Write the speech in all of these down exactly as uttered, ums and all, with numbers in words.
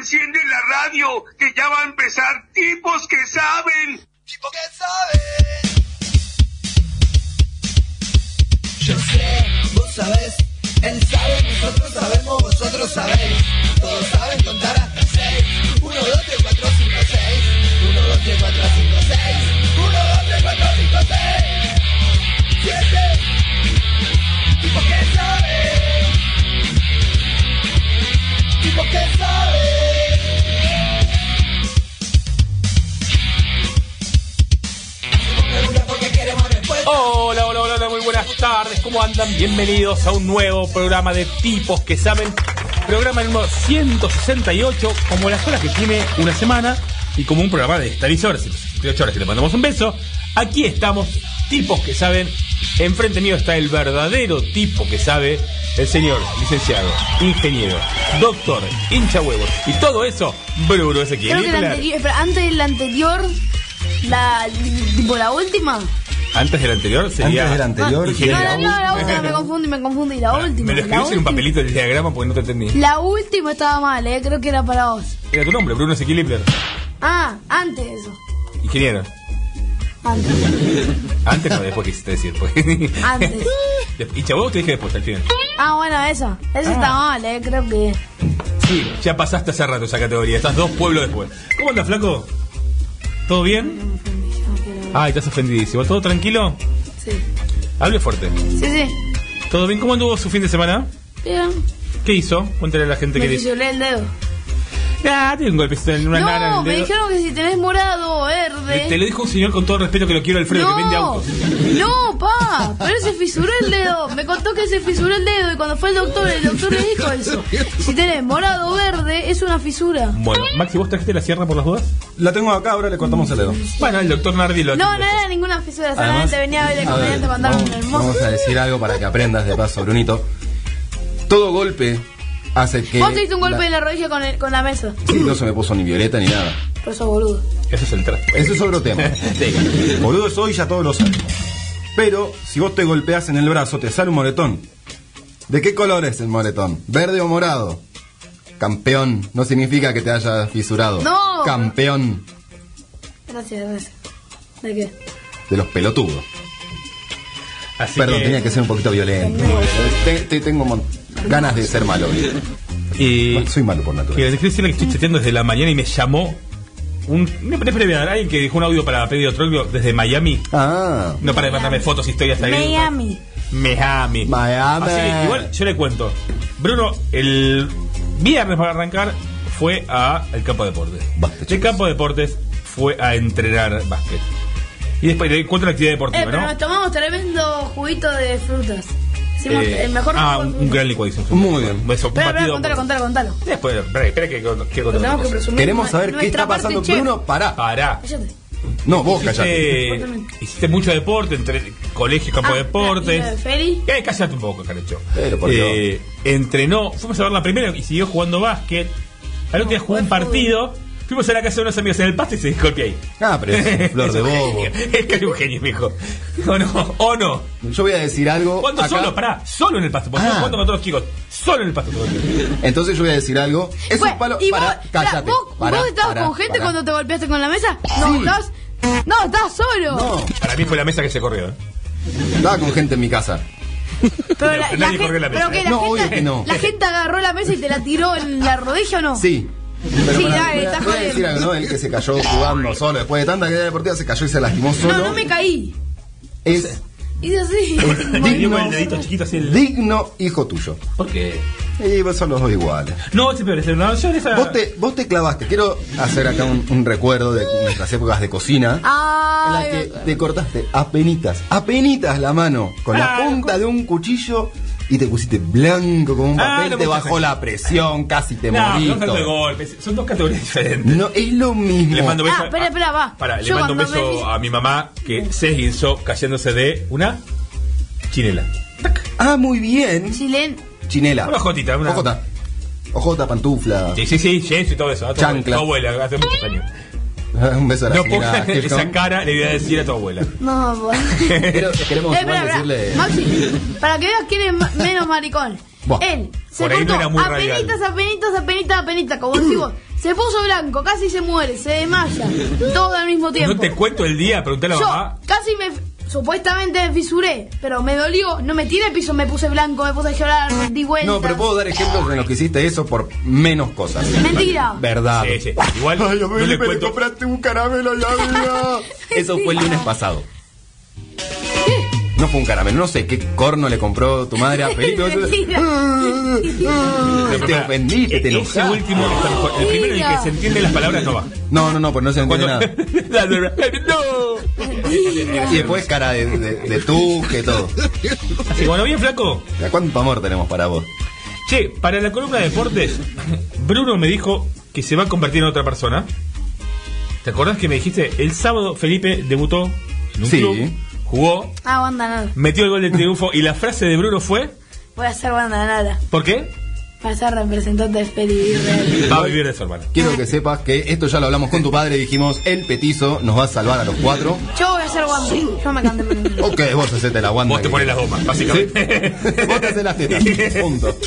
enciende la radio, que ya va a empezar Tipos que Saben. Tipos que saben. Yo sé, vos sabés, él sabe, nosotros sabemos, vosotros sabéis. Todos saben contar hasta seis. Uno, dos, tres, cuatro, cinco, seis. Uno, dos, tres, cuatro, cinco, seis. Uno, dos, tres, cuatro, cinco, seis. Siete. Tipos que saben. Tipos que saben. Hola, hola, hola, muy buenas tardes, ¿cómo andan? Bienvenidos a un nuevo programa de Tipos que Saben. Programa número ciento sesenta y ocho, como las horas que tiene una semana y como un programa de esta emisora, ciento sesenta y ocho horas que le mandamos un beso. Aquí estamos, Tipos que Saben. Enfrente mío está el verdadero tipo que sabe, el señor licenciado, ingeniero, doctor, hincha huevos y todo eso, Bruno Ezequiel. Creo que la anterior, espera, antes de la anterior, la, tipo la última. Antes del anterior sería. Antes del anterior. No, no, no, no, la última, me confundí, me confundí. La Para, última. me lo escribís en un papelito del diagrama porque no te entendí. La última estaba mal, eh, creo que era para vos. Era tu nombre, Bruno Ezequiel Lippler. Ah, antes de eso. Ingeniero. Antes. Antes no, después quisiste decir. Pues. Antes. Y chabón te dije después, al final. Ah, bueno, esa. Esa Ah. está mal, eh, creo que. Sí, ya pasaste hace rato esa categoría. Estás dos pueblos después. ¿Cómo andas, flaco? ¿Todo bien? Ay, estás ofendidísimo. ¿Todo tranquilo? Sí. Hable fuerte. Sí, sí. ¿Todo bien? ¿Cómo anduvo su fin de semana? Bien. ¿Qué hizo? Cuéntale a la gente Me que dice. fisuré el dedo. Ah, tiene un golpecito en una nana en No, el me dedo. dijeron que si tenés morado o verde. Te lo dijo un señor con todo el respeto que lo quiero, Alfredo, no, que vende autos. No, pa, pero se fisuró el dedo. Me contó que se fisuró el dedo y cuando fue el doctor, el doctor le dijo eso. Si tenés morado o verde, es una fisura. Bueno, Maxi, ¿vos trajiste la sierra por las dudas? La tengo acá, ahora le cortamos el dedo. Bueno, el doctor Nardi lo No, no era ninguna fisura, solamente venía a ver el a ver, comediante mandaron un vamos, hermoso. vamos a decir algo para que aprendas de paso, Brunito. Todo golpe hace que. Vos te diste un golpe en la rodilla con, el, con la mesa. Sí, no se me puso ni violeta ni nada. Por eso, boludo. Ese es el trato. Eso es otro tema. Sí. Boludo soy, ya todos lo saben. Pero si vos te golpeás en el brazo, te sale un moretón. ¿De qué color es el moretón? ¿Verde o morado? Campeón. No significa que te hayas fisurado. No. Campeón Gracias, gracias. ¿De qué? de los pelotudos. Así Perdón, que, tenía que ser un poquito violento. Te- te- tengo mon- ganas de ser malo. Y Bueno, soy malo por que naturaleza. les quiero decirle que estoy chateando desde la mañana y me llamó un. No me previa, alguien que dejó un audio para pedir otro audio desde Miami. Ah, No para de mandarme fotos, historias ahí. Miami. Miami. Miami. Así que igual yo le cuento. Bruno, el viernes para arrancar fue a el campo de deportes. Basta, El chicos. campo de deportes fue a entrenar básquet. Y después le cuento la actividad Eh, deportiva, pero ¿no? nos tomamos tremendo juguito de frutas. Hicimos Eh, el mejor ah, jugo de un, un frutas. gran licuadísimo. Muy bien. Eso, un Espera, espera, batido contalo, por- contalo, contalo. Después, espera, espera que quiero quiero Lo contar tenemos otra que cosa. presumir. Queremos saber qué Nuestra está pasando. parte chef. Bruno, pará. Pará. Cállate. No, vos callate. Hiciste, hiciste mucho deporte, entre colegios, campo de Ah, deportes. ¿y lo de Feli? Eh, cállate un poco, Carecho. Pero, por eh, entrenó, fuimos a ver la primera y siguió jugando básquet. Al otro día jugó un Fue fútbol. partido. Fuimos a la casa de unos amigos en el pasto y se dejó el pie ahí. Ah, pero es flor de un bobo. genio. Es que es un genio, mijo. O no, o no. Yo voy a decir algo. ¿Cuándo acá. solo? Pará, solo en el pasto. Porque Ah. yo jugando con todos los chicos. Solo en el pasto todo el tiempo. Entonces yo voy a decir algo. Es Bueno, un palo. y vos, Pará, pará, cállate. ¿vos, Pará, vos estabas pará, con gente pará. cuando te golpeaste con la mesa? No, Sí. estabas. No, estabas solo. No, Para mí fue la mesa que se corrió. ¿eh? estaba con gente en mi casa. Pero la, Nadie la corrió gente, la mesa, pero que ¿eh? la No, gente, obvio que no. la gente agarró la mesa y te la tiró en la rodilla o no? Sí. Pero Sí, pará, dale, voy a- está voy a jodiendo. decir algo, ¿no? El que se cayó jugando solo. Después de tanta actividad deportiva se cayó y se lastimó solo. No, no me caí. Es Hice así. Dio con el dedito chiquito así el. digno hijo tuyo. ¿Por qué? Y vos son los dos iguales. No, este peor, este no, yo en esa. Vos te, vos te clavaste. Quiero hacer acá un, un recuerdo de nuestras épocas de cocina. En la Ay, que te cortaste apenitas, apenitas la mano con la Ah, punta de un cuchillo y te pusiste blanco como un Ah, papel, no te me bajó hagas la presión, casi te no, morís. no tanto de todo. golpes. Son dos categorías diferentes. No, es lo mismo. Le mando beso. Ah, espera, espera, va. Para, le Yo mando un cuando beso me fui- a mi mamá que se esguinzó cayéndose de una chinela. Ah, muy bien. Chilen. Chinela. Una jotita, una- Ojota. Ojota, pantufla. Sí, sí, sí, sí, y todo eso. A tu Chancla. tu abuela, hace muchos años. Un beso a la No señora pongas esa Hilton. cara, le voy a decir a tu abuela. No, bueno. Pero queremos Eh, igual espera, espera. decirle. Maxi, para que veas quién es ma- menos maricón. Buah. Él se Por ahí no cortó era muy apenitas, radial. apenitas, apenitas, apenitas, como decís vos. Se puso blanco, casi se muere, se desmaya. Todo al mismo tiempo. No te cuento el día, pregunté a la Yo mamá. casi me... Supuestamente me fisuré, pero me dolió, no me tiré al piso, me puse blanco, me puse a llorar, me di vuelta. No, pero puedo dar ejemplos en los que hiciste eso por menos cosas. Mentira. Verdad. Sí, sí. Igual Ay, no le me cuento. compraste un caramelo allá arriba. Eso fue el lunes pasado. No fue un caramelo, no sé qué corno le compró tu madre a Felipe. Mentira. Te ofendiste, te Ese enojaste. último está mejor. El primero en el que se entienden las palabras no va. No, no, no, pues no se entiende nada. no. Y después cara de, de, de tú, que todo. Así que bueno, bien flaco. ¿Cuánto amor tenemos para vos? Che, para la columna de deportes, Bruno me dijo que se va a convertir en otra persona. ¿Te acordás que me dijiste? El sábado Felipe debutó en un Sí. club, jugó, Ah, banda nada. metió el gol del triunfo y la frase de Bruno fue, Voy a ser banda nada. ¿por qué? Para ser representante de Felipe Israel. Va a vivir de su hermano. Quiero que sepas que esto ya lo hablamos con tu padre. Dijimos, el petizo nos va a salvar a los cuatro. Yo voy a ser Wanda. Yo me canté por el... Ok, vos hacete la guanda. Vos te que pones las quieras. gomas, básicamente. ¿Sí? Vos te haces las tetas. Punto.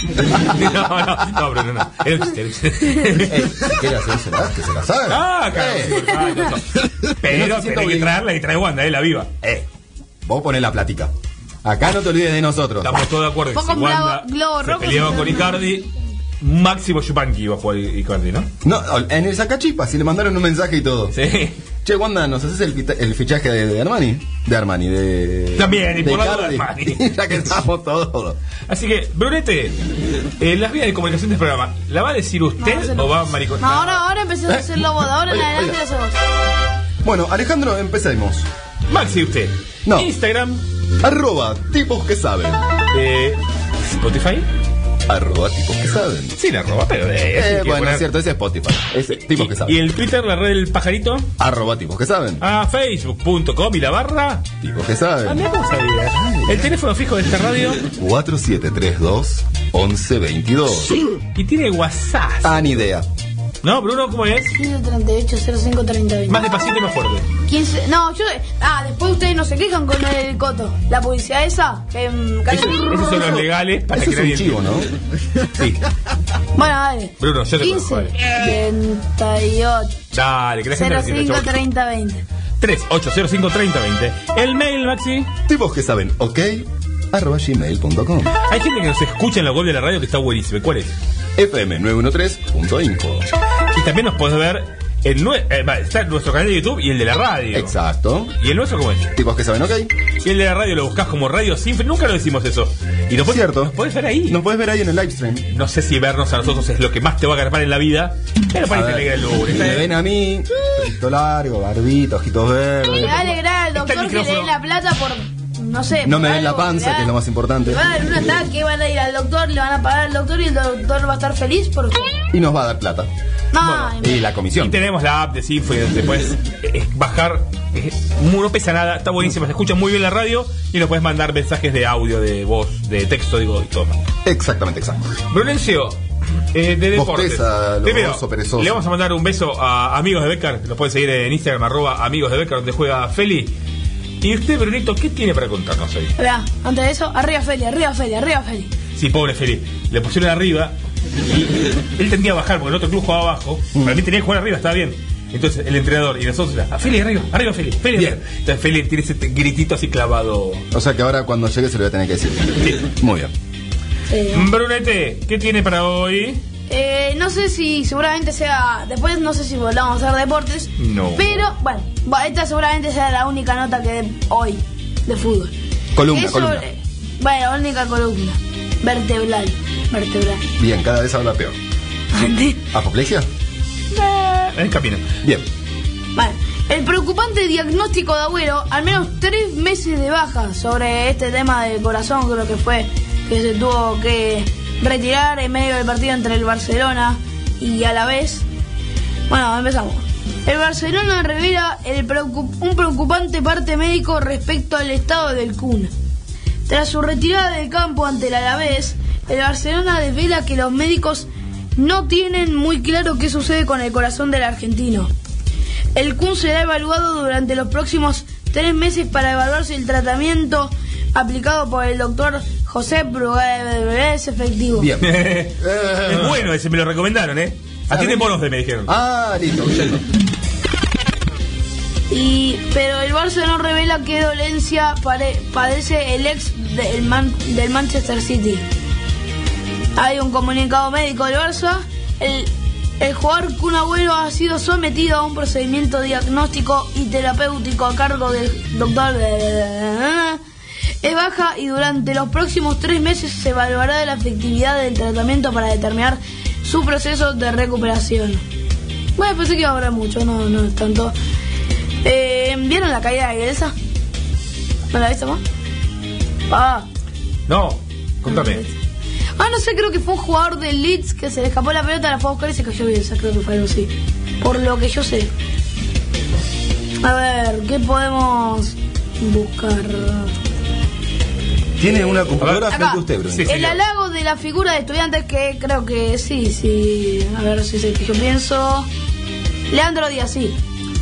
no, no, no, Bruno, no. Era un chiste, era un chiste. Ey, ¿quiere hacerse que se las haga? Ah, claro. Eh, sí, ah, no, no. Pero No se sienta tenés que obligado. traerla y trae Wanda, eh, la viva. eh, vos ponés la plática. Acá no te olvides de nosotros. Estamos todos de acuerdo que Pongo si un Wanda globo- globo se rojo, peleaba se- con Icardi, máximo Yupanqui iba a jugar Icardi, ¿no? No, en el sacachipa, si le mandaron un mensaje y todo. Sí. Che, Wanda, ¿nos haces el, fita- el fichaje de, de Armani? De Armani, de... También, y de por la duda, Cardi. Armani. Ya que estamos todos. Así que, Brunete, eh, las vías de comunicación del programa, ¿la va a decir usted No, se lo- o va a maricón? No, ahora, ahora empecé a hacer lobo. De ahora en Oye, adelante oiga. lo hacemos. Bueno, Alejandro, empecemos. Maxi, usted. No. Instagram, Arroba tipos que saben. eh, Spotify. Arroba tipos que saben. Sí, la arroba, pero eh, Eh, así que bueno, poner- es cierto, ese es Spotify. Ese, tipos que Y saben. el Twitter, la red del pajarito, Arroba tipos que saben. a facebook punto com y la barra. Tipos que Ah, saben. mira cómo sabía. El teléfono fijo de esta radio cuatro siete tres dos, once veintidós. y tiene WhatsApp. Ah, ni idea. ¿No, Bruno? ¿Cómo es? quince treinta y ocho cero cinco treinta y Más despacito y más fuerte. quince, no, yo. Ah, después ustedes no se quejan con el coto. La publicidad esa. Que, mm, casi- Eso- esos son los legales para Eso que es un nadie chivo, entienda. ¿no? Sí. Bueno, dale. Bruno, yo te quince conozco, dale. treinta y ocho Dale, que la gente cero lo entienda, cinco chavos. treinta veinte. tres ocho cero cinco treinta veinte. El mail, Maxi. Tipos que saben, ok, arroba gmail punto com. Hay gente que nos escucha en la web de la radio que está buenísima. ¿Cuál es? F M nueve diez tres punto info. Y también nos podés ver en nue- eh, va, está en nuestro canal de YouTube y el de la radio. Exacto. ¿Y el nuestro cómo es? Tipos que saben, ok. Y el de la radio lo buscás como Radio Sinfre. Nunca lo decimos eso. Y nos podés, Cierto. nos podés ver ahí. Nos puedes ver ahí en el live stream. No sé si vernos a nosotros es lo que más te va a agarpar en la vida. Pero para A ahí te ver, alegra el lunes. me ven a mí, pelito largo, barbito, ojitos Le verdes. va a alegrar al Está el doctor que le micrófono. dé la plata por. No sé. No por me ven la algo, panza, le va- que es lo más importante. Le va a dar un ataque, van a ir al doctor, le van a pagar al doctor y el doctor va a estar feliz porque. Y nos va a dar plata. No, Y la Y comisión. tenemos la app de Sinfo y donde puedes eh, bajar. eh, no pesa nada, está buenísima, se escucha muy bien la radio y nos puedes mandar mensajes de audio, de voz, de texto, digo, y todo más. Exactamente, exacto. Brunencio, eh, de Vos deportes. pesa, lo Primero, oso perezoso. le vamos a mandar un beso a Amigos de Becar, los pueden seguir en Instagram, arroba Amigos de Becar, donde juega Feli. Y usted, Brunito, ¿qué tiene para contarnos hoy? Vea, antes de eso, arriba Feli, arriba Feli, arriba Feli. Sí, pobre Feli, le pusieron arriba y él tendría que bajar porque el otro club jugaba abajo. Mm. Para mí tenía que jugar arriba, está bien. Entonces el entrenador y nosotros, a Feli arriba, arriba Feli, Feli Bien. arriba. Entonces Feli tiene ese gritito así clavado. O sea que ahora cuando llegue se lo voy a tener que decir. Sí. Muy bien. Eh, Brunete, ¿qué tiene para hoy? eh, no sé si seguramente sea. Después no sé si volvamos a hacer deportes. No. Pero, bueno, va- esta seguramente sea la única nota que dé hoy de fútbol. Columna, Que es columna. sobre- Bueno, la única columna. Vertebral. Vertebral. Bien, cada vez habla peor. ¿Apoplejia? En el camino. Bien. Bueno, el preocupante diagnóstico de Agüero, al menos tres meses de baja sobre este tema del corazón, creo que fue que se tuvo que retirar en medio del partido entre el Barcelona y Alavés. Bueno, empezamos. El Barcelona revela el preocup- un preocupante parte médico respecto al estado del Kun. Tras su retirada del campo ante el Alavés, el Barcelona desvela que los médicos no tienen muy claro qué sucede con el corazón del argentino. El Kun será evaluado durante los próximos tres meses para evaluar si el tratamiento aplicado por el doctor José Brugué es efectivo. Bien. Es bueno ese, me lo recomendaron, ¿eh? Atiende bonos de me dijeron. Ah, listo, yendo. Y, pero el Barça no revela qué dolencia pare, padece el ex del, Man, del Manchester City. Hay un comunicado médico del Barça. El, el jugador Kun Agüero ha sido sometido a un procedimiento diagnóstico y terapéutico a cargo del doctor es baja y durante los próximos tres meses se evaluará la efectividad del tratamiento para determinar su proceso de recuperación. Bueno, pensé que iba a durar mucho, no, no es tanto. Eh, ¿Vieron la caída de Bielsa? ¿No la viste más? Ah. No, contame. Ah, no sé, creo que fue un jugador del Leeds que se le escapó la pelota, la fue a buscar y se cayó Bielsa, creo que fue algo así. Por lo que yo sé. A ver, ¿qué podemos buscar? Tiene una computadora Acá, frente a usted, Bruno. Sí, el halago de la figura de Estudiantes, que creo que sí, sí. A ver si es el que yo pienso. Leandro Díaz, sí.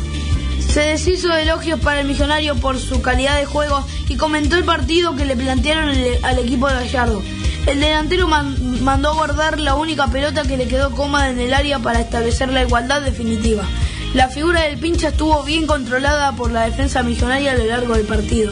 Se deshizo de elogios para el millonario por su calidad de juego y comentó el partido que le plantearon el, al equipo de Gallardo. El delantero man, mandó a guardar la única pelota que le quedó cómoda en el área para establecer la igualdad definitiva. La figura del pincha estuvo bien controlada por la defensa millonaria a lo largo del partido.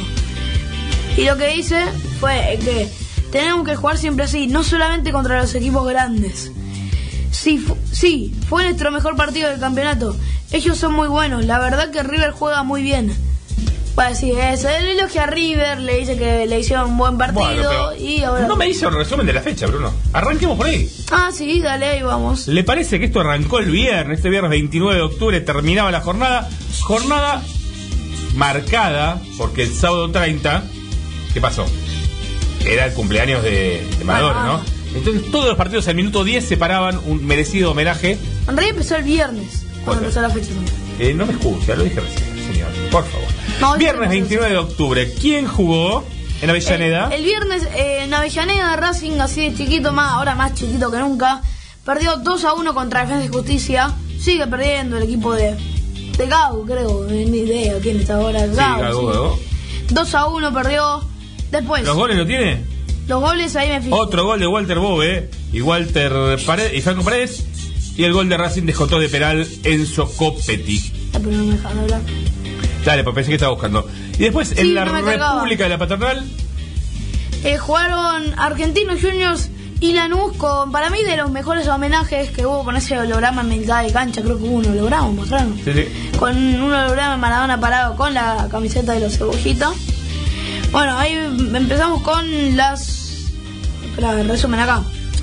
Y lo que dice fue que tenemos que jugar siempre así, no solamente contra los equipos grandes. Sí, fu- sí, fue nuestro mejor partido del campeonato. Ellos son muy buenos, la verdad que River juega muy bien. Bueno, sí, eso, él elogia a River, le dice que le hicieron un buen partido. Bueno, y ahora... no me hizo el resumen de la fecha, Bruno. Arranquemos por ahí. Ah, sí, dale, ahí vamos. ¿Le parece que esto arrancó el viernes? Este viernes veintinueve de octubre terminaba la jornada. Jornada marcada, porque el sábado treinta, ¿qué pasó? Era el cumpleaños de, de Maradona, Ah. ¿no? Entonces todos los partidos al minuto diez separaban un merecido homenaje. En realidad empezó el viernes, cuando Bueno. empezó la fecha también. Eh, no me excusa, lo dije recién, señor. Por favor. No, Viernes no, veintinueve de octubre. ¿Quién jugó en Avellaneda? El, el viernes eh, en Avellaneda, Racing, así de chiquito, más ahora más chiquito que nunca, perdió dos a uno contra Defensa y Justicia. Sigue perdiendo el equipo de, de Gau, creo, ni idea quién está ahora. Gau, Gago, sí. Gago. dos a uno perdió. Después, ¿Los goles lo tiene? los goles ahí me fijo. Otro gol de Walter Bove y Walter Paredes y Franco Paredes. Y el gol de Racing descontó de penal Enzo Copetti. Ah, pero no me dejan hablar. Dale, pues pensé que estaba buscando. Y después, Sí, en la no me cargaba. República de la Paternal, Eh, jugaron Argentinos Juniors y Lanús con, para mí, de los mejores homenajes que hubo con ese holograma en mitad de cancha. Creo que hubo un holograma, mostraron. sí, sí. Con un holograma de Maradona parado con la camiseta de los cebollitas. Bueno, ahí empezamos con las... Espera, resumen acá.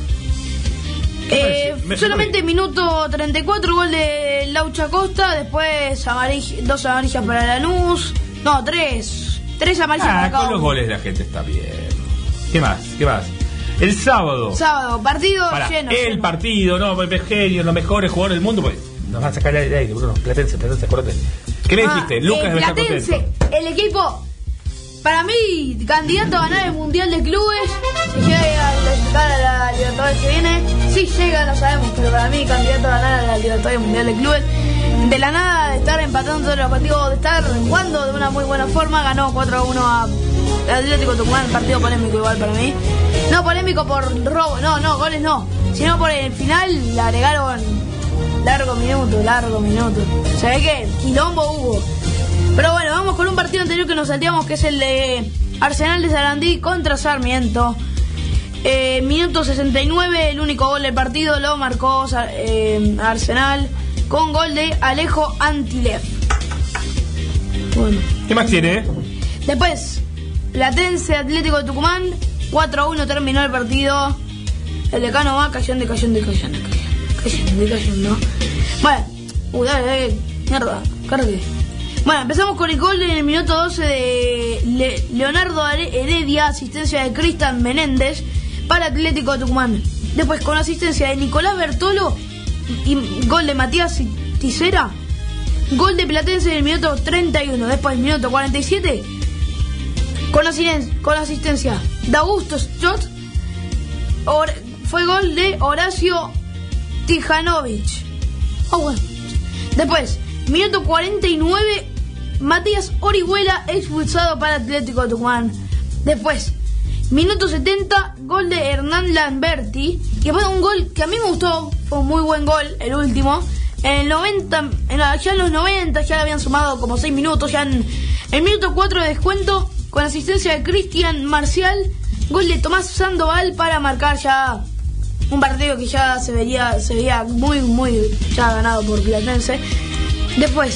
Eh, Me- me- solamente me- minuto treinta y cuatro, gol de Laucha Costa. Después amarilla, dos amarillas para Lanús. No, tres. Tres amarillas Ah, para cada con los uno. goles la gente está bien. ¿Qué más? ¿Qué más? El sábado. Sábado, partido Pará, lleno. el lleno. partido, no, Pepe Genio, los mejores jugadores del mundo, pues nos van a sacar el aire, Bruno. Platense, Platense, acuérdate. ¿Qué me Ah, dijiste? Lucas el debe estar Platense, contento. el equipo, para mí, candidato a ganar el Mundial de Clubes. Si llega a clasificar a la Libertadores que viene, si llega, no sabemos, pero para mí, candidato a ganar a la Libertadores Mundial de Clubes. De la nada, de estar empatando todos los partidos, de estar jugando de una muy buena forma, ganó cuatro a uno a Atlético Tucumán, partido polémico igual para mí. No polémico por robo, no, no, goles no, sino por el final le agregaron largo minuto, largo minuto. Se ve que quilombo hubo. Pero bueno, vamos con un partido anterior que nos salteamos, que es el de Arsenal de Sarandí contra Sarmiento. Eh, minuto sesenta y nueve, el único gol del partido lo marcó eh, Arsenal con gol de Alejo Antilev. Bueno. ¿Qué más tiene? Después, Platense Atlético de Tucumán, cuatro a uno terminó el partido. El decano va cayendo, cayendo, cayendo, cayendo, cayendo. Bueno, uy, dale, dale, mierda, cargue. Bueno, empezamos con el gol en el minuto doce de Le- Leonardo Heredia, asistencia de Cristian Menéndez para Atlético de Tucumán. Después, con asistencia de Nicolás Bertolo y gol de Matías Tisera, gol de Platense en el minuto treinta y uno. Después, minuto cuarenta y siete, con, asisten- con asistencia de Augusto Schott, Or- fue gol de Horacio Tijanovic. Oh, bueno. Después, minuto cuarenta y nueve, Matías Orihuela expulsado para Atlético de Tucumán. Después, Minuto setenta, gol de Hernán Lamberti. Y después un gol que a mí me gustó, fue un muy buen gol, el último. En el noventa, en la, ya en los noventa ya habían sumado como seis minutos. Ya en el minuto cuatro de descuento, con asistencia de Cristian Marcial, gol de Tomás Sandoval para marcar ya un partido que ya se veía, se veía muy, muy ya ganado por Platense. Después,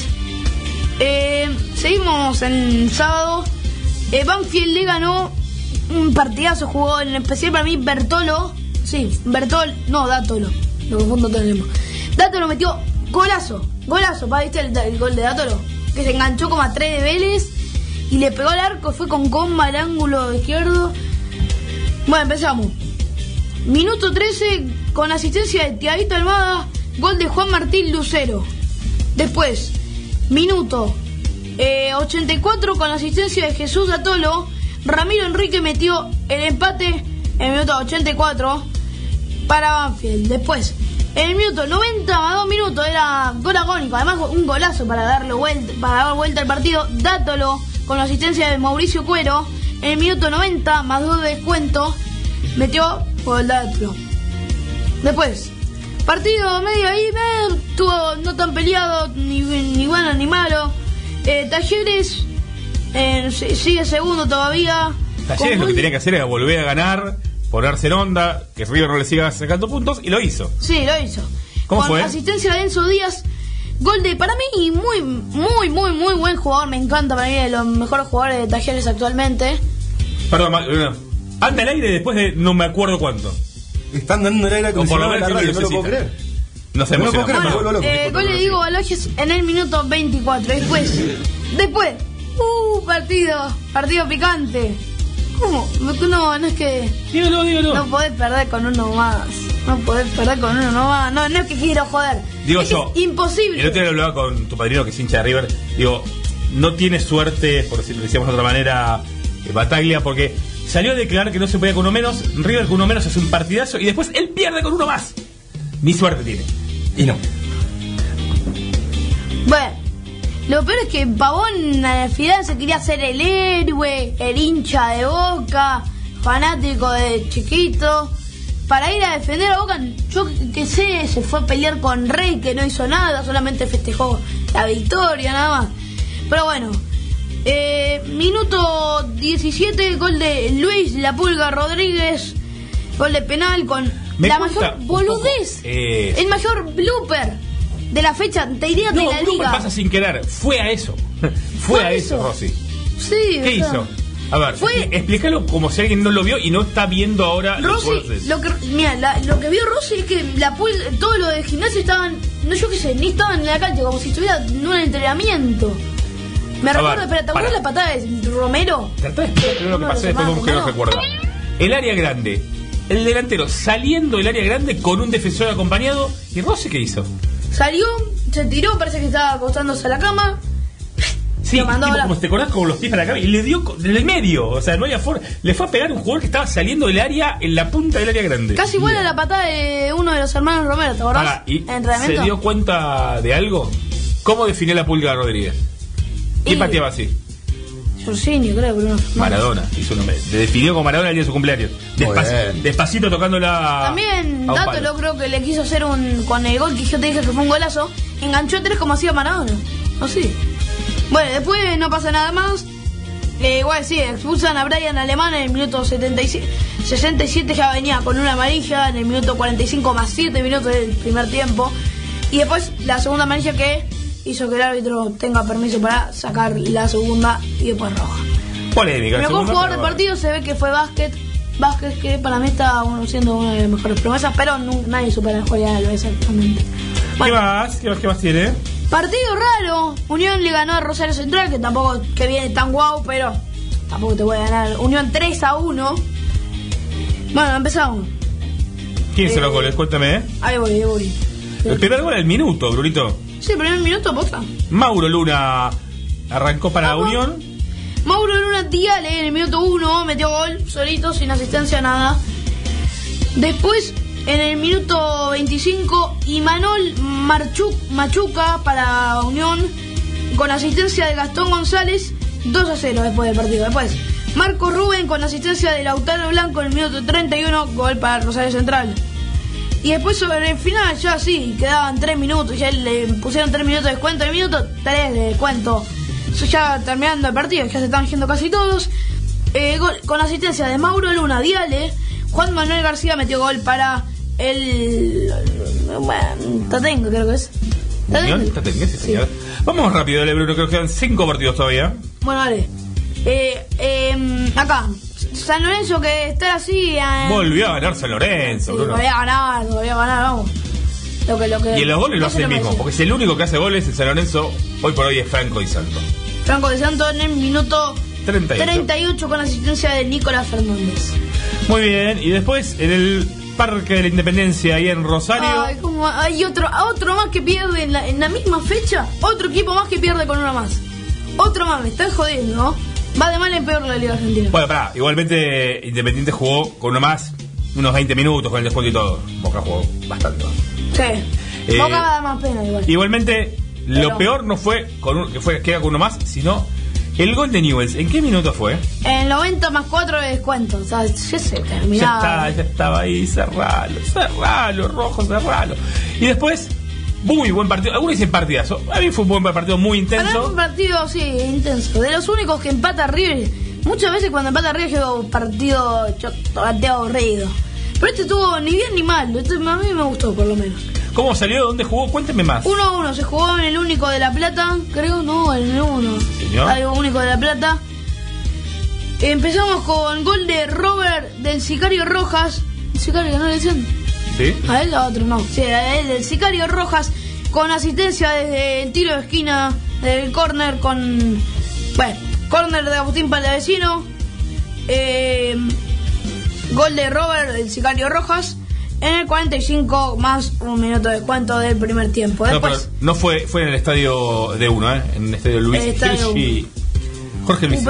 eh, seguimos en sábado. Eh, Banfield le ganó un partidazo, jugó en especial para mí Bertolo. Sí, Bertol, no, Dátolo. Lo confundo todo el tiempo. Dátolo metió golazo, golazo, ¿pa? ¿Viste el, el gol de Dátolo? Que se enganchó como a tres de Vélez y le pegó al arco, fue con comba al ángulo izquierdo. Bueno, empezamos. Minuto trece, con asistencia de Tiaguito Almada, gol de Juan Martín Lucero. Después, minuto eh, ochenta y cuatro, con asistencia de Jesús Atolo, Ramiro Enrique metió el empate en el minuto ochenta y cuatro para Banfield. Después, en el minuto noventa más dos minutos, era gol agónico, además un golazo para darle vuelta, para dar vuelta al partido. Dátolo con la asistencia de Mauricio Cuero. En el minuto noventa más dos de descuento, metió por el Dátolo. Después, partido medio ahí, medio, estuvo no tan peleado, ni, ni bueno ni malo. Eh, Talleres eh, sigue segundo todavía. Talleres lo que tenía que hacer era volver a ganar, ponerse en onda, que River no le siga sacando puntos, y lo hizo. Sí, lo hizo. ¿Cómo Con fue? asistencia de Enzo Díaz, gol de, para mí, muy, muy, muy, muy buen jugador. Me encanta, para mí, de los mejores jugadores de Talleres actualmente. Perdón, no. Anda al aire después de no me acuerdo cuánto. Están dando el aire acondicionado en la radio, no lo puedo creer. No se No lo emociona. puedo creer, me vuelvo loco. Eh, gol de Diego Baloyes en el minuto veinticuatro. Después, después, uh, partido, partido picante. ¿Cómo? No, no es que Dígalo, dígalo. no podés perder con uno más. No podés perder con uno más. No, no es que quiero joder. Digo es yo, que es imposible. El otro día lo hablaba con tu padrino, que es hincha de River. Digo, no tiene suerte, por decirlo decíamos de otra manera, eh, Bataglia, porque salió a declarar que no se podía con uno menos. River con uno menos hace un partidazo y después él pierde con uno más. Ni suerte tiene. Y no. Bueno, lo peor es que Pavón al final se quería hacer el héroe, el hincha de Boca, fanático de chiquito, para ir a defender a Boca. Yo que sé, se fue a pelear con Rey, que no hizo nada, solamente festejó la victoria, nada más. Pero bueno, eh, minuto diecisiete, gol de Luis La Pulga Rodríguez, gol de penal con Me la cuesta mayor un boludez, poco, eh, el mayor blooper de la fecha, te diría de No, la Blooper liga. pasa sin querer. Fue a eso. Fue ¿Fue a a eso, eso? Rossi. Sí, ¿Qué o sea, hizo? A ver, fue- explícalo como si alguien no lo vio y no está viendo ahora los Rossi, goles. lo que, mira, la- lo que vio Rossi es que la pul- todo lo de gimnasio estaban, no yo qué sé, ni estaban en la cancha, como si estuviera en un entrenamiento. Me A recuerda, ver, pero ¿te acuerdas para. la patada de Romero? Tratá de explicar primero lo que Uno de pasó, los después vemos que no hermanos, recuerda. El área grande. El delantero saliendo del área grande con un defensor acompañado. ¿Y Rossi qué hizo? Salió, se tiró, parece que estaba acostándose a la cama. Sí, Lo mandó tipo, a la- como te acordás con los pies para acá y le dio co- en el medio. O sea, no había forma. Le fue a pegar a un jugador que estaba saliendo del área en la punta del área grande. Casi igual a la patada de uno de los hermanos Romero, ¿te acordás? Pará, ¿y En entrenamiento. se dio cuenta de algo? ¿Cómo definió la Pulga Rodríguez? ¿Quién Y- pateaba así? Jorginho, creo, Bruno. Maradona. Hizo un nombre. Le definió con Maradona el día de su cumpleaños. Despac- bien. despacito tocándola. También a un Dato palo. yo creo que le quiso hacer un... Con el gol que yo te dije que fue un golazo, enganchó tres como hacía Maradona. Así. Bueno, después no pasa nada más. Eh, igual sí, expulsan a Brian Alemán en el minuto setenta y siete, sesenta y siete, ya venía con una amarilla. En el minuto cuarenta y cinco más siete minutos del primer tiempo. Y después la segunda amarilla que hizo que el árbitro tenga permiso para sacar la segunda y después roja. Polémica. El mejor segunda, jugador pero del partido se ve que fue Vázquez. Vázquez, que para mí está uno- siendo una de las mejores promesas, pero nu- nadie supera la cualidad de Alves exactamente. ¿Qué Bueno, más? ¿Qué más, qué más tiene? partido raro. Unión le ganó a Rosario Central, que tampoco que viene tan guau, pero tampoco te voy a ganar. Unión tres a uno. Bueno, empezamos. ¿Quién hizo Eh, los goles? Cuéntame, ¿eh? Ahí voy, ahí voy. El primer gol al minuto, Brunito. Sí, primer minuto, posta. Mauro Luna arrancó para Vamos. Unión. Mauro Luna Diale en el minuto uno metió gol, solito, sin asistencia, nada. Después, en el minuto veinticinco, Imanol Marchu- Machuca para Unión, con asistencia de Gastón González, dos a cero después del partido. Después, Marco Rubén con asistencia de Lautaro Blanco en el minuto treinta y uno, gol para Rosario Central. Y después sobre el final, ya sí, quedaban tres minutos, ya le pusieron tres minutos de descuento, el minuto tres de descuento. Eso ya terminando el partido, ya se están yendo casi todos. Eh, gol, con asistencia de Mauro Luna, Diale, Juan Manuel García metió gol para el... Bueno, Tatengo creo que es. Tatengo, Tatengo, sí, señor. Sí. Vamos rápido, dale, Bruno, creo que quedan cinco partidos todavía. Bueno, vale. Eh, eh, acá, San Lorenzo que está así... Eh, volvió a ganar San Lorenzo, sí, Bruno. Volvió a ganar, volvió a ganar, vamos. Lo que, lo que, y en los goles lo hace el mismo, porque si el único que hace goles en San Lorenzo, hoy por hoy es Franco Di Santo. Franco Di Santo en el minuto treinta y ocho, treinta y ocho con asistencia de Nicolás Fernández. Muy bien, y después en el Parque de la Independencia, ahí en Rosario. Ay, como hay otro, otro más que pierde en la, en la misma fecha, otro equipo más que pierde con uno más. Otro más, me están jodiendo, ¿no? Va de mal en peor la Liga Argentina. Bueno, pará, igualmente Independiente jugó con uno más, unos veinte minutos con el descuento y todo. Boca jugó bastante. Sí, eh, Boca da más pena igual. Igualmente, pero lo peor no fue con un, que fue que era con uno más, sino el gol de Newell's. ¿En qué minuto fue? En noventa más cuatro de descuento. O sea, ya se terminaba. Ya, está, ya estaba ahí, cerralo, cerralo, rojo, cerralo. Y después, muy buen partido. Algunos dicen partidazo. A mí fue un buen partido, muy intenso. Para mí fue un partido, sí, intenso. De los únicos que empata River. Muchas veces cuando empata River llegó un partido choto, aburrido. Pero este estuvo ni bien ni mal. Este a mí me gustó, por lo menos. ¿Cómo salió? ¿Dónde jugó? Cuénteme más. uno a uno. Se jugó en el Único de La Plata. Creo, no, en el uno. Señor. Algo Único de La Plata. Empezamos con gol de Robert del Sicario Rojas. ¿El Sicario no le decían? Sí. A él, a otro no. Sí, a él, del Sicario Rojas. Con asistencia desde el tiro de esquina del córner con... Bueno, córner de Agustín Palavecino. Eh, gol de Robert del Sicario Rojas. En el cuarenta y cinco más un minuto de descuento del primer tiempo. Después, no, no fue fue en el estadio de uno, ¿eh? En el estadio Luis y Jorge Luis.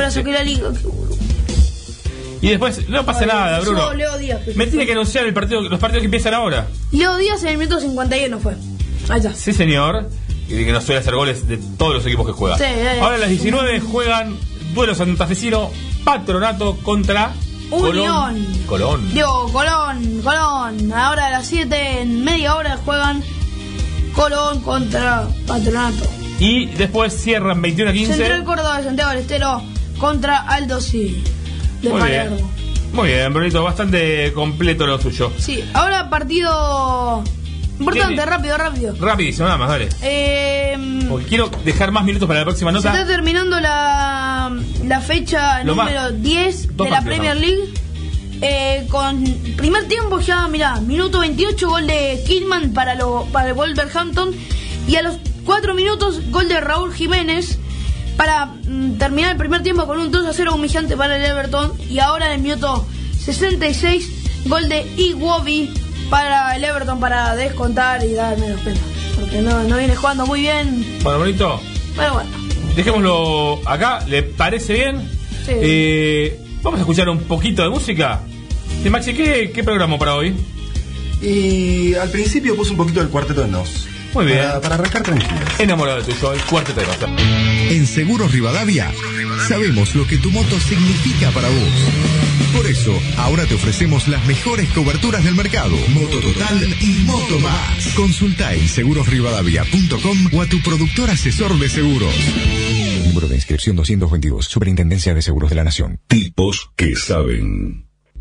Y después, no pasa Ay, nada, Bruno. Leo Díaz, me tiene que anunciar el partido, los partidos que empiezan ahora. Leo Díaz en el minuto cincuenta y uno fue. Ahí está. Sí, señor. Y que nos suele hacer goles de todos los equipos que juega. Sí, ya, ya. Ahora a las diecinueve juegan duelo santafesino, Patronato contra... Unión. Colón. Digo, Colón, Colón. Ahora a las siete, en media hora juegan Colón contra Patronato. Y después cierran veintiuno a quince. Central Córdoba de Santiago del Estero contra Aldo Civi de Muy Palermo. Bien. Muy bien, Brunito, bastante completo lo suyo. Sí, ahora partido importante, ¿Qué? rápido, rápido. Rapidísimo, nada más, dale. Eh, Porque quiero dejar más minutos para la próxima nota. Se está terminando la, la fecha Lo número más, diez de la Premier no. League. Eh, con primer tiempo ya, mirá, minuto veintiocho, gol de Kidman para, lo, para el Wolverhampton. Y a los cuatro minutos, gol de Raúl Jiménez para mm, terminar el primer tiempo con un dos a cero humillante para el Everton. Y ahora en el minuto sesenta y seis, gol de Iwobi para el Everton para descontar y dar menos pena. Porque no, no viene jugando muy bien. Bueno, bonito. Pero bueno. Dejémoslo acá, ¿le parece bien? Sí. Eh, vamos a escuchar un poquito de música. Y Maxi, ¿qué, qué programa para hoy? Y al principio puse un poquito del Cuarteto de Nos. Muy bien. Para, para arrancar tranquilos. Enamorado tuyo, el Cuarteto de Nos. En Seguros Rivadavia sabemos lo que tu moto significa para vos. Por eso, ahora te ofrecemos las mejores coberturas del mercado. Moto Total y Moto Más. Consulta en seguros rivadavia punto com o a tu productor asesor de seguros. Número de inscripción doscientos veintidós, Superintendencia de Seguros de la Nación. Tipos que saben.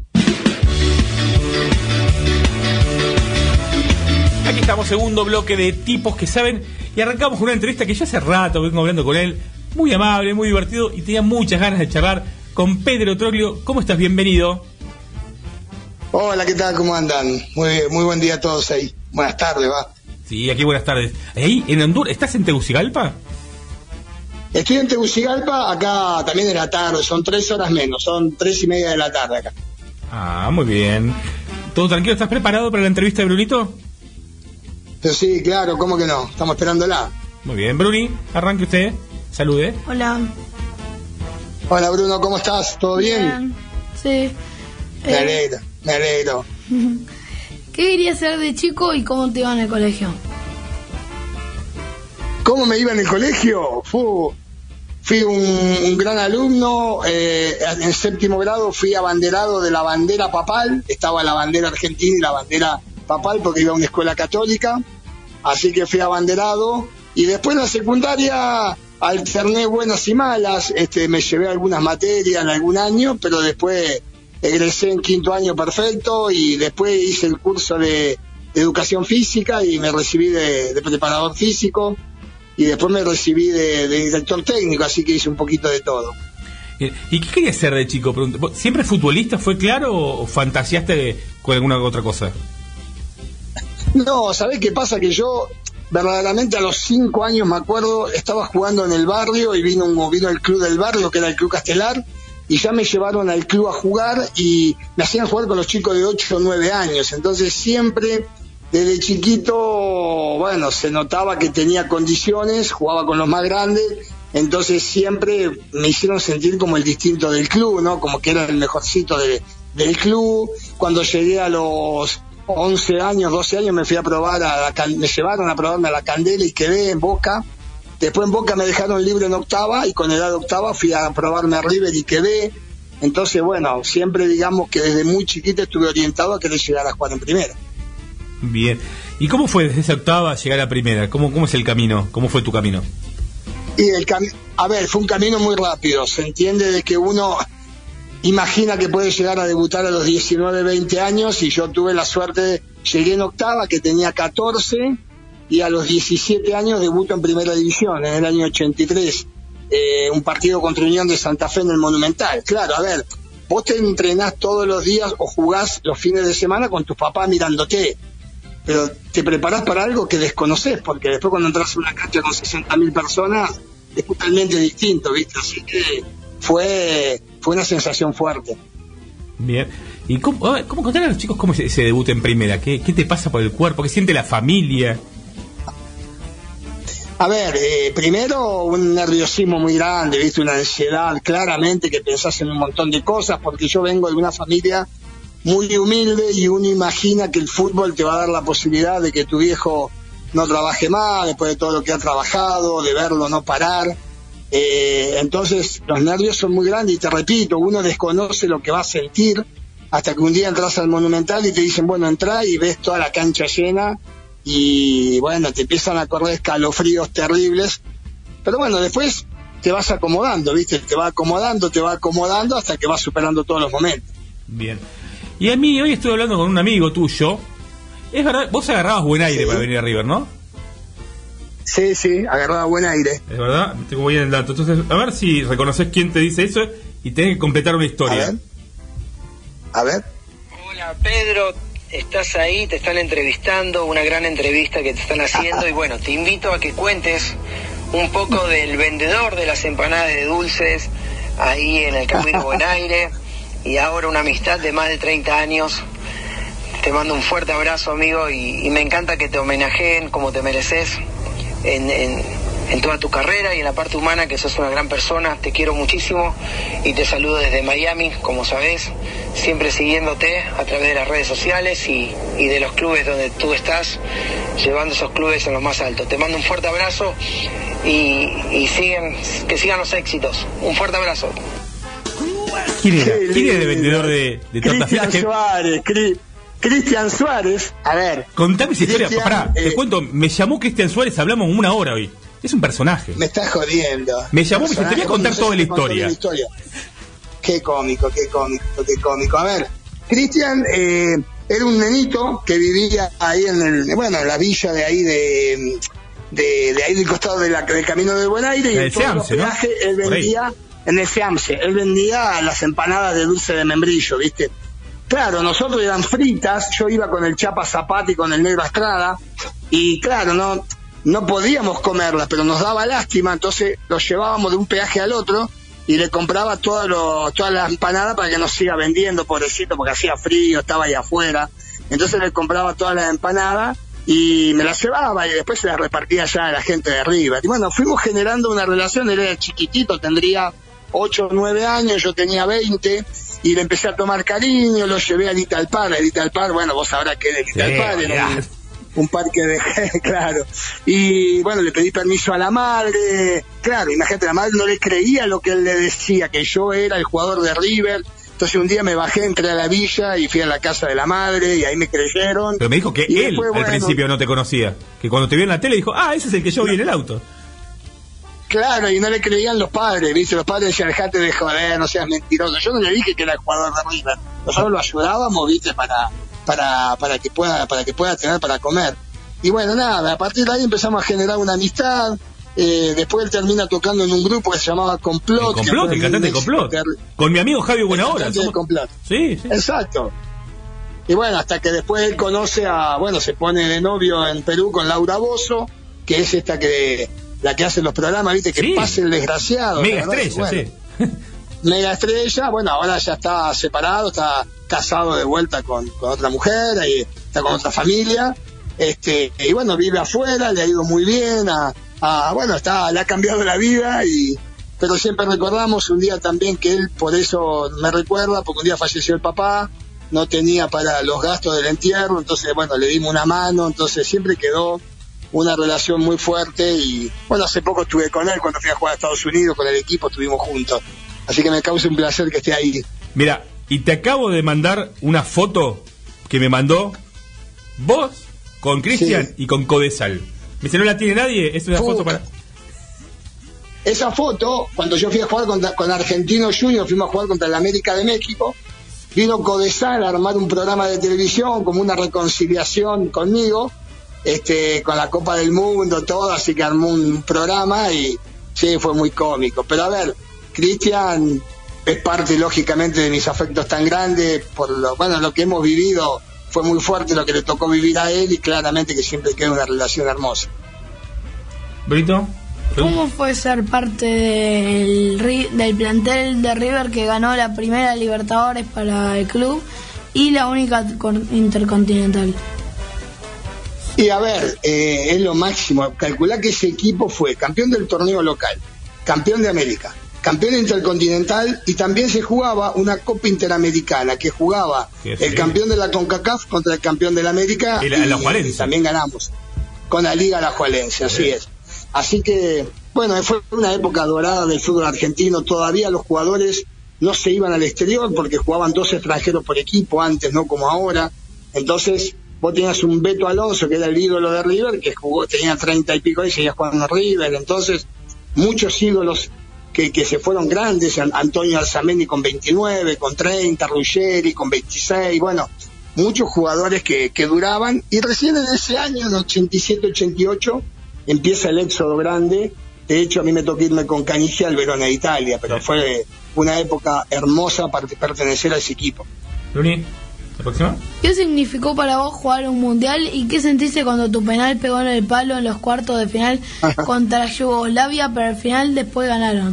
Aquí estamos, segundo bloque de Tipos que saben. Y arrancamos con una entrevista que ya hace rato vengo hablando con él. Muy amable, muy divertido y tenía muchas ganas de charlar con Pedro Troglio. ¿Cómo estás? Bienvenido. Hola, ¿qué tal? ¿Cómo andan? Muy, muy buen día a todos ahí. Buenas tardes, va. Sí, aquí buenas tardes. Ahí, en Honduras, ¿estás en Tegucigalpa? Estoy en Tegucigalpa, acá también de la tarde, son tres horas menos, son tres y media de la tarde acá. Ah, muy bien. ¿Todo tranquilo? ¿Estás preparado para la entrevista de Brunito? Pero sí, claro, ¿cómo que no? Estamos esperándola. Muy bien, Bruni, arranque usted. Salude. Hola. Hola Bruno, ¿cómo estás? ¿Todo bien? Bien. Sí. Me Eh, alegro, me alegro. ¿Qué querías ser de chico y cómo te iba en el colegio? ¿Cómo me iba en el colegio? Fu, fui un, un gran alumno, eh, en séptimo grado fui abanderado de la bandera papal, estaba la bandera argentina y la bandera papal porque iba a una escuela católica, así que fui abanderado, y después en la secundaria alterné buenas y malas, este, me llevé algunas materias en algún año, pero después egresé en quinto año perfecto, y después hice el curso de, de educación física y me recibí de, de preparador físico, y después me recibí de, de director técnico, así que hice un poquito de todo. ¿Y qué querías ser de chico? ¿Siempre futbolista fue claro o fantaseaste con alguna otra cosa? No, ¿sabés qué pasa? Que yo verdaderamente a los cinco años, me acuerdo, estaba jugando en el barrio y vino, un, vino el club del barrio, que era el Club Castelar, y ya me llevaron al club a jugar y me hacían jugar con los chicos de ocho o nueve años. Entonces siempre, desde chiquito, bueno, se notaba que tenía condiciones, jugaba con los más grandes, entonces siempre me hicieron sentir como el distinto del club, ¿no? Como que era el mejorcito de, del club. Cuando llegué a los once años, doce años, me fui a probar, a la, me llevaron a probarme a la Candela y quedé en Boca. Después en Boca me dejaron libre en octava y con edad de octava fui a probarme a River y quedé. Entonces, bueno, siempre digamos que desde muy chiquito estuve orientado a querer llegar a jugar en primera. Bien. ¿Y cómo fue desde esa octava llegar a primera? ¿Cómo, cómo es el camino? ¿Cómo fue tu camino? Y el cami- a ver, fue un camino muy rápido. Se entiende de que uno imagina que puede llegar a debutar a los diecinueve, veinte años, y yo tuve la suerte de, llegué en octava, que tenía catorce, y a los diecisiete años debuto en primera división, en el año ochenta y tres, eh, un partido contra Unión de Santa Fe en el Monumental. Claro, a ver, vos te entrenás todos los días o jugás los fines de semana con tus papás mirándote, pero te preparás para algo que desconocés, porque después cuando entras en una cancha con sesenta mil personas es totalmente distinto, ¿viste? Así que fue fue una sensación fuerte. Bien. ¿Y cómo, cómo contar a los chicos cómo se, se debuta en primera? ¿Qué, ¿Qué te pasa por el cuerpo? ¿Qué siente la familia? A ver, eh, primero un nerviosismo muy grande, ¿viste? Una ansiedad, claramente que pensás en un montón de cosas, porque yo vengo de una familia muy humilde y uno imagina que el fútbol te va a dar la posibilidad de que tu viejo no trabaje más después de todo lo que ha trabajado, de verlo no parar. Eh, entonces los nervios son muy grandes y te repito, uno desconoce lo que va a sentir hasta que un día entras al Monumental y te dicen, bueno, entrá y ves toda la cancha llena y bueno, te empiezan a correr escalofríos terribles, pero bueno, después te vas acomodando, ¿viste? Te va acomodando, te va acomodando hasta que vas superando todos los momentos. Bien. Y a mí, hoy estuve hablando con un amigo tuyo, es verdad, vos agarrabas buen aire, sí, para venir a River, ¿no? Sí, sí, agarraba buen aire. Es verdad, tengo bien el dato. Entonces, a ver si reconoces quién te dice eso y tenés que completar una historia. A ver. A ver. Hola, Pedro, estás ahí, te están entrevistando, una gran entrevista que te están haciendo y bueno, te invito a que cuentes un poco del vendedor de las empanadas de dulces ahí en el Camino Buen Aire y ahora una amistad de más de treinta años. Te mando un fuerte abrazo, amigo, y, y me encanta que te homenajeen como te mereces en, en, en toda tu carrera y en la parte humana, que sos una gran persona. Te quiero muchísimo y te saludo desde Miami, como sabés, siempre siguiéndote a través de las redes sociales y, y de los clubes donde tú estás, llevando esos clubes en lo más alto. Te mando un fuerte abrazo y, y siguen, que sigan los éxitos. Un fuerte abrazo. ¿Quién era? ¿Quién era el vendedor de, de tortas fritas? Cristian Suárez, Cri- Cristian Suárez, a ver. Contame esa historia, Cristian, pará, eh, te cuento, me llamó Cristian Suárez, hablamos una hora hoy. Es un personaje. Me estás jodiendo. Me llamó y me dice, te voy a contar no sé toda si la te contó historia. la historia. Qué cómico, qué cómico, qué cómico. A ver, Cristian eh, era un nenito que vivía ahí en el, bueno, en la villa de ahí de, de, de ahí del costado de la, del Camino del Buen Aire, y en todos los peajes él vendía, en el Seamse, él vendía las empanadas de dulce de membrillo, ¿viste? Claro, nosotros eran fritas, yo iba con el Chapa Zapata y con el Negro Estrada, y claro, no, no podíamos comerlas, pero nos daba lástima, entonces los llevábamos de un peaje al otro, y le compraba todo lo, todas las empanadas para que nos siga vendiendo, pobrecito, porque hacía frío, estaba ahí afuera. Entonces le compraba todas las empanadas y me las llevaba y después se las repartía ya a la gente de River. Y bueno, fuimos generando una relación. Él era chiquitito, tendría ocho o nueve años, yo tenía veinte, y le empecé a tomar cariño, lo llevé a Italpar. El Italpar, bueno, vos sabrás que el Italpar sí, era un, un parque de... claro. Y bueno, le pedí permiso a la madre. Claro, imagínate, la madre no le creía lo que él le decía, que yo era el jugador de River. Entonces un día me bajé, entré a la villa y fui a la casa de la madre y ahí me creyeron. Pero me dijo que y él después, al bueno, principio no te conocía. Que cuando te vio en la tele dijo, ah, ese es el que yo vi en el auto. Claro, y no le creían los padres, ¿viste? Los padres decían, dejate de joder, no seas mentiroso. Yo no le dije que era el jugador de River. Nosotros lo ayudábamos, ¿viste? Para, para, para que pueda, para que pueda tener para comer. Y bueno, nada, a partir de ahí empezamos a generar una amistad. Eh, después él termina tocando en un grupo que se llamaba Complot. El Complot, el cantante de Complot. Que... Con mi amigo Javi Buenahora. Somos... Complot. Sí, sí. Exacto. Y bueno, hasta que después él conoce a, bueno, se pone de novio en Perú con Laura Bozzo, que es esta que, la que hace los programas, viste, que sí. Pase el desgraciado. Mega estrella, bueno, sí. Mega estrella, bueno, ahora ya está separado, está casado de vuelta con, con otra mujer, y está con otra familia, este, y bueno, vive afuera, le ha ido muy bien, a, a, bueno, está, le ha cambiado la vida, y pero siempre recordamos un día también que él, por eso me recuerda, porque un día falleció el papá, no tenía para los gastos del entierro, entonces bueno, le dimos una mano, entonces siempre quedó una relación muy fuerte. Y bueno, hace poco estuve con él cuando fui a jugar a Estados Unidos, con el equipo estuvimos juntos, así que me causa un placer que esté ahí. Mira, y te acabo de mandar una foto que me mandó vos con Cristian, sí, y con Codesal. Me dice, no la tiene nadie, es una Puta. foto para... Esa foto, cuando yo fui a jugar contra, con Argentino Junior, fuimos a jugar contra el América de México, vino Codesal a armar un programa de televisión como una reconciliación conmigo, este, con la Copa del Mundo, todo, así que armó un programa y sí, fue muy cómico. Pero a ver, Cristian es parte, lógicamente, de mis afectos tan grandes, por lo, bueno, lo que hemos vivido fue muy fuerte, lo que le tocó vivir a él, y claramente que siempre queda una relación hermosa. ¿Brito? ¿Cómo fue ser parte del, del plantel de River que ganó la primera Libertadores para el club y la única Intercontinental? Y a ver, eh, es lo máximo. Calculá que ese equipo fue campeón del torneo local, campeón de América, campeón intercontinental, y también se jugaba una Copa Interamericana que jugaba el campeón de la CONCACAF contra el campeón de la América, y, la, y, y también ganamos con la Liga Alajuelense, así sí. es. Así que, bueno, fue una época dorada del fútbol argentino. Todavía los jugadores no se iban al exterior porque jugaban dos extranjeros por equipo antes, no como ahora. Entonces, vos tenías un Beto Alonso, que era el ídolo de River, que jugó, tenía treinta y pico y seguía jugando en River. Entonces, muchos ídolos que, que se fueron grandes, Antonio Alzamendi con veintinueve, con treinta, Ruggeri con veintiséis, bueno, muchos jugadores que, que duraban. Y recién en ese año, en ochenta y siete ochenta y ocho, empieza el éxodo grande. De hecho, a mí me tocó irme con Canigia al Verona de Italia, pero fue una época hermosa para pertenecer a ese equipo. Luni, ¿la próxima? ¿Qué significó para vos jugar un mundial y qué sentiste cuando tu penal pegó en el palo en los cuartos de final contra Yugoslavia, pero al final después ganaron?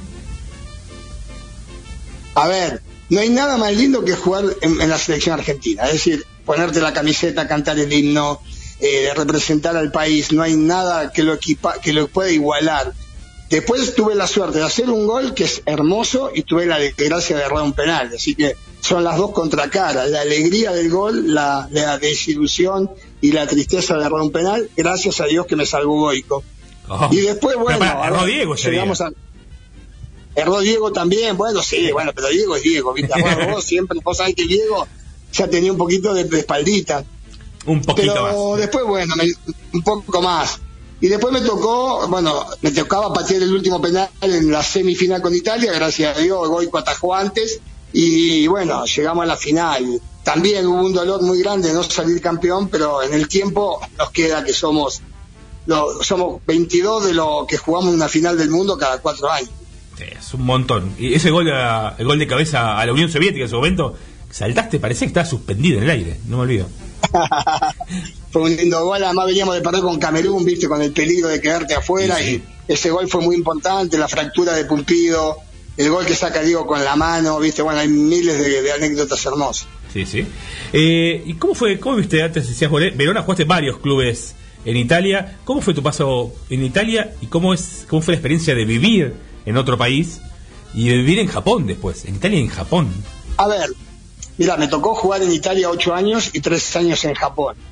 A ver, no hay nada más lindo que jugar en, en la selección argentina, es decir, ponerte la camiseta, cantar el himno, Eh, representar al país, no hay nada que lo equipa, que lo pueda igualar. Después tuve la suerte de hacer un gol que es hermoso y tuve la desgracia de errar un penal, así que son las dos contracaras, la alegría del gol, la, la desilusión y la tristeza de errar un penal. Gracias a Dios que me salvó Goico. Oh. Y después, bueno, para, erró Diego, llegamos a erró Diego también, bueno, sí, bueno, pero Diego es Diego, ¿viste? Vos siempre, vos sabés que Diego ya tenía un poquito de, de espaldita. Un poquito pero más. Pero después, bueno, me, un poco más. Y después me tocó, bueno, me tocaba patear el último penal en la semifinal con Italia, gracias a Dios, Goico atajó antes, y bueno, llegamos a la final. También hubo un dolor muy grande de no salir campeón, pero en el tiempo nos queda que somos, lo, somos veintidós de los que jugamos una final del mundo cada cuatro años. Sí, es un montón. Y ese gol, a, el gol de cabeza a la Unión Soviética en su momento, saltaste, parecía que estaba suspendido en el aire, no me olvido. Fue un lindo gol, además veníamos de perder con Camerún, viste, con el peligro de quedarte afuera, sí, sí. Y ese gol fue muy importante, la fractura de Pumpido, el gol que saca Diego con la mano, viste, bueno, hay miles de, de anécdotas hermosas. Sí, sí. Eh, ¿Y cómo fue, cómo viste antes, decías Verona, jugaste varios clubes en Italia, cómo fue tu paso en Italia y cómo es, cómo fue la experiencia de vivir en otro país y de vivir en Japón después, en Italia y en Japón? A ver, mira, me tocó jugar en Italia ocho años y tres años en Japón.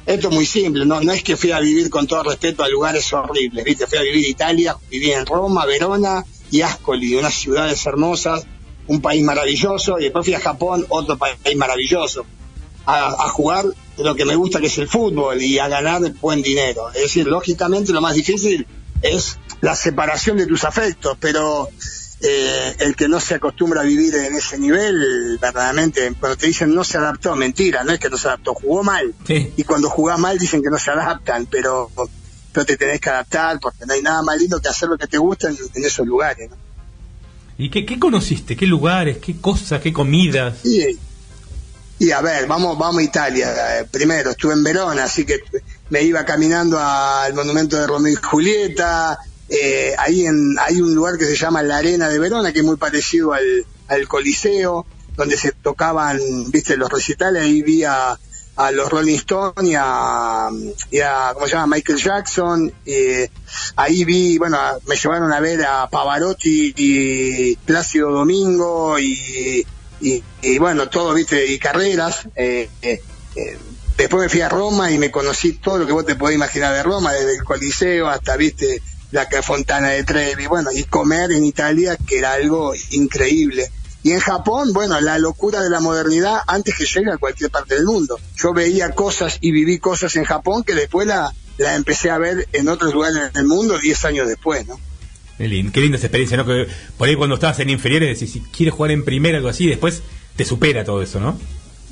esto es muy simple, no, no es que fui a vivir con todo respeto a lugares horribles, ¿viste? Fui a vivir en Italia, viví en Roma, Verona y Ascoli, unas ciudades hermosas, un país maravilloso, y después fui a Japón, otro país maravilloso, a, a jugar lo que me gusta, que es el fútbol, y a ganar buen dinero. Es decir, lógicamente lo más difícil es la separación de tus afectos, pero eh, el que no se acostumbra a vivir en ese nivel, verdaderamente, cuando te dicen no se adaptó, mentira, no es que no se adaptó, jugó mal. Sí. Y cuando jugás mal dicen que no se adaptan, pero, pero te tenés que adaptar, porque no hay nada más lindo que hacer lo que te gusta en, en esos lugares, ¿no? ¿Y qué, qué conociste? ¿Qué lugares? ¿Qué cosas? ¿Qué comidas? Y, y a ver, vamos vamos a Italia. Eh, primero, estuve en Verona, así que me iba caminando al monumento de Romeo y Julieta. Eh, ahí en, hay un lugar que se llama la Arena de Verona, que es muy parecido al, al Coliseo, donde se tocaban, viste, los recitales. Ahí vi a, a los Rolling Stones y a, y a, ¿cómo se llama?, Michael Jackson. Eh, ahí vi, bueno, me llevaron a ver a Pavarotti y Plácido Domingo y, y, y bueno, todo, viste, y carreras. Eh, eh, eh, después me fui a Roma y me conocí todo lo que vos te podés imaginar de Roma, desde el Coliseo hasta, viste, la Fontana de Trevi, bueno, y comer en Italia, que era algo increíble. Y en Japón, bueno, la locura de la modernidad antes que llegue a cualquier parte del mundo. Yo veía cosas y viví cosas en Japón que después la, la empecé a ver en otros lugares del mundo diez años después, ¿no? Qué, lindo, qué linda esa experiencia, ¿no? Que por ahí cuando estabas en inferiores decís, si quieres jugar en primera, algo así, después te supera todo eso, ¿no?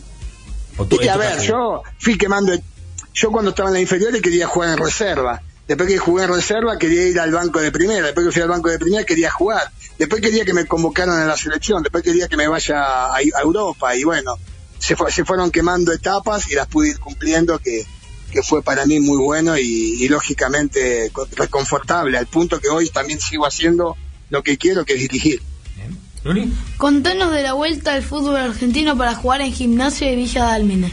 O tú, y a ver, yo fui quemando, yo cuando estaba en la inferiores quería jugar en reserva. Después que jugué en reserva quería ir al banco de primera, después que fui al banco de primera quería jugar, después quería que me convocaran a la selección, después quería que me vaya a, a Europa, y bueno, se, fue, se fueron quemando etapas y las pude ir cumpliendo, que, que fue para mí muy bueno y, y lógicamente reconfortable, al punto que hoy también sigo haciendo lo que quiero, que es dirigir. ¿Luli? Contanos de la vuelta al fútbol argentino para jugar en Gimnasia de Villa Dálmine.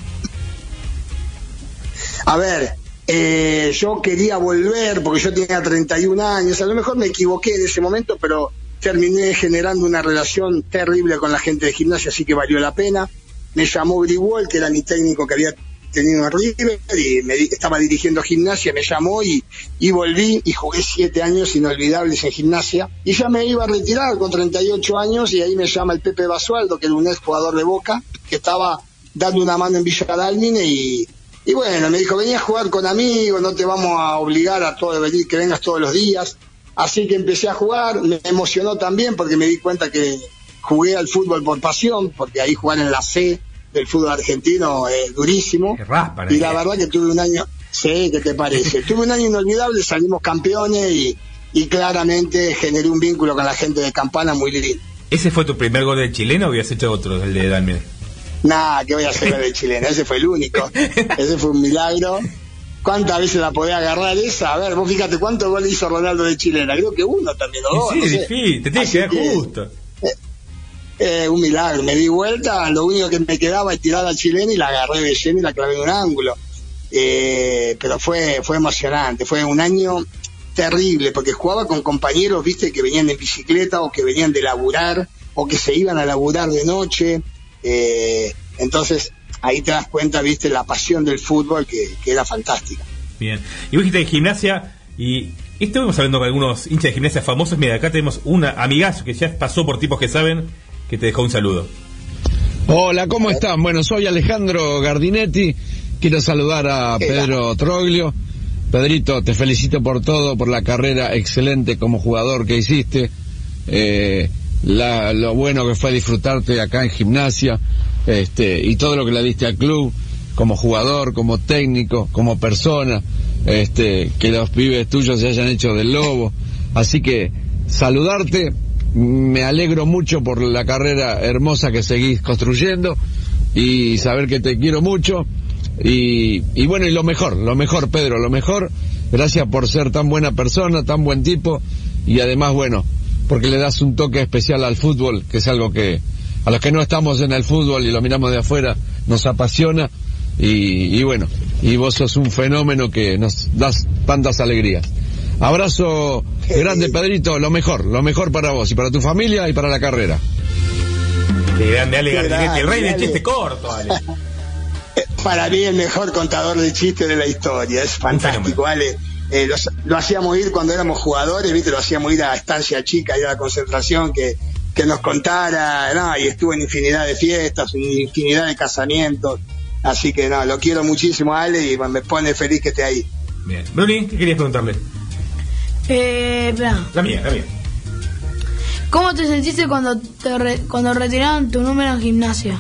A ver, Eh, yo quería volver porque yo tenía treinta y un años, a lo mejor me equivoqué en ese momento, pero terminé generando una relación terrible con la gente de Gimnasia, así que valió la pena. Me llamó Grigol, que era mi técnico que había tenido en River, y me estaba dirigiendo Gimnasia, me llamó y, y volví y jugué siete años inolvidables en Gimnasia, y ya me iba a retirar con treinta y ocho años, y ahí me llama el Pepe Basualdo, que era un ex jugador de Boca, que estaba dando una mano en Villa Dálmine, y Y bueno, me dijo, vení a jugar con amigos, no te vamos a obligar a todo venir, que vengas todos los días. Así que empecé a jugar, me emocionó también porque me di cuenta que jugué al fútbol por pasión, porque ahí jugar en la C del fútbol argentino es durísimo. Raspa, y la verdad que tuve un año, sí, ¿qué te parece? Tuve un año inolvidable, salimos campeones y, y claramente generé un vínculo con la gente de Campana muy lindo. ¿Ese fue tu primer gol de chileno o habías hecho otro, el de Dálmine? Nah, ¿qué voy a hacer con el chileno? Ese fue el único. Ese fue un milagro. ¿Cuántas veces la podía agarrar esa? A ver, vos fíjate cuántos goles hizo Ronaldo de chilena. Creo que uno también, o dos. Sí, no sé. difícil, te tienes que dar justo. Eh, eh, un milagro. Me di vuelta, lo único que me quedaba es tirar a chilena y la agarré de lleno y la clavé en un ángulo. Eh, pero fue, fue emocionante. Fue un año terrible porque jugaba con compañeros, viste, que venían en bicicleta o que venían de laburar o que se iban a laburar de noche. Eh, entonces ahí te das cuenta, viste, la pasión del fútbol que, que era fantástica. Bien, y vos dijiste de Gimnasia, y estuvimos hablando con algunos hinchas de Gimnasia famosos. Mira, acá tenemos una amigazo que ya pasó por Tipos que Saben, que te dejó un saludo. Hola, ¿cómo están? Bueno, soy Alejandro Gardinetti, quiero saludar a Pedro Troglio. Pedrito, te felicito por todo, por la carrera excelente como jugador que hiciste. eh, La, lo bueno que fue disfrutarte acá en Gimnasia, este, y todo lo que le diste al club, como jugador, como técnico, como persona, este, que los pibes tuyos se hayan hecho del lobo. Así que saludarte, me alegro mucho por la carrera hermosa que seguís construyendo y saber que te quiero mucho. Y, y bueno, y lo mejor, lo mejor, Pedro, lo mejor. Gracias por ser tan buena persona, tan buen tipo, y además, bueno, porque le das un toque especial al fútbol, que es algo que a los que no estamos en el fútbol y lo miramos de afuera nos apasiona, y, y bueno, y vos sos un fenómeno que nos das tantas alegrías. Abrazo grande, Pedrito, lo mejor, lo mejor para vos y para tu familia y para la carrera. Qué grande, Ale Gardinetti, el rey del chiste corto, Ale. para mí el mejor contador de chistes de la historia, es fantástico, ¿vale? Eh, lo, lo hacíamos ir cuando éramos jugadores, ¿viste? Lo hacíamos ir a Estancia Chica, ir a la concentración, que, que nos contara, no, y estuvo en infinidad de fiestas, en infinidad de casamientos, así que no, lo quiero muchísimo, Ale, y me pone feliz que esté ahí. Bien. Bruni, ¿qué querías preguntarle? Eh, espera. La mía, la mía. ¿Cómo te sentiste cuando te re, cuando retiraron tu número en Gimnasia?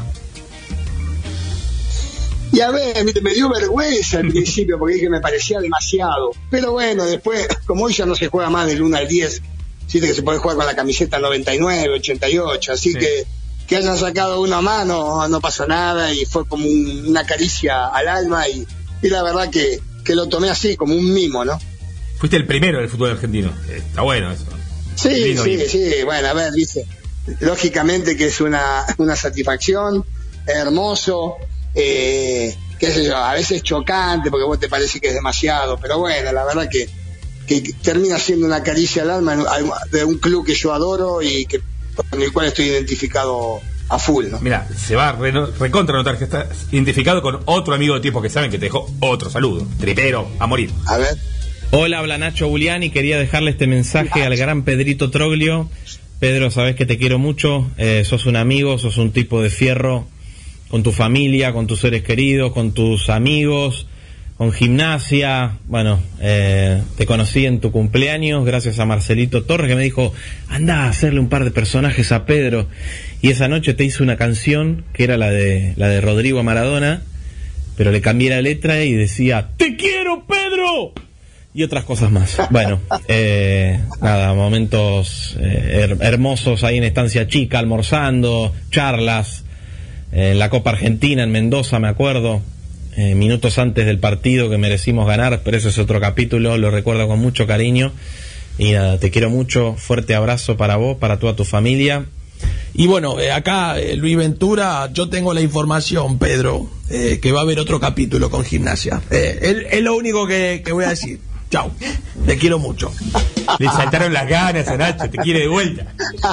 Y a ver, me dio vergüenza al principio porque dije que me parecía demasiado. Pero bueno, después, como hoy ya no se juega más del uno al diez, sí que se puede jugar con la camiseta noventa y nueve, ochenta y ocho, así sí. que que hayan sacado uno más no, no pasó nada y fue como un, una caricia al alma y, y la verdad que, que lo tomé así, como un mimo, ¿no? Fuiste el primero del fútbol argentino, está bueno eso. Sí, Lindo sí, mimo. sí, bueno, a ver, dice, lógicamente que es una, una satisfacción, hermoso. Eh, qué sé yo, a veces chocante porque vos te parece que es demasiado, pero bueno, la verdad que, que termina siendo una caricia al alma de un club que yo adoro y que con el cual estoy identificado a full, ¿no? Mira, se va a re recontra notar que estás identificado con otro amigo de tiempo que saben que te dejó otro saludo, tripero a morir. A ver. Hola, habla Nacho Buliani, quería dejarle este mensaje al gran Pedrito Troglio. Pedro, sabes que te quiero mucho, eh, sos un amigo, sos un tipo de fierro con tu familia, con tus seres queridos, con tus amigos, con Gimnasia. Bueno, eh, te conocí en tu cumpleaños gracias a Marcelito Torres, que me dijo, anda a hacerle un par de personajes a Pedro, y esa noche te hice una canción que era la de la de Rodrigo Maradona, pero le cambié la letra y decía, ¡te quiero, Pedro! Y otras cosas más. Bueno, eh, nada, momentos eh, her hermosos ahí en Estancia Chica, almorzando, charlas, en la Copa Argentina, en Mendoza, me acuerdo, eh, minutos antes del partido que merecimos ganar, pero ese es otro capítulo, lo recuerdo con mucho cariño. Y nada, te quiero mucho, fuerte abrazo para vos, para toda tu familia. Y bueno, eh, acá eh, Luis Ventura, yo tengo la información, Pedro, eh, que va a haber otro capítulo con Gimnasia. Eh, es, es lo único que, que voy a decir. Chao, te quiero mucho. Le saltaron las ganas a Nacho, te quiere de vuelta.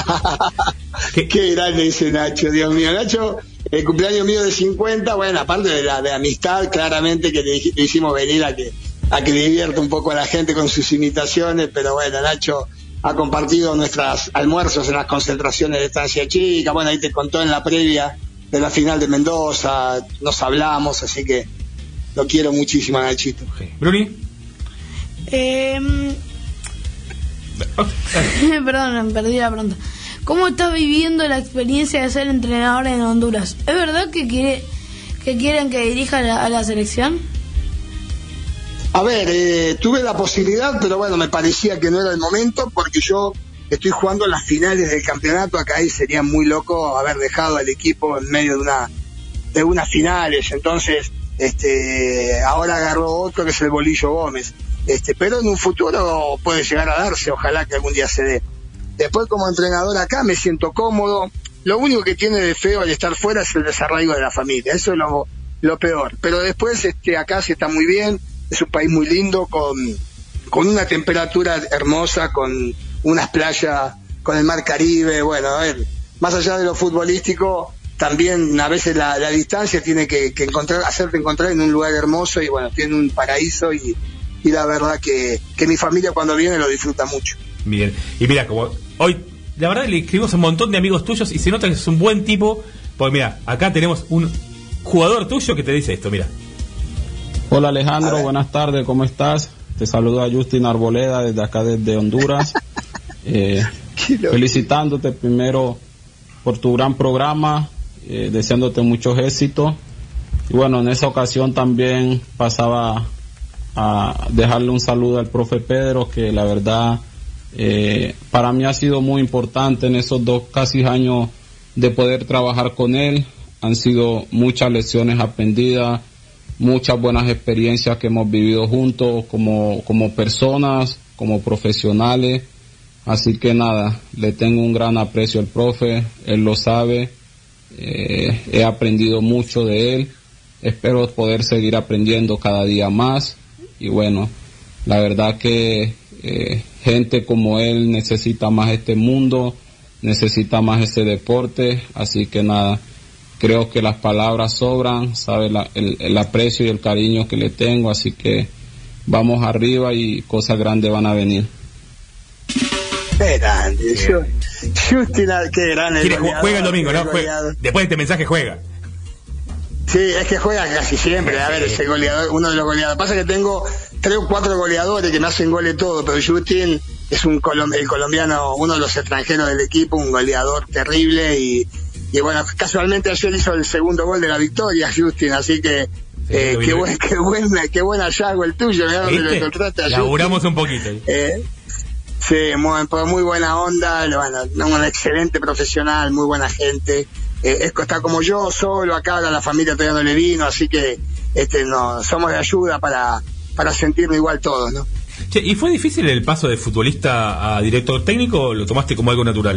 Qué, Qué grande ese Nacho, Dios mío. Nacho, el cumpleaños mío de cincuenta, bueno, aparte de la de amistad, claramente que le, le hicimos venir a que a que divierta un poco a la gente con sus imitaciones, pero bueno, Nacho ha compartido nuestros almuerzos en las concentraciones de Estancia Chica, bueno, ahí te contó en la previa de la final de Mendoza, nos hablamos, así que lo quiero muchísimo a Nachito. Bruni. Eh, perdón, perdí la pregunta. ¿Cómo estás viviendo la experiencia de ser entrenador en Honduras? ¿Es verdad que quiere que quieren que dirija la, a la selección? A ver, eh, tuve la posibilidad, pero bueno, me parecía que no era el momento porque yo estoy jugando las finales del campeonato acá y sería muy loco haber dejado al equipo en medio de una de unas finales. Entonces, este, ahora agarró otro que es el Bolillo Gómez. Este, pero en un futuro puede llegar a darse, ojalá que algún día se dé. Después, como entrenador acá me siento cómodo. Lo único que tiene de feo al estar fuera es el desarraigo de la familia, eso es lo, lo peor. Pero después, este, acá se está muy bien, es un país muy lindo, con, con una temperatura hermosa, con unas playas, con el mar Caribe. Bueno, a ver, más allá de lo futbolístico, también a veces la, la distancia tiene que, que encontrar, hacerte encontrar en un lugar hermoso y bueno, tiene un paraíso y, y la verdad que, que mi familia cuando viene lo disfruta mucho. Bien, y mira, como hoy, la verdad le escribimos a un montón de amigos tuyos y se nota que es un buen tipo, porque mira, acá tenemos un jugador tuyo que te dice esto, mira. Hola Alejandro, buenas tardes, ¿cómo estás? Te saluda Justin Arboleda desde acá, desde Honduras. eh, felicitándote primero por tu gran programa, eh, deseándote muchos éxitos. Y bueno, en esa ocasión también pasaba a dejarle un saludo al profe Pedro, que la verdad eh, para mí ha sido muy importante en esos dos casi años de poder trabajar con él. Han sido muchas lecciones aprendidas, muchas buenas experiencias que hemos vivido juntos como, como personas, como profesionales. Así que nada, le tengo un gran aprecio al profe, él lo sabe, eh, he aprendido mucho de él, espero poder seguir aprendiendo cada día más. Y bueno, la verdad que eh, gente como él necesita más este mundo, necesita más este deporte, así que nada, creo que las palabras sobran, sabe la, el, el aprecio y el cariño que le tengo, así que vamos arriba y cosas grandes van a venir. Qué grande, Justin, qué grande. Quiere, juega el domingo, ¿no? Juega, después de este mensaje juega. Sí, es que juega casi siempre. A ver, ese goleador, uno de los goleadores. Pasa que tengo tres o cuatro goleadores que me hacen goles todo, pero Justin es un colom el colombiano, uno de los extranjeros del equipo, un goleador terrible y, y bueno, casualmente ayer hizo el segundo gol de la victoria, Justin, así que sí, eh, qué, buen, qué, buen, qué buen hallazgo el tuyo, ¿verdad? Donde lo encontraste a Laburamos un poquito. Eh, sí, muy, muy buena onda, bueno, un excelente profesional, muy buena gente. Eh, está como yo, solo acá, la familia todavía no le vino, así que este no somos de ayuda para, para sentirnos igual todos, ¿no? Che, ¿y fue difícil el paso de futbolista a director técnico o lo tomaste como algo natural?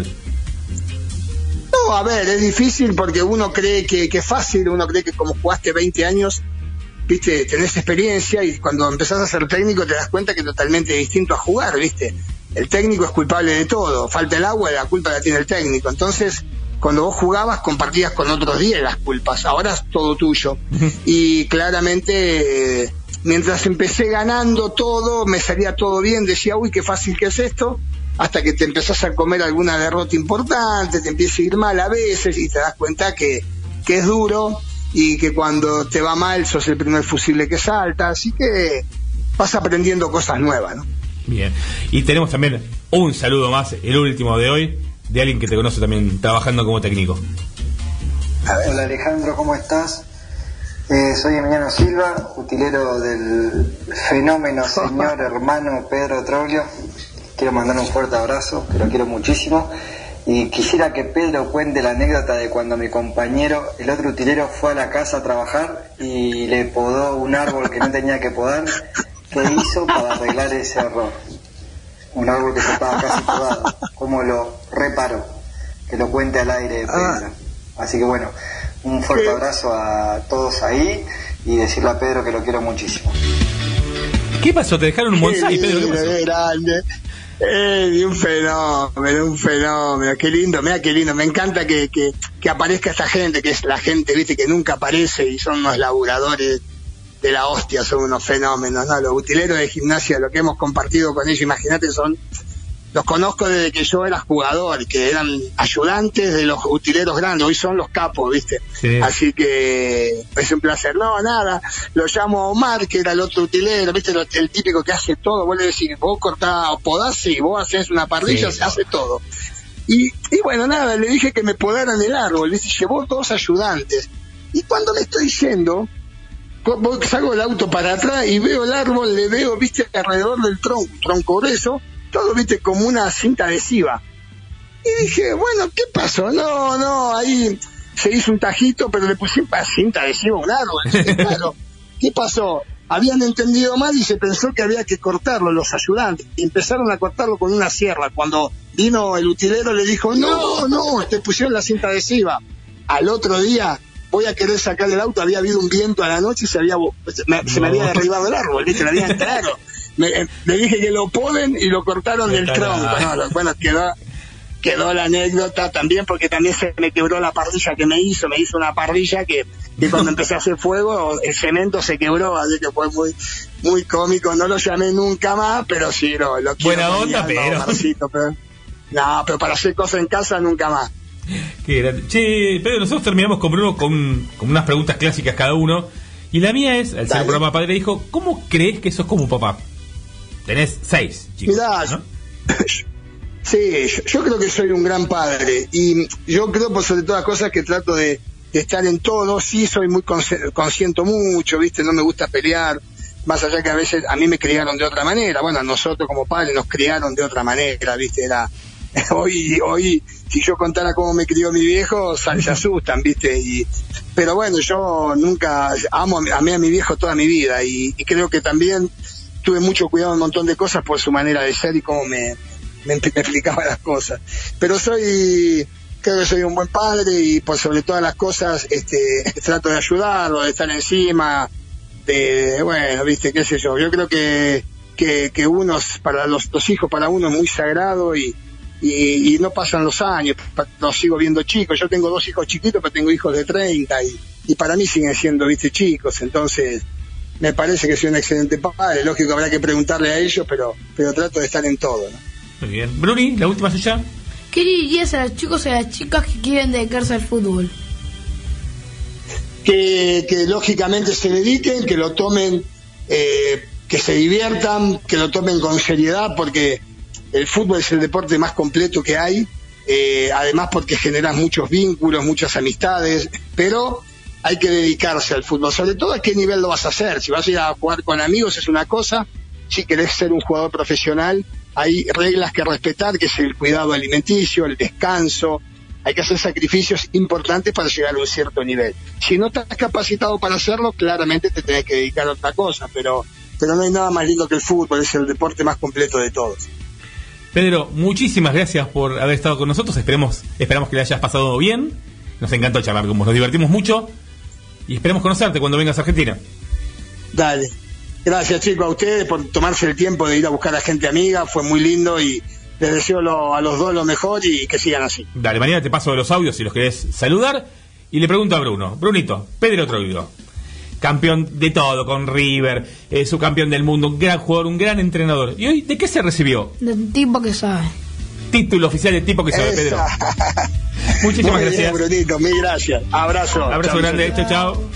No, a ver, es difícil porque uno cree que, que es fácil, uno cree que como jugaste veinte años, viste, tenés experiencia y cuando empezás a ser técnico te das cuenta que es totalmente distinto a jugar, viste. El técnico es culpable de todo, falta el agua, la culpa la tiene el técnico, entonces cuando vos jugabas compartías con otros diez las culpas, ahora es todo tuyo. Y claramente, eh, mientras empecé ganando todo, me salía todo bien, decía, uy, qué fácil que es esto, hasta que te empezás a comer alguna derrota importante, te empieza a ir mal a veces y te das cuenta que, que es duro y que cuando te va mal sos el primer fusible que salta, así que vas aprendiendo cosas nuevas, ¿no? Bien, y tenemos también un saludo más, el último de hoy, de alguien que te conoce también trabajando como técnico. Hola Alejandro, ¿cómo estás? Eh, soy Emiliano Silva, utilero del fenómeno señor hermano Pedro Troglio. Quiero mandar un fuerte abrazo, que lo quiero muchísimo. Y quisiera que Pedro cuente la anécdota de cuando mi compañero, el otro utilero, fue a la casa a trabajar y le podó un árbol que no tenía que podar. ¿Qué hizo para arreglar ese error? Un árbol que se estaba casi podado. ¿Cómo lo reparó? Que lo cuente al aire, Pedro. Así que bueno, un fuerte abrazo a todos ahí y decirle a Pedro que lo quiero muchísimo. ¿Qué pasó? ¿Te dejaron un bonsai, Pedro? ¿Qué pasó? Qué grande. Eh, un fenómeno, un fenómeno, qué lindo, mira qué lindo, me encanta que, que, que aparezca esta gente, que es la gente, viste, que nunca aparece y son unos laburadores de la hostia, son unos fenómenos, ¿no? Los utileros de Gimnasia, lo que hemos compartido con ellos, imagínate, son, los conozco desde que yo era jugador, que eran ayudantes de los utileros grandes, hoy son los capos, viste, sí. Así que es un placer. No, nada, lo llamo a Omar, que era el otro utilero, viste, el típico que hace todo, vos le decís, vos cortás o podás, y vos haces una parrilla, sí, se hace todo. Y, y bueno, nada, le dije que me podaran el árbol, viste, llevó dos ayudantes, y cuando le estoy yendo, salgo del auto para atrás y veo el árbol, le veo, viste, alrededor del tronco, tronco grueso, todo, viste, como una cinta adhesiva. Y dije, bueno, ¿qué pasó? No, no, ahí se hizo un tajito, pero le puse cinta adhesiva a un árbol. Dije, claro, ¿qué pasó? Habían entendido mal y se pensó que había que cortarlo los ayudantes. Y empezaron a cortarlo con una sierra. Cuando vino el utilero le dijo, no, no, te pusieron la cinta adhesiva. Al otro día voy a querer sacar el auto, había habido un viento a la noche y se había me, no. se me había derribado el árbol, ¿viste? Le había entrado. Me, le dije que lo poden y lo cortaron del tronco. No, bueno, quedó, quedó la anécdota también, porque también se me quebró la parrilla que me hizo. Me hizo una parrilla que, que cuando empecé a hacer fuego, el cemento se quebró, así que fue muy muy cómico. No lo llamé nunca más, pero sí, lo, lo quiero. Buena onda, pero... Marcito, pero... No, pero para hacer cosas en casa nunca más. Qué grande. Che, Pedro, nosotros terminamos con Bruno con, con unas preguntas clásicas cada uno. Y la mía es, al ser un programa padre, dijo, ¿cómo crees que sos como papá? Tenés seis chicos, mirá, ¿no? Sí, yo, yo creo que soy un gran padre. Y yo creo, por sobre todas las cosas, que trato de, de estar en todo. Sí, soy muy consci- consiento mucho, ¿viste? No me gusta pelear. Más allá que a veces a mí me criaron de otra manera. Bueno, a nosotros como padres nos criaron de otra manera, ¿viste? Era... Hoy, hoy, si yo contara cómo me crió mi viejo, se asustan, ¿viste? Y, pero bueno, yo nunca amo, amé a mi viejo toda mi vida y, y creo que también tuve mucho cuidado en un montón de cosas por su manera de ser y cómo me, me, me explicaba las cosas. Pero soy, creo que soy un buen padre y por sobre todas las cosas, este, trato de ayudarlo, de estar encima, de, bueno, ¿viste? Qué sé yo. Yo creo que, que, que uno, para los, los hijos, para uno es muy sagrado y y, y no pasan los años, los sigo viendo chicos. Yo tengo dos hijos chiquitos, pero tengo hijos de treinta y, y para mí siguen siendo, viste, chicos. Entonces me parece que soy un excelente padre. Lógico, habrá que preguntarle a ellos, pero pero trato de estar en todo, ¿no? Muy bien. Bruni, la última suya. ¿Qué dirías a los chicos y a las chicas que quieren dedicarse al fútbol? Que, que lógicamente se dediquen, que lo tomen, eh, que se diviertan, que lo tomen con seriedad, porque el fútbol es el deporte más completo que hay, eh, además porque genera muchos vínculos, muchas amistades, pero hay que dedicarse al fútbol, sobre todo a qué nivel lo vas a hacer. Si vas a ir a jugar con amigos es una cosa, si querés ser un jugador profesional hay reglas que respetar, que es el cuidado alimenticio, el descanso. Hay que hacer sacrificios importantes para llegar a un cierto nivel. Si no estás capacitado para hacerlo, claramente te tenés que dedicar a otra cosa, pero pero no hay nada más lindo que el fútbol, es el deporte más completo de todos. Pedro, muchísimas gracias por haber estado con nosotros. Esperemos, esperamos que le hayas pasado bien. Nos encantó charlar con vos, nos divertimos mucho y esperemos conocerte cuando vengas a Argentina. Dale. Gracias, chicos, a ustedes por tomarse el tiempo de ir a buscar a gente amiga. Fue muy lindo y les deseo lo, a los dos lo mejor y que sigan así. Dale, mañana te paso de los audios si los querés saludar. Y le pregunto a Bruno. Brunito, Pedro Troglio, campeón de todo con River, eh, subcampeón del mundo, un gran jugador, un gran entrenador. ¿Y hoy de qué se recibió? Del tipo que sabe. Título oficial de tipo que sabe, Esa. Pedro. Muchísimas muy gracias. Bien, Brunito, mil gracias. Abrazo. Abrazo chau, grande, chau. chao, chao.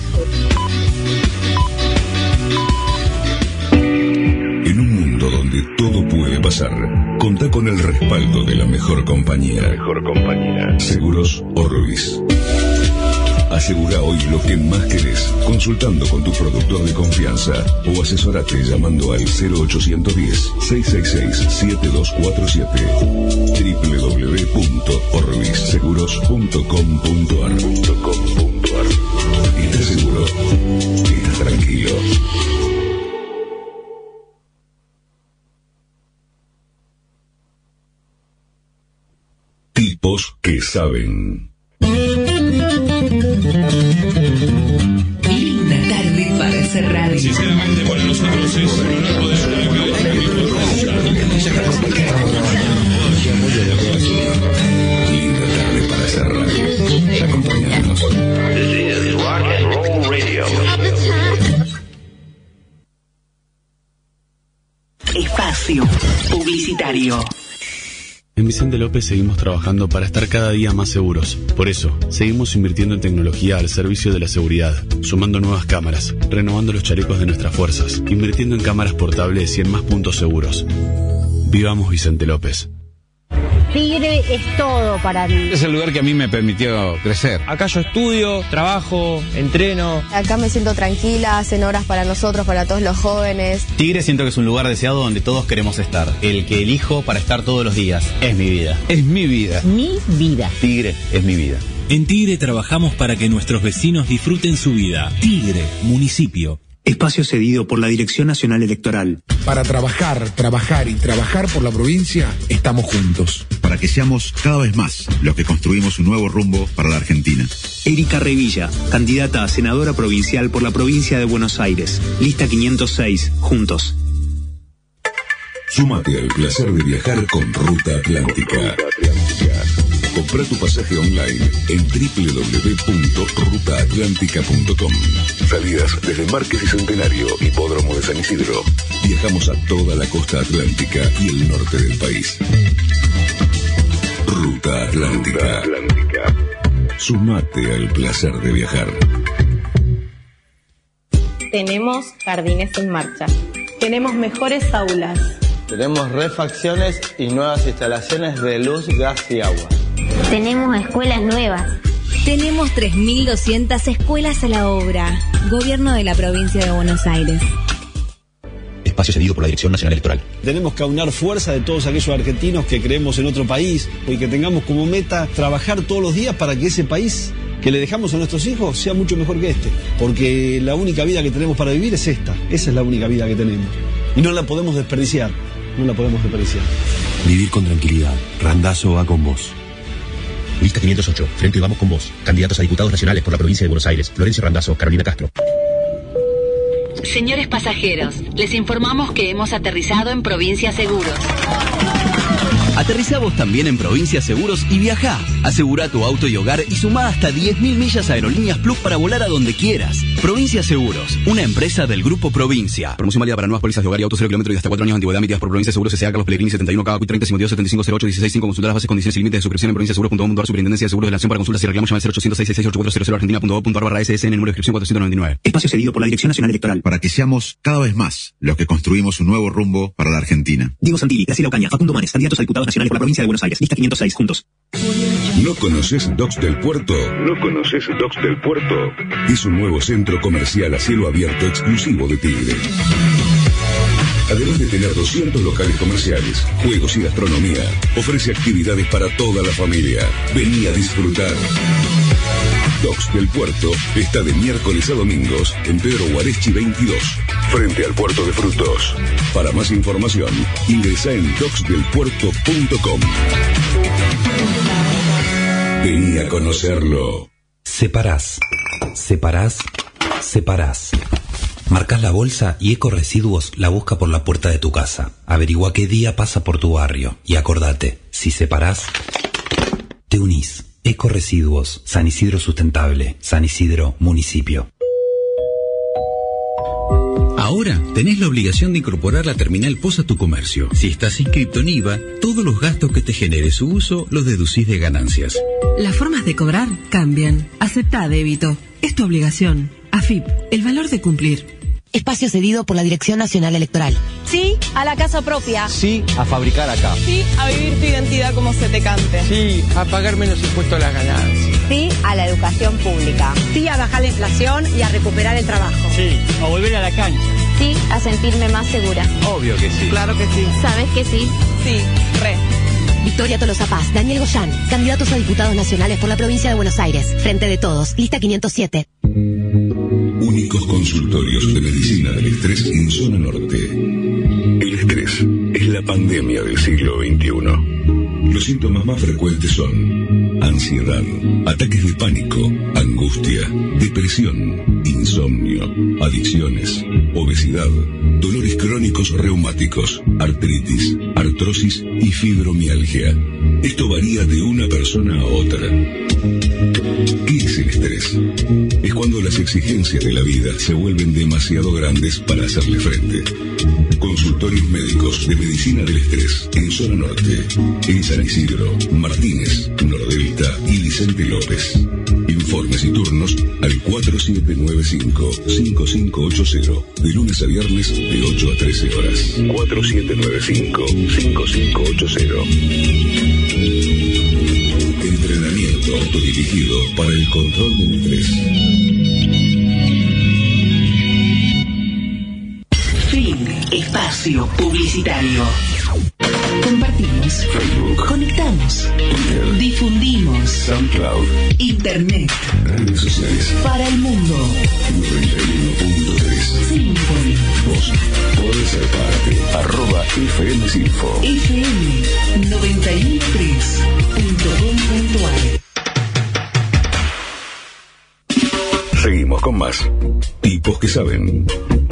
En un mundo donde todo puede pasar, contá con el respaldo de la mejor compañía. Mejor compañía. Seguros Orbis. Asegura hoy lo que más querés, consultando con tu productor de confianza o asesorate llamando al cero ochocientos diez, seiscientos sesenta y seis, setenta y dos cuarenta y siete doble u doble u doble u punto orbis seguros punto com punto a r. ¿Estás seguro? ¿Estás tranquilo? Tipos que saben. Linda tarde para hacer radio. Sinceramente, para nosotros es un honor poder estar acá. Linda tarde para hacer radio. Acompáñanos. This is Rock and Roll Radio. Espacio publicitario. En Vicente López seguimos trabajando para estar cada día más seguros. Por eso, seguimos invirtiendo en tecnología al servicio de la seguridad, sumando nuevas cámaras, renovando los chalecos de nuestras fuerzas, invirtiendo en cámaras portables y en más puntos seguros. Vivamos Vicente López. Tigre es todo para mí. Es el lugar que a mí me permitió crecer. Acá yo estudio, trabajo, entreno. Acá me siento tranquila, hacen horas para nosotros, para todos los jóvenes. Tigre siento que es un lugar deseado donde todos queremos estar. El que elijo para estar todos los días. Es mi vida. Es mi vida. Mi vida. Tigre es mi vida. En Tigre trabajamos para que nuestros vecinos disfruten su vida. Tigre, municipio. Espacio cedido por la Dirección Nacional Electoral. Para trabajar, trabajar y trabajar por la provincia, estamos juntos. Para que seamos cada vez más los que construimos un nuevo rumbo para la Argentina. Erika Revilla, candidata a senadora provincial por la provincia de Buenos Aires. Lista quinientos seis, juntos. Súmate al placer de viajar con Ruta Atlántica. Comprá tu pasaje online en doble u doble u doble u punto ruta atlántica punto com. Salidas desde Márquez y Centenario, Hipódromo de San Isidro. Viajamos a toda la costa atlántica y el norte del país. Ruta Atlántica. Sumate al placer de viajar. Tenemos jardines en marcha. Tenemos mejores aulas. Tenemos refacciones y nuevas instalaciones de luz, gas y agua. Tenemos escuelas nuevas. Tenemos tres mil doscientas escuelas a la obra. Gobierno de la provincia de Buenos Aires. Espacio cedido por la Dirección Nacional Electoral. Tenemos que aunar fuerza de todos aquellos argentinos que creemos en otro país y que tengamos como meta trabajar todos los días para que ese país que le dejamos a nuestros hijos sea mucho mejor que este. Porque la única vida que tenemos para vivir es esta. Esa es la única vida que tenemos. Y no la podemos desperdiciar. No la podemos desperdiciar. Vivir con tranquilidad. Randazzo va con vos. Lista quinientos ocho. Frente y Vamos con Vos. Candidatos a diputados nacionales por la provincia de Buenos Aires. Florencio Randazzo, Carolina Castro. Señores pasajeros, les informamos que hemos aterrizado en Provincia Seguros. Aterrizá vos también en Provincia Seguros y viajá. Asegurá tu auto y hogar y sumá hasta diez mil millas a Aerolíneas Plus para volar a donde quieras. Provincia Seguros, una empresa del Grupo Provincia. Promoción válida para nuevas pólizas de hogar y autos cero kilómetros y hasta cuatro años de antigüedad emitidas por Provincia Seguros S A. Carlos Pellegrini setenta y uno, Cava treinta, cincuenta y dos, setenta y cinco, cero ocho, dieciséis, cinco. Consultar las bases, condiciones y límites de suscripción en provinciaseguros punto com punto ar. Superintendencia de Seguros de la Nación. Para consultas y reclamos llama al cero ochocientos, seiscientos sesenta y ocho, cuatrocientos argentina punto gov punto ar barra S S N, número de inscripción cuatrocientos noventa y nueve. Espacio cedido por la Dirección Nacional Electoral. Para que seamos cada vez más los que construimos un nuevo rumbo para la Argentina. Diego Santilli, Graciela Ocaña, Facundo Manes, candidatos a diputados nacionales por la Provincia de Buenos Aires. Lista quinientos seis, juntos. ¿No conoces Docks del Puerto? ¿No conoces Docks del Puerto? Es un nuevo centro comercial a cielo abierto exclusivo de Tigre. Además de tener doscientos locales comerciales, juegos y gastronomía, ofrece actividades para toda la familia. Vení a disfrutar. Docks del Puerto está de miércoles a domingos en Pedro Guareschi veintidós, frente al Puerto de Frutos. Para más información, ingresa en docks del puerto punto com. Vení a conocerlo. Separás, separás, separás. Marcás la bolsa y Ecoresiduos la busca por la puerta de tu casa. Averigua qué día pasa por tu barrio. Y acordate, si separás, te unís. Ecoresiduos, San Isidro Sustentable, San Isidro, municipio. Ahora tenés la obligación de incorporar la terminal P O S a tu comercio. Si estás inscrito en I V A, todos los gastos que te genere su uso los deducís de ganancias. Las formas de cobrar cambian. Aceptá débito. Es tu obligación. A F I P, el valor de cumplir. Espacio cedido por la Dirección Nacional Electoral. Sí a la casa propia. Sí a fabricar acá. Sí a vivir tu identidad como se te cante. Sí a pagar menos impuestos a las ganancias. Sí a la educación pública. Sí a bajar la inflación y a recuperar el trabajo. Sí a volver a la cancha. Sí a sentirme más segura. Obvio que sí. Claro que sí. ¿Sabes que sí? Sí, re. Victoria Tolosa Paz, Daniel Goyán, candidatos a diputados nacionales por la Provincia de Buenos Aires. Frente de Todos, lista quinientos siete. Únicos consultorios de medicina del estrés en zona norte. El estrés es la pandemia del siglo veintiuno. Los síntomas más frecuentes son ansiedad, ataques de pánico, angustia, depresión, insomnio, adicciones, obesidad, dolores crónicos reumáticos, artritis, artrosis y fibromialgia. Esto varía de una persona a otra. ¿Qué es el estrés? Es cuando las exigencias de la vida se vuelven demasiado grandes para hacerle frente. Consultorios médicos de medicina del estrés en zona norte, en San Isidro, Martínez, Nordelta y Vicente López. Informes y turnos al cuatro siete nueve cinco, cinco cinco ocho cero, de lunes a viernes de ocho a trece horas. cuatro siete nueve cinco, cinco cinco ocho cero. Entrenamiento autodirigido para el control del estrés. Fin. Espacio publicitario. Compartimos. Facebook. Conectamos. Twitter. Difundimos. SoundCloud. Internet. Redes sociales. Para el mundo. noventa y uno punto tres. Symphony. Vos podés ser parte. Arroba F M Sinfo. F M noventa y uno punto tres punto com punto ar. Seguimos con más tipos que saben.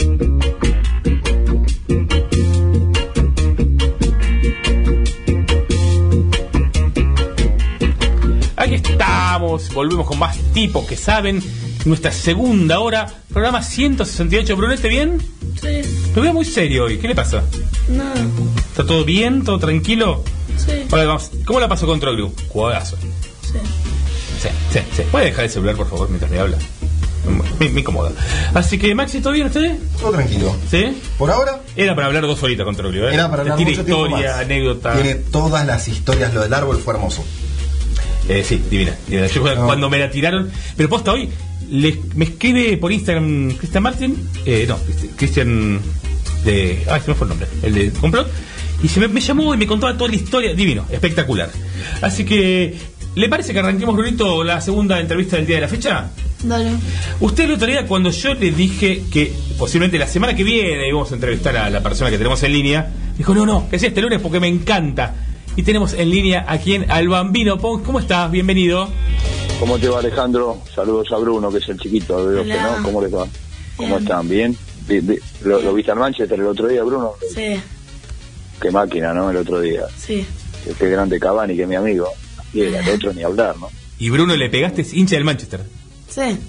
Aquí estamos, volvemos con más tipos que saben. Nuestra segunda hora, programa ciento sesenta y ocho. ¿Bruno, ¿esté bien? Sí. Lo veo muy serio hoy, ¿qué le pasa? Nada. ¿Está todo bien? ¿Todo tranquilo? Sí. Ahora vamos. ¿Cómo la pasó con Troglu? Jugadorazo. Sí. Sí, sí, sí. ¿Puede dejar el celular, por favor, mientras me habla? Me, me incomoda. Así que, Maxi, ¿todo bien usted? Todo tranquilo. ¿Sí? Por ahora. Era para hablar dos horitas con Troglu, ¿eh? Era para hablar Tiene mucho tiempo historia, más. anécdota. Tiene todas las historias. Lo del árbol fue hermoso. Eh, sí, divina. divina. Yo no. Cuando me la tiraron. Pero posta hoy, le, me escribe por Instagram Cristian Martin. Eh, no, Cristian. De, ay, se me fue el nombre. El de Complot. Y se me, me llamó y me contaba toda la historia. Divino, espectacular. Así que, ¿le parece que arranquemos, Brunito, la segunda entrevista del día de la fecha? Dale. Usted el otro día, cuando yo le dije que posiblemente la semana que viene íbamos a entrevistar a la persona que tenemos en línea, dijo, no, no, que sea este lunes porque me encanta. Y tenemos en línea aquí en Al Bambino Pong. ¿Cómo estás? Bienvenido. ¿Cómo te va, Alejandro? Saludos a Bruno, que es el chiquito de los que no. ¿Cómo les va? ¿Cómo Bien. están? ¿Bien? ¿Lo, ¿Lo viste en Manchester el otro día, Bruno? Sí. Qué máquina, ¿no? El otro día. Sí. Este grande Cavani, que es mi amigo, y el otro ni hablar, ¿no? Y Bruno le pegaste, es hincha del Manchester. Sí.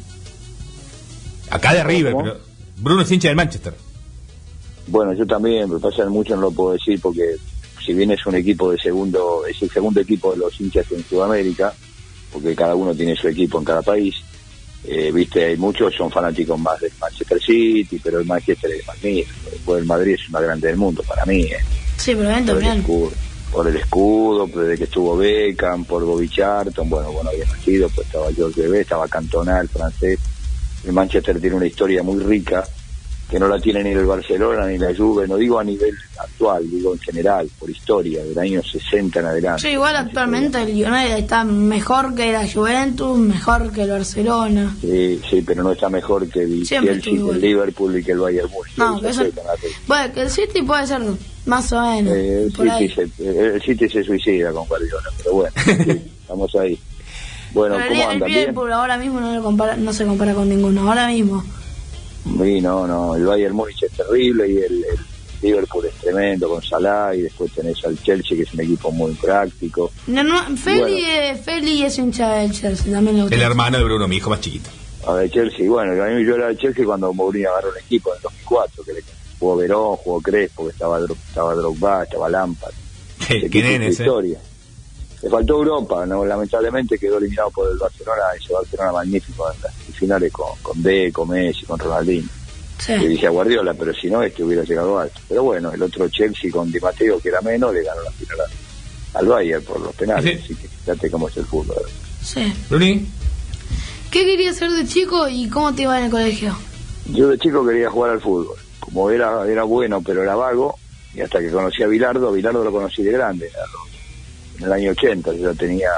Acá de River, ¿Cómo? pero Bruno es hincha del Manchester. Bueno, yo también, me pasa mucho, no lo puedo decir porque si bien es un equipo de segundo, es el segundo equipo de los hinchas en Sudamérica, porque cada uno tiene su equipo en cada país, eh, viste, hay muchos son fanáticos más del Manchester City, pero el Manchester es magnífico, después el Madrid es una grande del mundo para mí, eh. Sí, pero bien también. Por el escudo, desde que estuvo Beckham, por Bobby Charlton, bueno, bueno, había nacido, pues estaba George Bebé, estaba Cantona, el francés. El Manchester tiene una historia muy rica, que no la tiene ni el Barcelona ni la Juve, no digo a nivel actual, digo en general, por historia, del año sesenta en adelante. Sí, igual actualmente el United está mejor que la Juventus, mejor que el Barcelona. Sí, sí, pero no está mejor que el Chelsea, que el Liverpool y que el Bayern Múnich. No, que eso... Bueno, que el City puede ser más o menos. Eh, el, City se, el City se suicida con Guardiola, pero bueno, sí, estamos ahí. Bueno, pero ¿cómo el, andan? El Liverpool ahora mismo no, le compara, no se compara con ninguno, ahora mismo. Sí, no, no, el Bayern Múnich es terrible y el, el Liverpool es tremendo con Salah, y después tenés al Chelsea, que es un equipo muy práctico. No, no, Feli, bueno. eh, Feli es hincha del Chelsea, también lo el hermano de Bruno, mi hijo más chiquito. A ver, Chelsea, bueno, a mí yo era del Chelsea cuando Mourinho agarró el equipo en el dos mil cuatro, que le jugó Verón, jugó Crespo, que estaba, estaba Drogba, estaba Lampard. ¿Qué nenes, eh? Historia. Le faltó Europa, no, lamentablemente quedó eliminado por el Barcelona, ese Barcelona magnífico en las finales con, con Deco, Messi, con Ronaldinho. Sí. Le dije a Guardiola, pero si no, este hubiera llegado alto. Pero bueno, el otro Chelsea con Di Matteo, que era menos, le ganó la final al Bayern por los penales. Sí. Así que fíjate cómo es el fútbol. Sí. ¿Bruni? ¿Qué querías ser de chico y cómo te iba en el colegio? Yo de chico quería jugar al fútbol. Como era, era bueno, pero era vago, y hasta que conocí a Bilardo, Bilardo lo conocí de grande, en el año ochenta, yo ya tenía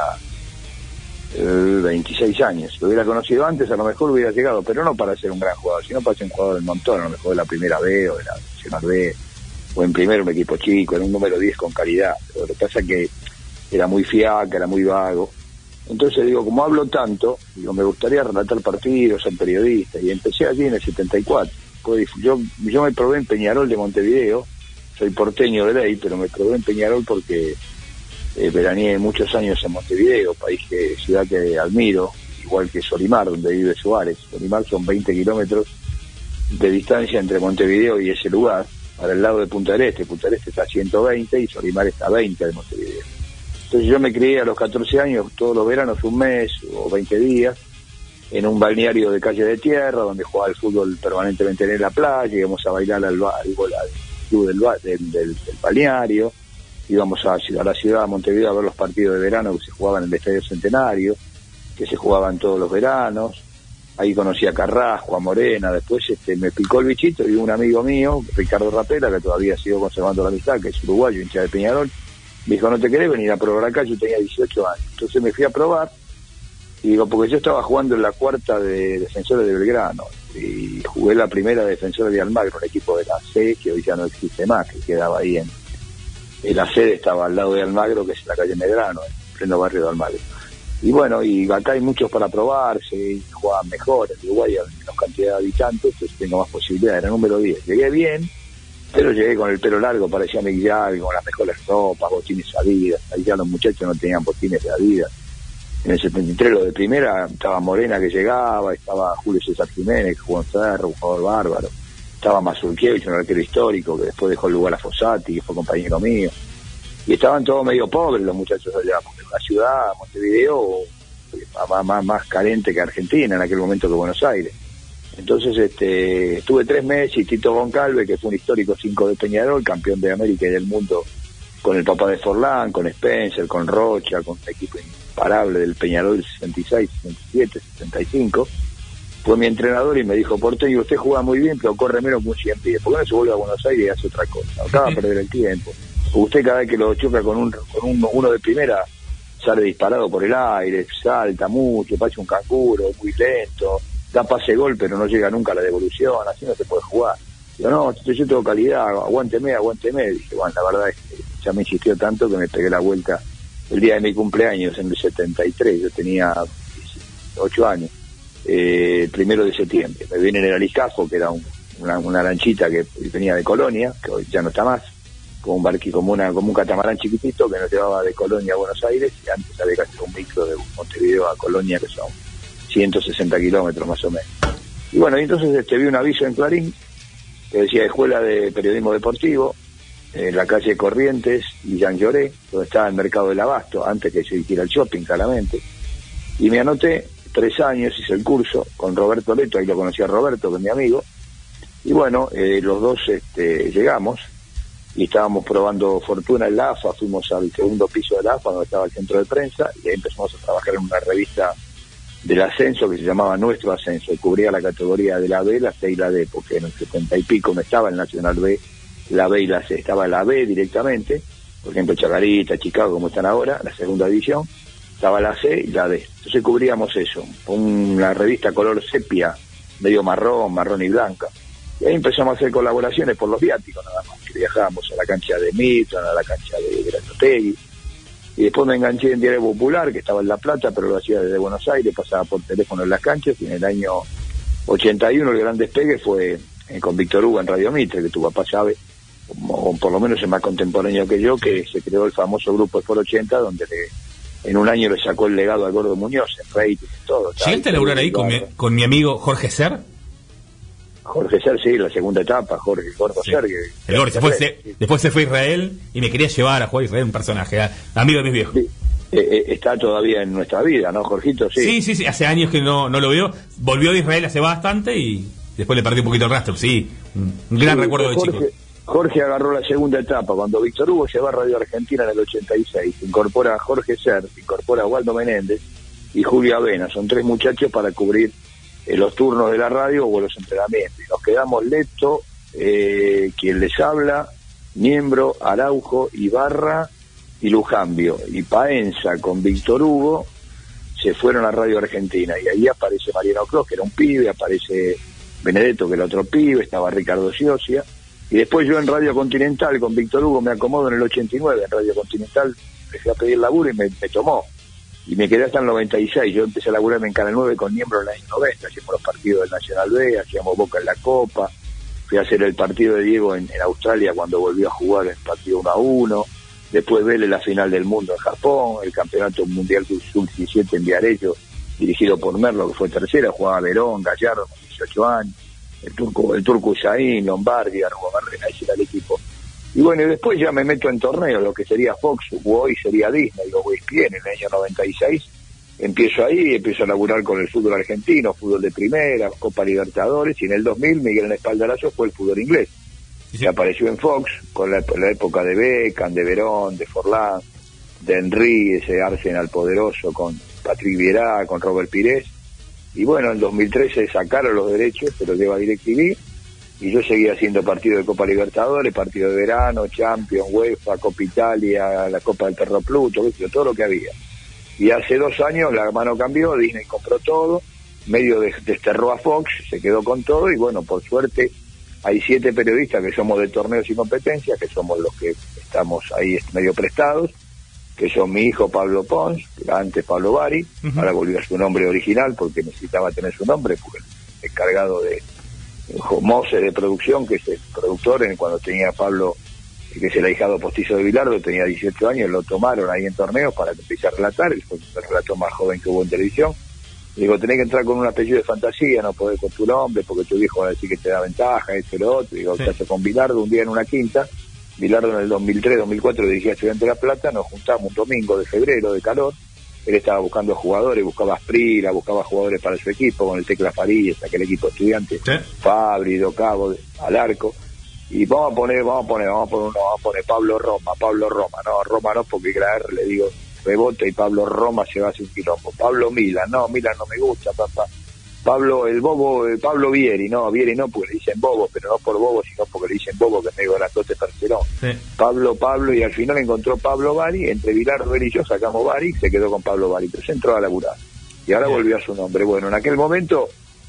eh, veintiséis años. Lo hubiera conocido antes, a lo mejor hubiera llegado, pero no para ser un gran jugador, sino para ser un jugador del montón, a lo mejor de la primera B o de la Nacional B, o en primero un equipo chico, en un número diez con calidad. Pero lo que pasa es que era muy fiaca, era muy vago. Entonces digo, como hablo tanto, digo, me gustaría relatar partidos, ser periodista, y empecé allí en el setenta y cuatro. Pues yo, yo me probé en Peñarol de Montevideo, soy porteño de ley, pero me probé en Peñarol porque Eh, veraneé muchos años en Montevideo, país que ciudad que admiro, igual que Solimar, donde vive Suárez. Solimar son veinte kilómetros de distancia entre Montevideo y ese lugar, para el lado de Punta del Este. Punta del Este está a ciento veinte y Solimar está a veinte de Montevideo. Entonces yo me crié a los catorce años, todos los veranos, un mes o veinte días, en un balneario de calle de tierra, donde jugaba el fútbol permanentemente en la playa, íbamos a bailar al, al, al club del, del, del, del balneario. Íbamos a, a la ciudad de Montevideo a ver los partidos de verano que se jugaban en el Estadio Centenario, que se jugaban todos los veranos. Ahí conocí a Carrasco, a Morena. Después este, me picó el bichito y un amigo mío, Ricardo Rapela, que todavía sigo conservando la amistad, que es uruguayo, hincha de Peñarol, me dijo, ¿no te querés venir a probar acá? Yo tenía dieciocho años. Entonces me fui a probar, y digo, porque yo estaba jugando en la cuarta de Defensores de Belgrano, y jugué la primera de Defensores de Almagro, un equipo de la C, que hoy ya no existe más, que quedaba ahí en... La sede estaba al lado de Almagro, que es en la calle Medrano, en pleno barrio de Almagro. Y bueno, y acá hay muchos para probarse, y juegan mejor. En Uruguay hay menos cantidad de habitantes, entonces tengo más posibilidades. Era número diez. Llegué bien, pero llegué con el pelo largo, parecía Mick Jagger, con las mejores ropas, botines Adidas. Ahí ya los muchachos no tenían botines de Adidas. En el setenta y tres, lo de primera, estaba Morena que llegaba, estaba Julio César Jiménez, que jugó en Ferro, un jugador bárbaro. Estaba Mazurkiewicz, un arquero histórico, que después dejó el lugar a Fossati, que fue compañero mío. Y estaban todos medio pobres los muchachos allá, porque la ciudad, Montevideo, más, más, más carente que Argentina en aquel momento, que Buenos Aires. Entonces este, estuve tres meses, y Tito Goncalves, que fue un histórico cinco de Peñarol, campeón de América y del mundo, con el papá de Forlán, con Spencer, con Rocha, con un equipo imparable del Peñarol del sesenta y seis, sesenta y siete, sesenta y cinco. Fue mi entrenador y me dijo, Porteño, usted juega muy bien, pero corre menos que un cien pies. ¿Por qué no se vuelve a Buenos Aires y hace otra cosa? Acaba de perder el tiempo. Usted cada vez que lo choca con un con un, uno de primera, sale disparado por el aire, salta mucho, pasa un canguro, muy lento, da pase gol, pero no llega nunca a la devolución, así no se puede jugar. Digo, no, yo tengo calidad, aguánteme, aguánteme. Dije, bueno, la verdad es que ya me insistió tanto que me pegué la vuelta el día de mi cumpleaños, en el setenta y tres, yo tenía ocho años. Eh, el primero de septiembre me vine en el Aliscafo, que era un, una, una lanchita que venía de Colonia, que hoy ya no está más, como un barqui, como una, como un catamarán chiquitito que nos llevaba de Colonia a Buenos Aires, y antes había que hacer un micro de Montevideo a Colonia, que son ciento sesenta kilómetros más o menos. Y bueno, y entonces este, vi un aviso en Clarín que decía Escuela de Periodismo Deportivo, en la calle Corrientes y Jean Lloré, donde estaba el mercado del abasto, antes que se hiciera el shopping, claramente. Y me anoté, tres años, hice el curso con Roberto Leto, ahí lo conocí a Roberto, que es mi amigo. Y bueno, eh, los dos este, llegamos y estábamos probando fortuna en la A F A, fuimos al segundo piso de la A F A, donde estaba el centro de prensa, y ahí empezamos a trabajar en una revista del ascenso que se llamaba Nuestro Ascenso, y cubría la categoría de la B, la C y la D, porque en el setenta y pico no estaba el Nacional B, la B y la C, estaba la B directamente, por ejemplo Chacarita, Chicago, como están ahora, la segunda división, estaba la C y la D. Entonces cubríamos eso, una revista color sepia, medio marrón, marrón y blanca. Y ahí empezamos a hacer colaboraciones por los viáticos nada más, que viajábamos a la cancha de Milton, a la cancha de Granotegui. Y después me enganché en Diario Popular, que estaba en La Plata, pero lo hacía desde Buenos Aires, pasaba por teléfono en las canchas, y en el año ochenta y uno el gran despegue fue eh, con Víctor Hugo en Radio Mitre, que tu papá sabe, o por lo menos es más contemporáneo que yo, que se creó el famoso grupo Sport ochenta, donde le, en un año le sacó el legado a Gordo Muñoz, en rating y todo. ¿Llegaste a laburar ahí con mi, con mi amigo Jorge Ser? Jorge Ser, sí, la segunda etapa, Jorge Gordo sí. Ser. Que, el Gordo, después, se, después se fue a Israel y me quería llevar a jugar a Israel, un personaje, amigo de mis viejos. Sí. Eh, eh, está todavía en nuestra vida, ¿no, Jorgito? Sí, sí, sí, sí, hace años que no, no lo veo. Volvió de Israel hace bastante y después le perdí un poquito el rastro. Sí, un gran sí, recuerdo de Jorge, chico. Jorge agarró la segunda etapa cuando Víctor Hugo se va a Radio Argentina en el ochenta y seis. Incorpora a Jorge Ser, incorpora a Waldo Menéndez y Julio Avena. Son tres muchachos para cubrir eh, los turnos de la radio o los entrenamientos. Y nos quedamos Leto, eh, quien les habla, Miembro, Araujo, Ibarra y Lujambio. Y Paenza con Víctor Hugo se fueron a Radio Argentina. Y ahí aparece Mariano Clos, que era un pibe, aparece Benedetto, que era otro pibe, estaba Ricardo Ciocia. Y después yo en Radio Continental con Víctor Hugo me acomodo en el ochenta y nueve, en Radio Continental empecé a pedir laburo y me, me tomó. Y me quedé hasta el noventa y seis, yo empecé a laburar en Canal nueve con Miembro en el año noventa, hacíamos los partidos del Nacional B, hacíamos Boca en la Copa, fui a hacer el partido de Diego en, en Australia cuando volvió a jugar el partido uno a uno, después Vélez la final del mundo en Japón, el campeonato mundial sub diecisiete en Viarello, dirigido por Merlo, que fue tercera, jugaba Verón, Gallardo con dieciocho años, el turco, el turco Usain, Lombardi, Argo Barrera, ese era el equipo. Y bueno, y después ya me meto en torneos, lo que sería Fox, o hoy sería Disney, o E S P N, en el año noventa y seis, empiezo ahí, empiezo a laburar con el fútbol argentino, fútbol de primera, Copa Libertadores, y en el dos mil Miguel Espaldarazo fue el fútbol inglés, sí, sí. Que apareció en Fox, con la, la época de Beckham, de Verón, de Forlán, de Henry, ese Arsenal poderoso, con Patrick Vieira, con Robert Pires. Y bueno, en dos mil trece sacaron los derechos, se los lleva a DirecTV, y yo seguía haciendo partidos de Copa Libertadores, partido de verano, Champions, UEFA, Copa Italia, la Copa del Perro Pluto, todo lo que había. Y hace dos años la mano cambió, Disney compró todo, medio desterró a Fox, se quedó con todo, y bueno, por suerte hay siete periodistas que somos de torneos y competencias, que somos los que estamos ahí medio prestados, que son mi hijo Pablo Pons, que era antes Pablo Bari, uh-huh. Ahora volvió a su nombre original porque necesitaba tener su nombre, porque el encargado de Mose de producción, que es el productor, en cuando tenía Pablo, que es el ahijado postizo de Bilardo, tenía dieciocho años, lo tomaron ahí en torneos para que empiece a relatar, él fue el relator más joven que hubo en televisión. Le digo, tenés que entrar con un apellido de fantasía, no podés con tu nombre, porque tu viejo va a decir que te da ventaja, esto y lo otro. Digo, sí. Caso con Bilardo un día en una quinta, Bilardo en el dos mil tres, dos mil cuatro dirigía a Estudiantes de La Plata, nos juntamos un domingo de febrero de calor, él estaba buscando jugadores, buscaba Asprila, buscaba jugadores para su equipo, con el Tecla Farías, aquel equipo estudiante, ¿sí? Fabri, Docabo, al arco, y vamos a poner, vamos a poner, vamos a poner uno, vamos a poner Pablo Roma, Pablo Roma, no, Roma no, porque Graer le digo, rebote y Pablo Roma se va a hacer un quilombo, Pablo Milan, no, Milan no me gusta, papá. Pablo, el bobo, eh, Pablo Vieri, no, Vieri no, porque le dicen bobo, pero no por bobo, sino porque le dicen bobo, que es medio grandote Percerón. Sí. Pablo, Pablo, y al final encontró Pablo Bari, entre Bilardo, él y yo sacamos Bari, se quedó con Pablo Bari, pero se entró a laburar. Y ahora sí. Volvió a su nombre. Bueno, en aquel momento,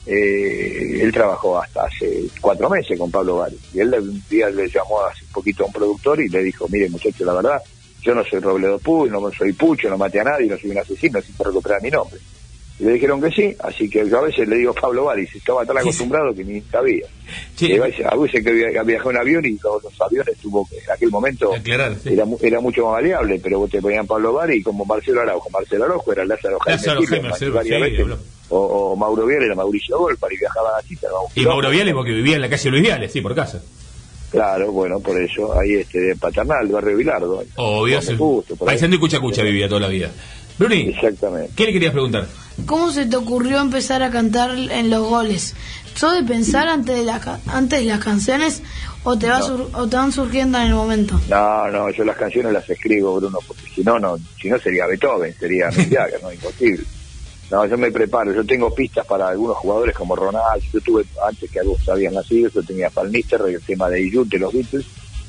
eh, él trabajó hasta hace cuatro meses con Pablo Bari. Y él un día le llamó hace un poquito a un productor y le dijo, mire muchacho, la verdad, yo no soy Robledo Puy, no soy Pucho, no maté a nadie, no soy un asesino, necesito recuperar mi nombre. Y le dijeron que sí, así que yo a veces le digo Pablo Bari, si estaba tan acostumbrado que ni sabía. Sí. A veces que viajó en avión y todos los aviones tuvo que, en aquel momento Aclarar, sí. era, era mucho más variable, pero vos te ponían Pablo Bari y como Marcelo Araujo. Marcelo Araujo era Lázaro Jaime, Lázaro Jaime Silva, varias sí, veces, o, o Mauro Viale era Mauricio Golpar y viajaban así. Y Mauro Viale porque vivía en la calle Luis Viale, sí, por casa. Claro, bueno, por eso, ahí este, de Paternal, barrio Bilardo. Obvio, paisando y cucha cucha vivía toda la vida. Bruni, exactamente. ¿Qué le querías preguntar? ¿Cómo se te ocurrió empezar a cantar en los goles? ¿Sos de pensar antes de, la, antes de las canciones o te, va no. sur, o te van surgiendo en el momento? No, no, yo las canciones las escribo, Bruno, porque si no, no, si no sería Beethoven, sería Mick Jagger, no, imposible. No, yo me preparo, yo tengo pistas para algunos jugadores como Ronaldo. Yo tuve, antes que algunos habían nacido, yo tenía Van Nistelrooy, el tema de Youth de los Beatles,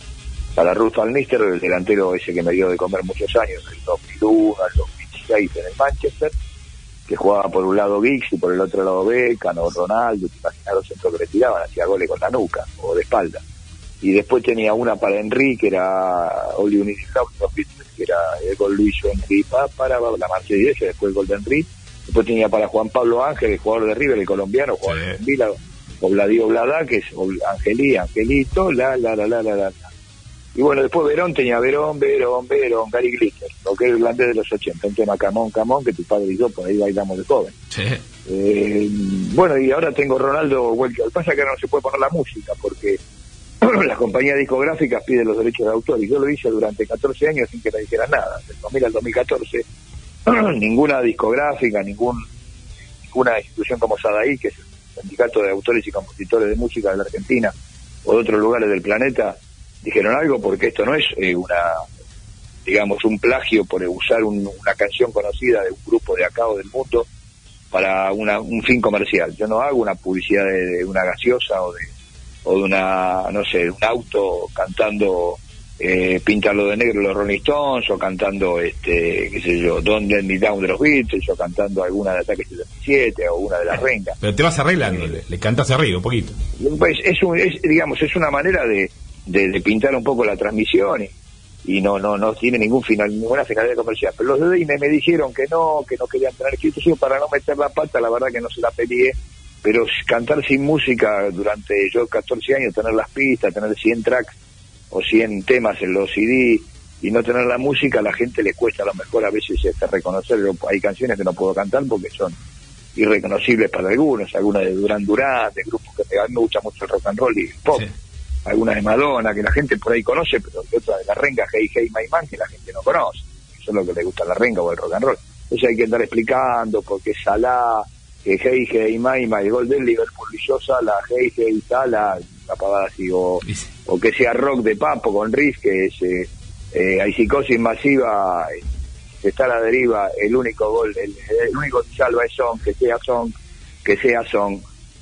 para Ruth Van Nistelrooy, el delantero ese que me dio de comer muchos años, del dos mil uno al dos mil seis en el Manchester, que jugaba por un lado Giggs y por el otro lado Beckham o Ronaldo, te imaginas los centros que le tiraban, hacía goles con la nuca o de espalda. Y después tenía una para Henry, que era All You Need Is Love, los Beatles, que era el gol Luis Henry pa, para la Marsellesa, después el gol de Henry. Después tenía para Juan Pablo Ángel, el jugador de River, el colombiano, jugador de Vila, o Vladio Blada, que es Angelí, Angelito, la, la, la, la, la, la. Y bueno, después Verón tenía Verón, Verón, Verón, Gary Glitter, lo que es el irlandés de los ochenta, un tema Camón, Camón, que tu padre y yo por ahí bailamos de joven. Sí. Eh, bueno, y ahora tengo Ronaldo Welker. Lo que pasa es que ahora no se puede poner la música, porque las compañías discográficas piden los derechos de autor, y yo lo hice durante catorce años sin que me dijeran nada, del dos mil al dos mil catorce. Ninguna discográfica, ningún, ninguna institución como SADAI, que es el sindicato de autores y compositores de música de la Argentina o de otros lugares del planeta, dijeron algo, porque esto no es eh, una, digamos, un plagio por usar un, una canción conocida de un grupo de acá o del mundo para una, un fin comercial. Yo no hago una publicidad de, de una gaseosa o de, o de una, no sé, un auto cantando Eh, pintarlo de negro los Rolling Stones, o cantando, este, qué sé yo, Don't Let Me Down de los Beatles, o cantando alguna de Ataque setenta y siete, o una de las Rengas. Pero te vas arreglando, le, le cantas arriba un poquito. Pues es, un, es digamos, es una manera de, de, de pintar un poco la transmisión, y, y no no no tiene ningún final, ninguna finalidad comercial. Pero los de Disney me dijeron que no, que no querían tener escritos, para no meter la pata, la verdad que no se la peleé, pero cantar sin música durante yo catorce años, tener las pistas, tener cien tracks, o cien temas en los C D y no tener la música, a la gente le cuesta a lo mejor a veces este, reconocer. Hay canciones que no puedo cantar porque son irreconocibles para algunos, algunas de Duran Duran, de grupos que a mí me gusta mucho el rock and roll y el pop, sí. Algunas de Madonna que la gente por ahí conoce, pero otra de la Renga, Hey Hey My Man, que la gente no conoce. Eso es lo que le gusta a la Renga o el rock and roll. Entonces hay que andar explicando porque es Salah, que Hey Hey My My, el gol del Liverpool y yo Salah, Hey Hey Salah, la pavada así, o, o que sea rock de Papo con Riff, que es eh, eh, hay psicosis masiva, eh, que está a la deriva, el único gol, el, el único que salva es Son, que sea Son, que sea Son.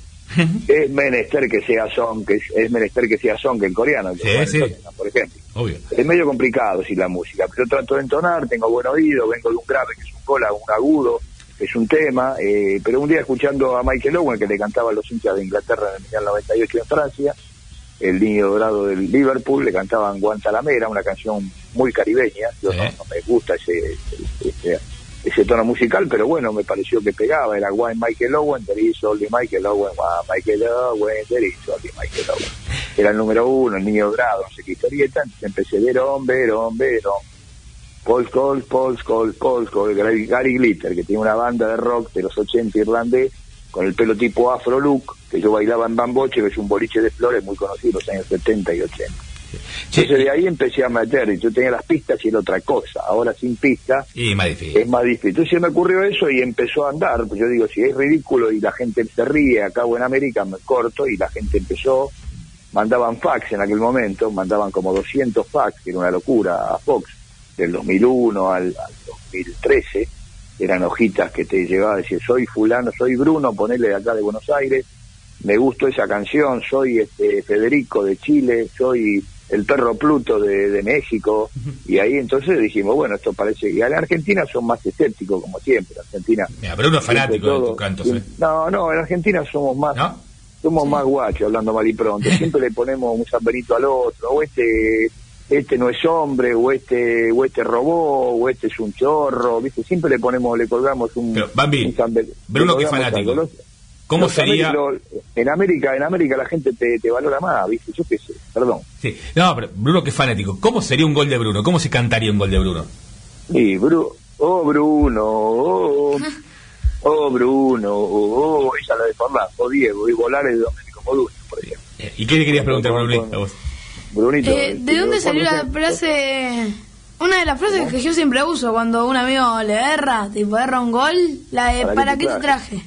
Es menester que sea Son, que es, es menester que sea Son, que el coreano, sí, que sí. Tottenham, por ejemplo. Obvio. Es medio complicado sin la música, pero yo trato de entonar, tengo buen oído, vengo de un grave que es un cola, un agudo, es un tema, eh, pero un día escuchando a Michael Owen, que le cantaba a los hinchas de Inglaterra en el Mundial noventa y ocho en Francia, el niño dorado del Liverpool, le cantaban Guantanamera, una canción muy caribeña. Yo sí. no, no me gusta ese, ese ese tono musical, pero bueno, me pareció que pegaba. Era Why Michael Owen, there is only Michael Owen, Why Michael Owen, there is only Michael Owen. Era el número uno, el niño dorado, no sé qué historieta. Entonces empecé Verón, Verón, Verón, Paul Scholes, Paul Scholes, Paul Scholes, Gary, Gary Glitter, que tiene una banda de rock de los ochenta irlandés, con el pelo tipo afro look, que yo bailaba en Bamboche, que es un boliche de flores muy conocido en los años setenta y ochenta. Entonces sí. De ahí empecé a meter, y yo tenía las pistas y era otra cosa. Ahora sin pistas y más difícil. Es más difícil. Entonces me ocurrió eso y empezó a andar. Pues yo digo, si es ridículo y la gente se ríe, acá o en América me corto, y la gente empezó, mandaban fax en aquel momento, mandaban como doscientos fax, que era una locura, a Fox, del dos mil uno al, al dos mil trece, eran hojitas que te llevaba a decir, soy fulano, soy Bruno, ponele de acá de Buenos Aires, me gustó esa canción, soy este Federico de Chile, soy el perro Pluto de, de México, y ahí entonces dijimos, bueno, esto parece, y en Argentina son más escépticos como siempre, en Argentina. Mira, pero uno es fanático todo, de tus cantos, ¿eh? No, no, en Argentina somos más, ¿no? Somos sí. más guachos, hablando mal y pronto, siempre le ponemos un San Benito al otro, o este, este no es hombre, o este o este robó, o este es un chorro, ¿viste? Siempre le ponemos, le colgamos un... Pero, Bambi, un San Be- Bruno, que colgamos fanático. algo. Los- ¿Cómo los sería...? América- en América, en América la gente te, te valora más, ¿viste? Yo qué sé, perdón. Sí. No, pero Bruno, que fanático. ¿Cómo sería un gol de Bruno? ¿Cómo se cantaría un gol de Bruno? Sí, Bru oh Bruno, oh, oh Bruno, oh, oh, esa la de Forlán, o Diego, y volar el Domenico Moduño, por ejemplo. ¿Y qué le querías preguntar, Bruno, a vos? Brunito, Eh, ¿De dónde salió la frase? Una de las frases que yo siempre uso cuando un amigo le erra, tipo erra un gol, la de ¿para qué te traje?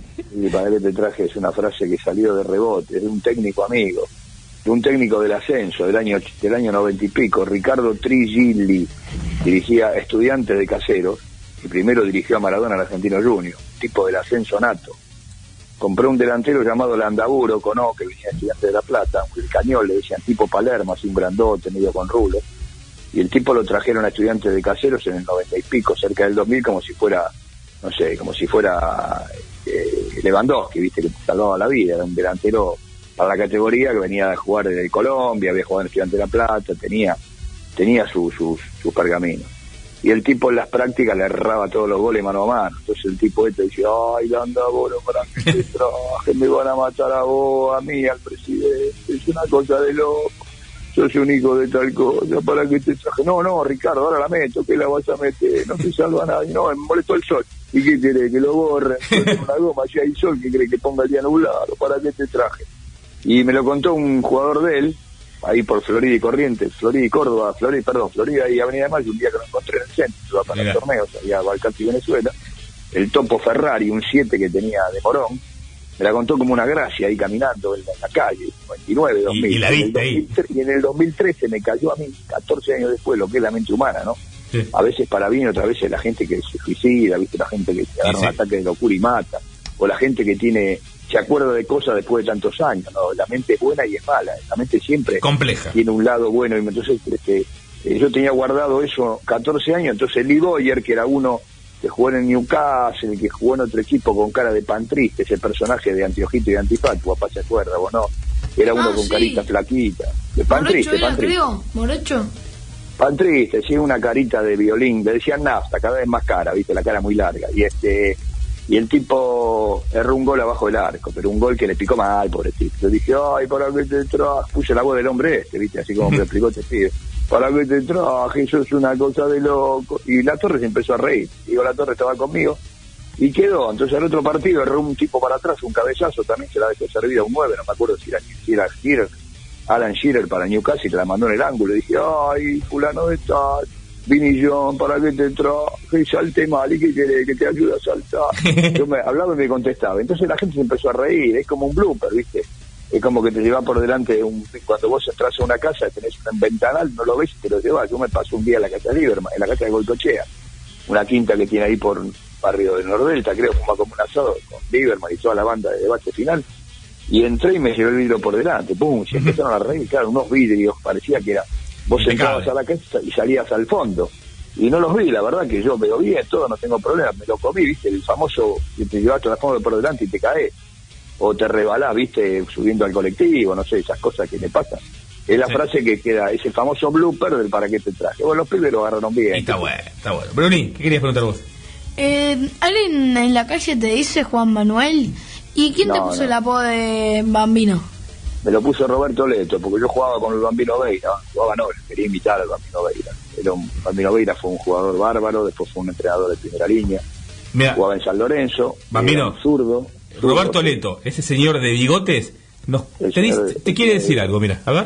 Y para qué te traje es una frase que salió de rebote, de un técnico amigo, de un técnico del ascenso del año del año noventa y pico, Ricardo Trigilli, dirigía Estudiantes de Caseros y primero dirigió a Maradona en Argentino Junior, tipo del ascenso nato. Compró un delantero llamado Landaburo, Conó, que venía Estudiantes de La Plata, el Cañol, le decían tipo Palermo, así un grandote, medio con rulo, y el tipo lo trajeron a Estudiantes de Caseros en el noventa y pico, cerca del dos mil, como si fuera, no sé, como si fuera eh, Lewandowski, viste, que te salvaba la vida, era un delantero para la categoría que venía a jugar de Colombia, había jugado en Estudiantes de La Plata, tenía tenía sus su, su pergaminos. Y el tipo en las prácticas le erraba todos los goles mano a mano. Entonces el tipo este decía, ay, Landaburo, para que te traje, me van a matar a vos, a mí, al presidente, es una cosa de loco, sos un hijo de tal cosa, para que te traje. No, no, Ricardo, ahora la meto, que la vas a meter, no te salva nadie, no, me molestó el sol. ¿Y qué querés? Que lo borre, una goma, si hay sol, que cree que ponga el día nublado, para qué te traje. Y me lo contó un jugador de él, ahí por Florida y Corrientes, Florida y Córdoba, Florida, perdón, Florida y Avenida de Mayo, un día que lo encontré en el centro, iba para los torneos, allá a Balcarce y Venezuela, el Topo Ferrari, un siete que tenía de Morón, me la contó como una gracia ahí caminando en la, en la calle, noventa y nueve, dos mil. Y, y la viste ahí. Y en el dos mil trece me cayó a mí, catorce años después, lo que es la mente humana, ¿no? Sí. A veces para bien, otras veces la gente que se suicida, ¿viste? La gente que se agarra Sí, un sí. ataque de locura y mata, o la gente que tiene se acuerda de cosas después de tantos años, ¿no? La mente es buena y es mala, la mente siempre compleja, tiene un lado bueno, y entonces este, eh, yo tenía guardado eso catorce años, entonces Lee Boyer, que era uno que jugó en el Newcastle, que jugó en otro equipo con cara de pan triste, ese personaje de Antiojito y Antifat, tu papá se acuerda, vos no, era uno Ah, con sí. carita flaquita, de pan Morocho triste, era, pan triste. creo, Morocho. Pan triste, sí, una carita de violín, le decían nafta, cada vez más cara, viste, la cara muy larga, y este y el tipo erró un gol abajo del arco, pero un gol que le picó mal, pobrecito. Yo dije, ay, ¿para qué te traje? Puse la voz del hombre este, viste, así como me lo explicó este pibe. ¿Para qué te traje? Eso es una cosa de loco. Y la Torre se empezó a reír. Digo, la Torre estaba conmigo. Y quedó. Entonces, al otro partido, erró un tipo para atrás, un cabezazo, también se la dejó servida a un nueve, no me acuerdo si era, si era Shearer, Alan Shearer para Newcastle, y la mandó en el ángulo. Y dije, ay, fulano de tal, Vinillón, ¿para qué te traje? Salte mal, ¿y qué querés? Que te ayude a saltar. Yo me hablaba y me contestaba. Entonces la gente se empezó a reír, es como un blooper, ¿viste? Es como que te lleva por delante, un, cuando vos entras a una casa, tenés un ventanal, no lo ves y te lo llevas. Yo me pasé un día en la casa de Lieberman, en la casa de Golcochea, una quinta que tiene ahí por barrio de Nordelta, creo, fuma como un asado con Lieberman y toda la banda de debate final. Y entré y me llevé el vidrio por delante, pum, se empezaron a reír, claro, unos vidrios, parecía que era, vos entrabas a la casa y salías al fondo. Y no los vi, la verdad que yo veo bien, todo, no tengo problema, me lo comí, viste, el famoso que te llevaste la fondo por delante y te caes, o te rebalás, viste, subiendo al colectivo, no sé, esas cosas que le pasan. Es la Sí. frase que queda, es el famoso blooper del para qué te traje. Bueno, los pibes lo agarraron bien. Está bueno, está bueno. Bruni, ¿qué querías preguntar vos? Eh, ¿Alguien en la calle te dice Juan Manuel? ¿Y quién te No, puso no. el apodo de Bambino? Me lo puso Roberto Leto, porque yo jugaba con el Bambino Veira, jugaba no, quería invitar al Bambino Veira. Era un, Bambino Veira fue un jugador bárbaro, después fue un entrenador de primera línea, Mira, jugaba en San Lorenzo, Bambino, era un zurdo. zurdo, Roberto Leto, ese señor de bigotes, nos, El te, señor dice- de- te quiere decir algo, mira, a ver.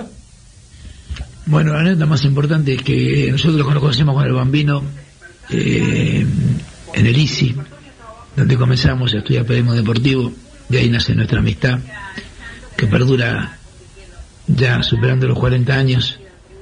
Bueno, la nota más importante es que nosotros nos conocemos con el Bambino eh, en el I C I, donde comenzamos a estudiar periodismo deportivo. De ahí nace nuestra amistad, que perdura ya superando los cuarenta años,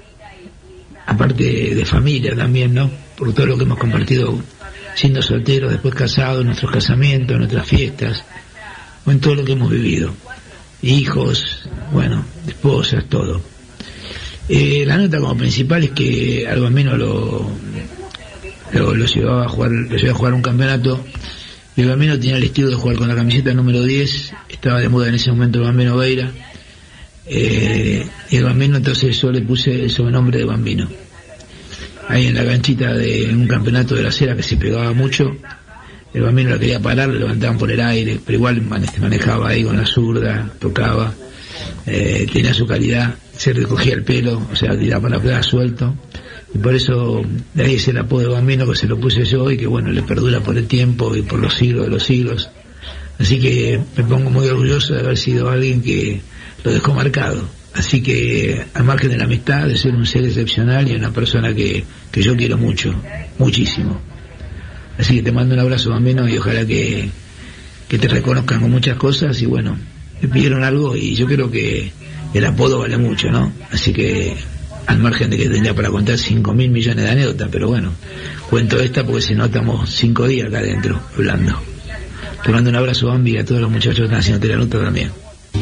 aparte de familia también, ¿no? Por todo lo que hemos compartido siendo solteros, después casados, nuestros casamientos, nuestras fiestas, o en todo lo que hemos vivido. Hijos, bueno, esposas, todo. Eh, la nota como principal es que al Bambino lo, lo, lo llevaba a jugar, lo llevaba a jugar un campeonato. El Bambino tenía el estilo de jugar con la camiseta número diez, estaba de moda en ese momento el Bambino Veira. Eh, y el Bambino, entonces yo le puse el sobrenombre de Bambino. Ahí en la canchita de un campeonato de la acera que se pegaba mucho, el Bambino la quería parar, lo levantaban por el aire, pero igual manejaba ahí con la zurda, tocaba, eh, tenía su calidad, se recogía el pelo, o sea, tiraba para la plaza suelto, y por eso de ahí es el apodo de Bambino, que se lo puse yo y que bueno, le perdura por el tiempo y por los siglos de los siglos. Así que me pongo muy orgulloso de haber sido alguien que lo dejó marcado. Así que, al margen de la amistad, de ser un ser excepcional y una persona que, que yo quiero mucho, muchísimo. Así que te mando un abrazo, Bambino, y ojalá que, que te reconozcan con muchas cosas. Y bueno, me pidieron algo y yo creo que el apodo vale mucho, ¿no? Así que, al margen de que tendría para contar cinco mil millones de anécdotas, pero bueno, cuento esta porque si no estamos cinco días acá adentro hablando. Te mando un abrazo, Bambi, y a todos los muchachos que están haciendo la nota también.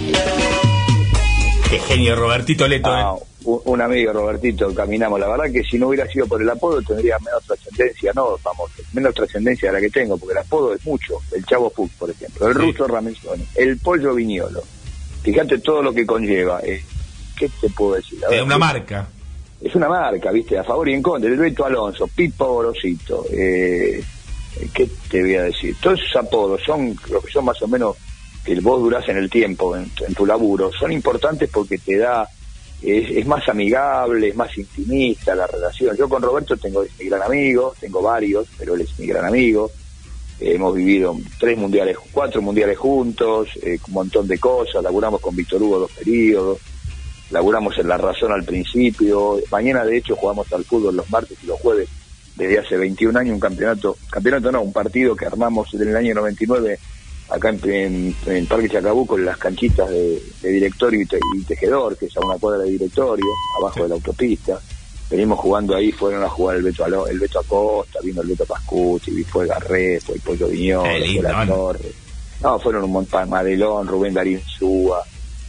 Qué genio, Robertito Leto. Ah, ¿eh? un, un amigo, Robertito, caminamos. La verdad que si no hubiera sido por el apodo tendría menos trascendencia, no, vamos, menos trascendencia de la que tengo, porque el apodo es mucho. El Chavo Fuchs, por ejemplo, el sí. Ruso Ramenzoni, el Pollo Viñolo. Fíjate todo lo que conlleva. Eh, ¿Qué te puedo decir? Es una marca. Es una marca, ¿viste? A favor y en contra. El Beto Alonso, Pipo Gorosito, eh, ¿qué te voy a decir? Todos esos apodos son los que son más o menos que vos durás en el tiempo, en, en tu laburo, son importantes porque te da, es, es más amigable, es más intimista la relación. Yo con Roberto tengo, es mi gran amigo, tengo varios, pero él es mi gran amigo. Eh, hemos vivido tres mundiales, cuatro mundiales juntos, eh, un montón de cosas, laburamos con Víctor Hugo dos periodos, laburamos en La Razón al principio, mañana de hecho jugamos al fútbol los martes y los jueves, desde hace veintiún años, un campeonato, campeonato no, un partido que armamos en el año noventa y nueve, acá en, en, en Parque Chacabuco, en las canchitas de, de Directorio y, te, y Tejedor, que es a una cuadra de Directorio, abajo de la autopista. Venimos jugando ahí, fueron a jugar el Beto, Alo, el Beto Acosta, vino el Beto Pascucci, fue Garré, fue el Pollo Viñolo, fue la Torre. No, fueron un montón, Madelón, Rubén Darín Súa,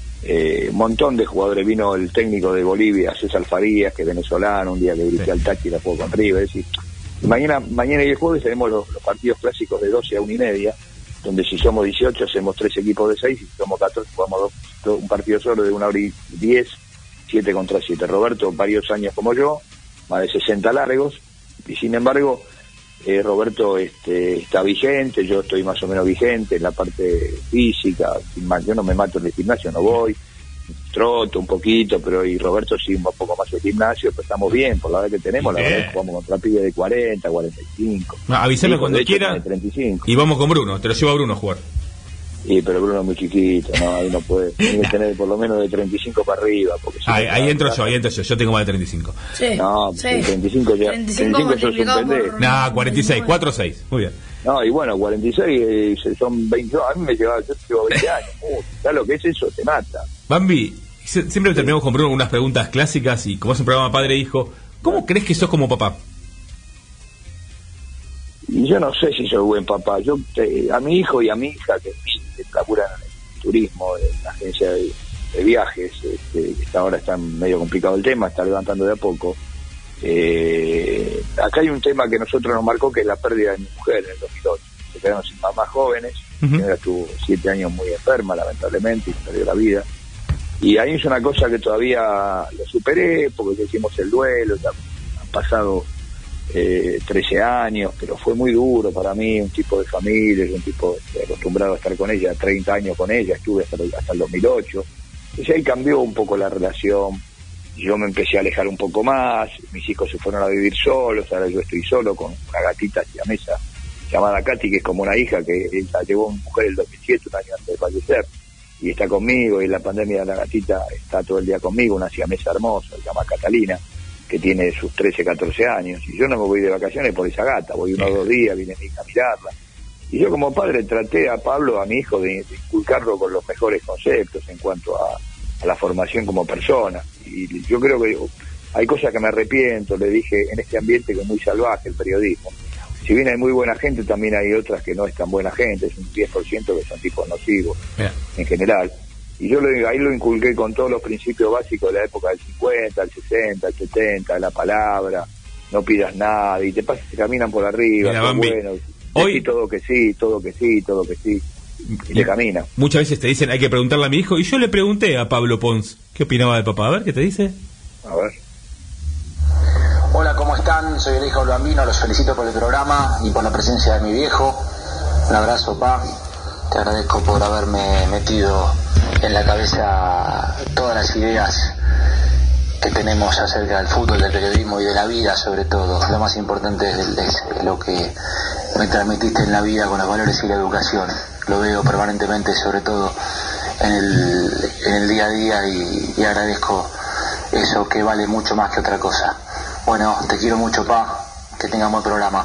eh, un montón de jugadores. Vino el técnico de Bolivia, César Farías, que es venezolano, un día le grité sí. al taxi y la juego con River. Es decir, mañana, mañana y el jueves tenemos los, los partidos clásicos de doce a una y media, donde si somos dieciocho hacemos tres equipos de seis, y si somos catorce jugamos dos, dos, un partido solo de una hora y diez, siete contra siete. Roberto, varios años como yo, más de sesenta largos, y sin embargo, eh, Roberto este, está vigente, yo estoy más o menos vigente en la parte física, yo no me mato en el gimnasio, no voy, troto un poquito, pero y Roberto sí un poco más el gimnasio, pero estamos bien, por la edad que tenemos, la verdad que jugamos contra pibes de cuarenta, cuarenta y cinco. No, avísame sí, cuando quiera y vamos con Bruno, te lo llevo a Bruno a jugar. Sí, pero Bruno es muy chiquito, no, ahí no puede, tiene que tener por lo menos de treinta y cinco para arriba. Porque si ahí, no, ahí entro yo, ahí entro yo, yo tengo más de treinta y cinco. Sí, no, sí. treinta y cinco ya, treinta y cinco, treinta y cinco sos un pendejo. No, cuarenta y seis, cuatro seis, muy bien. No, y bueno, cuarenta y seis eh, son veinte, a mí me lleva, yo llevo veinte años, uh, ¿sabes lo que es eso? Te mata. Bambi, siempre terminamos con Bruno unas preguntas clásicas y como es un programa padre e hijo, ¿cómo crees que sos como papá? Y yo no sé si soy buen papá. Yo te, a mi hijo y a mi hija que, que laburan en el turismo, en la agencia de, de viajes, este, que ahora está medio complicado el tema, está levantando de a poco. Eh, acá hay un tema que nosotros nos marcó, que es la pérdida de mi mujer en el dos mil ocho. Se quedaron sin mamás jóvenes, uh-huh. Ella estuvo siete años muy enferma, lamentablemente, y perdió la vida. Y ahí es una cosa que todavía lo superé, porque hicimos el duelo, ya han pasado eh, trece años, pero fue muy duro para mí, un tipo de familia, un tipo eh, acostumbrado a estar con ella, treinta años con ella, estuve hasta, hasta el dos mil ocho. Entonces ahí cambió un poco la relación, yo me empecé a alejar un poco más, mis hijos se fueron a vivir solos, ahora yo estoy solo con una gatita siamesa llamada Katy, que es como una hija, que la llevó mi mujer el dos mil siete, un año antes de fallecer, y está conmigo, y en la pandemia la gatita está todo el día conmigo, una siamesa hermosa, se llama Catalina, que tiene sus trece, catorce años, y yo no me voy de vacaciones por esa gata, voy uno o dos días, viene mi hija a mirarla, y yo como padre traté a Pablo, a mi hijo, de, de inculcarlo con los mejores conceptos en cuanto a, a la formación como persona, y yo creo que hay cosas que me arrepiento, le dije, en este ambiente que es muy salvaje el periodismo, si bien hay muy buena gente, también hay otras que no es tan buena gente, es un diez por ciento que son tipos nocivos, yeah. En general. Y yo lo, ahí lo inculqué con todos los principios básicos de la época del cincuenta, el sesenta, el setenta, la palabra, no pidas nada, y te pasas, te caminan por arriba, Mira, Bambi, bueno, hoy sí, todo que sí, todo que sí, todo que sí. y te camina. Muchas veces te dicen, hay que preguntarle a mi hijo, y yo le pregunté a Pablo Pons, ¿qué opinaba de papá? A ver, ¿qué te dice? A ver. Hola, ¿cómo están? Soy el hijo del Bambino, los felicito por el programa y por la presencia de mi viejo. Un abrazo, pa. Te agradezco por haberme metido en la cabeza todas las ideas que tenemos acerca del fútbol, del periodismo y de la vida, sobre todo. Lo más importante es, es lo que me transmitiste en la vida con los valores y la educación. Lo veo permanentemente, sobre todo en el, en el día a día, y, y agradezco eso, que vale mucho más que otra cosa. Bueno, te quiero mucho, pa. Que tengamos buen programa.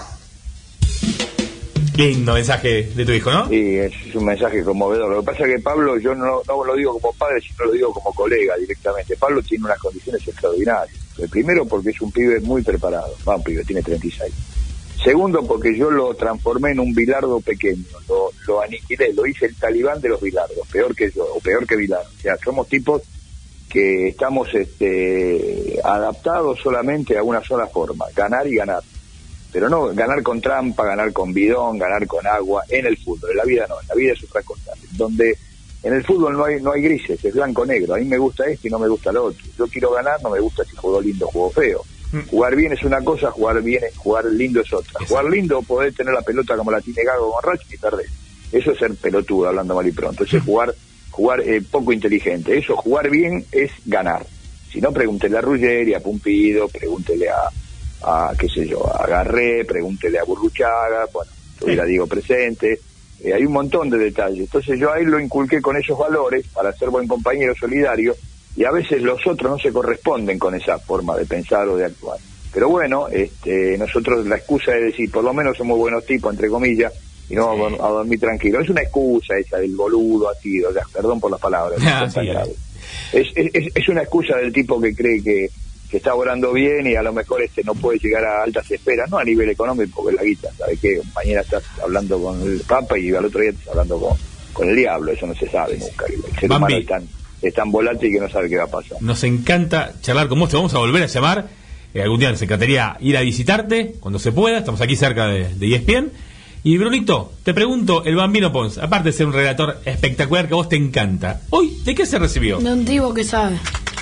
Lindo mensaje de tu hijo, ¿no? Sí, es un mensaje conmovedor. Lo que pasa es que Pablo, yo no, no lo digo como padre, sino lo digo como colega directamente. Pablo tiene unas condiciones extraordinarias. El primero, porque es un pibe muy preparado. Va, un pibe, tiene treinta y seis. Segundo, porque yo lo transformé en un Bilardo pequeño. Lo, lo aniquilé, lo hice el talibán de los Bilardos. Peor que yo, o peor que Bilardo. O sea, somos tipos que estamos este, adaptados solamente a una sola forma, ganar y ganar. Pero no ganar con trampa, ganar con bidón, ganar con agua, en el fútbol. En la vida no, en la vida es otra cosa. Donde en el fútbol no hay no hay grises, es blanco-negro. A mí me gusta esto y no me gusta lo otro. Yo quiero ganar, no me gusta si juego lindo o juego feo. Mm. Jugar bien es una cosa, jugar bien es, jugar lindo es otra. Exacto. Jugar lindo, poder tener la pelota como la tiene Gago con Racing y perder. Eso es ser pelotudo, hablando mal y pronto. Eso es jugar... jugar eh, poco inteligente. Eso, jugar bien es ganar. Si no, pregúntele a Ruggeri, a Pumpido, pregúntele a, a qué sé yo, a Garré, pregúntele a Burruchaga, bueno, tuviera Diego presente. Eh, hay un montón de detalles. Entonces yo ahí lo inculqué con esos valores para ser buen compañero solidario, y a veces los otros no se corresponden con esa forma de pensar o de actuar. Pero bueno, este, nosotros la excusa es decir, por lo menos somos buenos tipos, entre comillas, y no sí. a, a dormir tranquilo. Es una excusa esa del boludo, así, o sea, perdón por las palabras. Ah, sí, es, es, es una excusa del tipo que cree que, que está orando bien y a lo mejor este no puede llegar a altas esferas, no a nivel económico, porque la guita, ¿sabes qué? Mañana estás hablando con el Papa y al otro día estás hablando con, con el diablo, eso no se sabe nunca. El ser Bambi, humano es tan, es tan volátil que no sabe qué va a pasar. Nos encanta charlar con vos, te vamos a volver a llamar. Eh, algún día nos encantaría ir a visitarte cuando se pueda, estamos aquí cerca de, de E S P N. Y Brunito, te pregunto, el Bambino Pons, aparte de ser un relator espectacular que a vos te encanta, hoy, ¿de qué se recibió? De un tipo que sabe.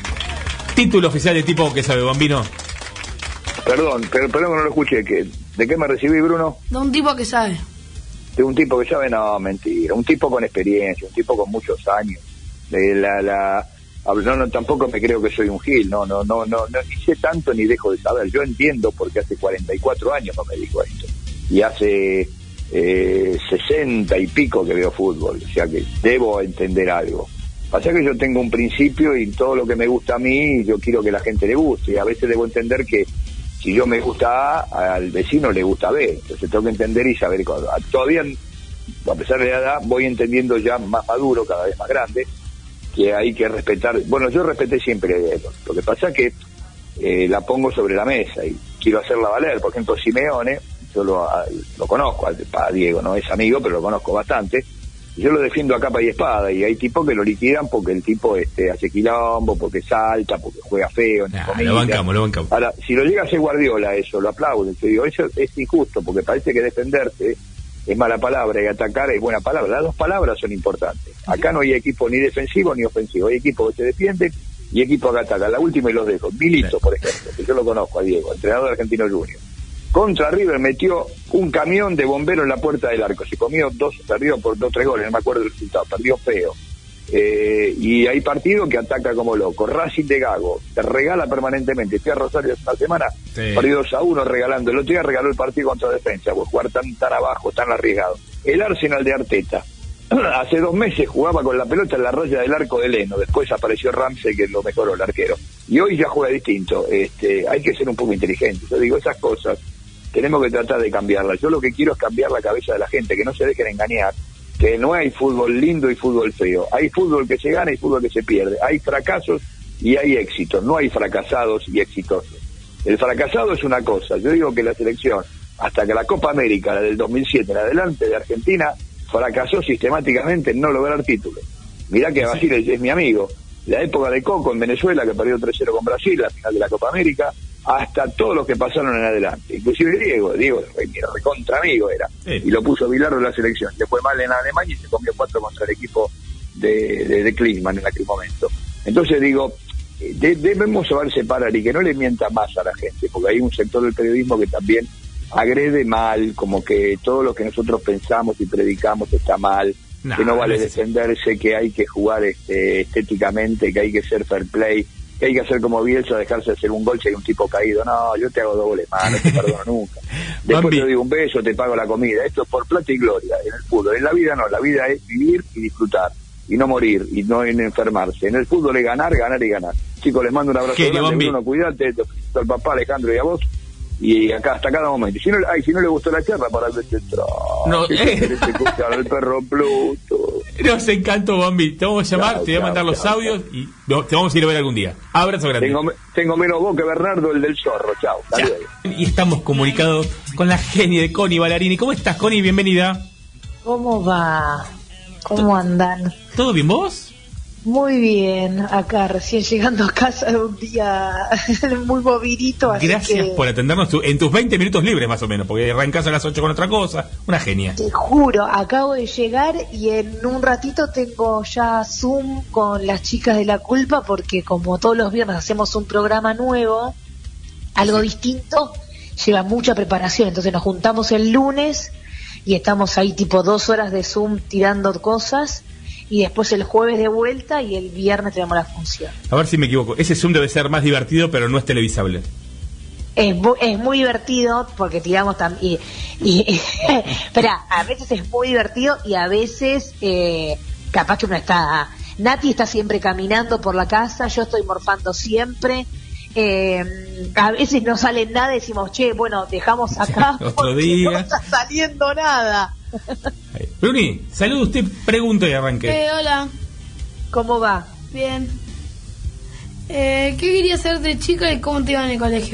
Título oficial de tipo que sabe, Bambino. Perdón, pero, perdón que no lo escuché. ¿Que, ¿De qué me recibí, Bruno? De un tipo que sabe. De un tipo que sabe, no, mentira. Un tipo con experiencia, un tipo con muchos años. De la, la, no, no, tampoco me creo que soy un gil, no, no, no, no, no, ni sé tanto ni dejo de saber. Yo entiendo porque hace cuarenta y cuatro años no me dijo esto. Y hace... Eh, sesenta y pico que veo fútbol, o sea que debo entender algo. Pasa que yo tengo un principio y todo lo que me gusta a mí yo quiero que a la gente le guste, y a veces debo entender que si yo me gusta A, al vecino le gusta B, entonces tengo que entender y saber. Todavía, a pesar de la edad, voy entendiendo ya más maduro, cada vez más grande, que hay que respetar. Bueno, yo respeté siempre lo, lo que pasa que eh, la pongo sobre la mesa y quiero hacerla valer. Por ejemplo, Simeone, yo lo, lo conozco, a Diego no es amigo, pero lo conozco bastante, y yo lo defiendo a capa y espada, y hay tipos que lo liquidan porque el tipo este hace quilombo, porque salta, porque juega feo, nah, lo bancamos, lo bancamos. Ahora, si lo llega a hacer Guardiola, eso lo aplaudo. Yo digo, eso es injusto, porque parece que defenderse es mala palabra y atacar es buena palabra. Las dos palabras son importantes. Acá no hay equipo ni defensivo ni ofensivo, hay equipo que se defienden y equipo que atacan. La última y los dejo. Milito, por ejemplo, que yo lo conozco a Diego, entrenador de Argentino Junior. Contra River metió un camión de bomberos en la puerta del arco. Se comió dos, perdió por dos, tres goles, no me acuerdo el resultado, perdió feo. Eh, y hay partidos que ataca como loco. Racing de Gago, te regala permanentemente. Fui a Rosario hace una semana, sí. Perdió dos a uno regalando. El otro día regaló el partido contra Defensa, por jugar tan, tan abajo, tan arriesgado. El Arsenal de Arteta. Hace dos meses jugaba con la pelota en la raya del arco de Leno, después apareció Ramsey que lo mejoró el arquero, y hoy ya juega distinto. Este, hay que ser un poco inteligente. Yo digo, esas cosas tenemos que tratar de cambiarlas. Yo lo que quiero es cambiar la cabeza de la gente, que no se dejen engañar, que no hay fútbol lindo y fútbol feo, hay fútbol que se gana y fútbol que se pierde, hay fracasos y hay éxitos, no hay fracasados y exitosos. El fracasado es una cosa. Yo digo que la selección, hasta que la Copa América, la del dos mil siete en adelante de Argentina, fracasó sistemáticamente en no lograr títulos. Mirá que Basile es, es mi amigo. La época de Coco en Venezuela, que perdió tres cero con Brasil, la final de la Copa América, hasta todos los que pasaron en adelante, inclusive Diego, Diego, recontra amigo era, sí. Y lo puso Bilardo en la selección, le fue mal en Alemania y se comió cuatro contra el equipo de, de, de Klinsmann en aquel momento. Entonces digo, de, debemos saber separar y que no le mienta más a la gente, porque hay un sector del periodismo que también agrede mal, como que todo lo que nosotros pensamos y predicamos está mal, no, que no vale no defenderse, que hay que jugar este, estéticamente, que hay que ser fair play, que hay que hacer como Bielsa, dejarse hacer un gol si hay un tipo caído. No, yo te hago dos goles más, no te perdono nunca. Después Bambi. Te doy un beso, te pago la comida. Esto es por plata y gloria en el fútbol. En la vida no, la vida es vivir y disfrutar, y no morir, y no en enfermarse. En el fútbol es ganar, ganar y ganar. Chicos, les mando un abrazo Genio, grande, Bruno, cuídate, te felicito al papá Alejandro y a vos. Y acá hasta cada momento. Si no, ay, si no le gustó la charla, para el centro. No, eh. el perro Pluto. Nos encantó, Bambi. Te vamos a llamar, chao, te voy a mandar chao, los chao, audios chao. Y te vamos a ir a ver algún día. Abrazo grande. Tengo, tengo menos voz que Bernardo, el del zorro. Chao. Y estamos comunicados con la genia de Connie Ballarini. ¿Cómo estás, Connie? Bienvenida. ¿Cómo va? ¿Cómo andan? ¿Todo bien vos? Muy bien, acá recién llegando a casa de un día muy movidito. Así Gracias que, por atendernos tu, en tus veinte minutos libres más o menos, porque arrancás a las ocho con otra cosa. Una genia. Te juro, acabo de llegar y en un ratito tengo ya Zoom con las chicas de La Culpa, porque como todos los viernes hacemos un programa nuevo, algo sí. distinto, lleva mucha preparación. Entonces nos juntamos el lunes y estamos ahí tipo dos horas de Zoom tirando cosas. Y después el jueves de vuelta y el viernes tenemos la función. A ver si me equivoco. Ese Zoom debe ser más divertido, pero no es televisable. Es muy, es muy divertido porque tiramos también. Y, y, espera, a veces es muy divertido y a veces eh, capaz que uno está. Nati está siempre caminando por la casa, yo estoy morfando siempre. Eh, a veces no sale nada y decimos, che, bueno, dejamos acá. Otro día. No está saliendo nada. Bruni, saludos, usted pregunta y arranque. Eh, hola. ¿Cómo va? Bien. Eh, ¿Qué quería hacer de chica y cómo te iba en el colegio?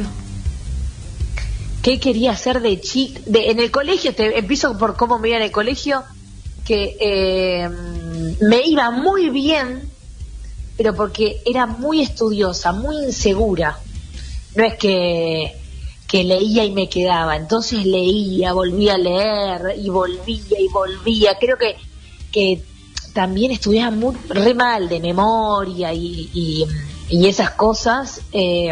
¿Qué quería hacer de chica? De, en el colegio, te empiezo por cómo me iba en el colegio, que eh, me iba muy bien, pero porque era muy estudiosa, muy insegura. No es que... que leía y me quedaba, entonces leía, volvía a leer y volvía y volvía. Creo que que también estudiaba muy re mal de memoria y, y, y esas cosas, eh,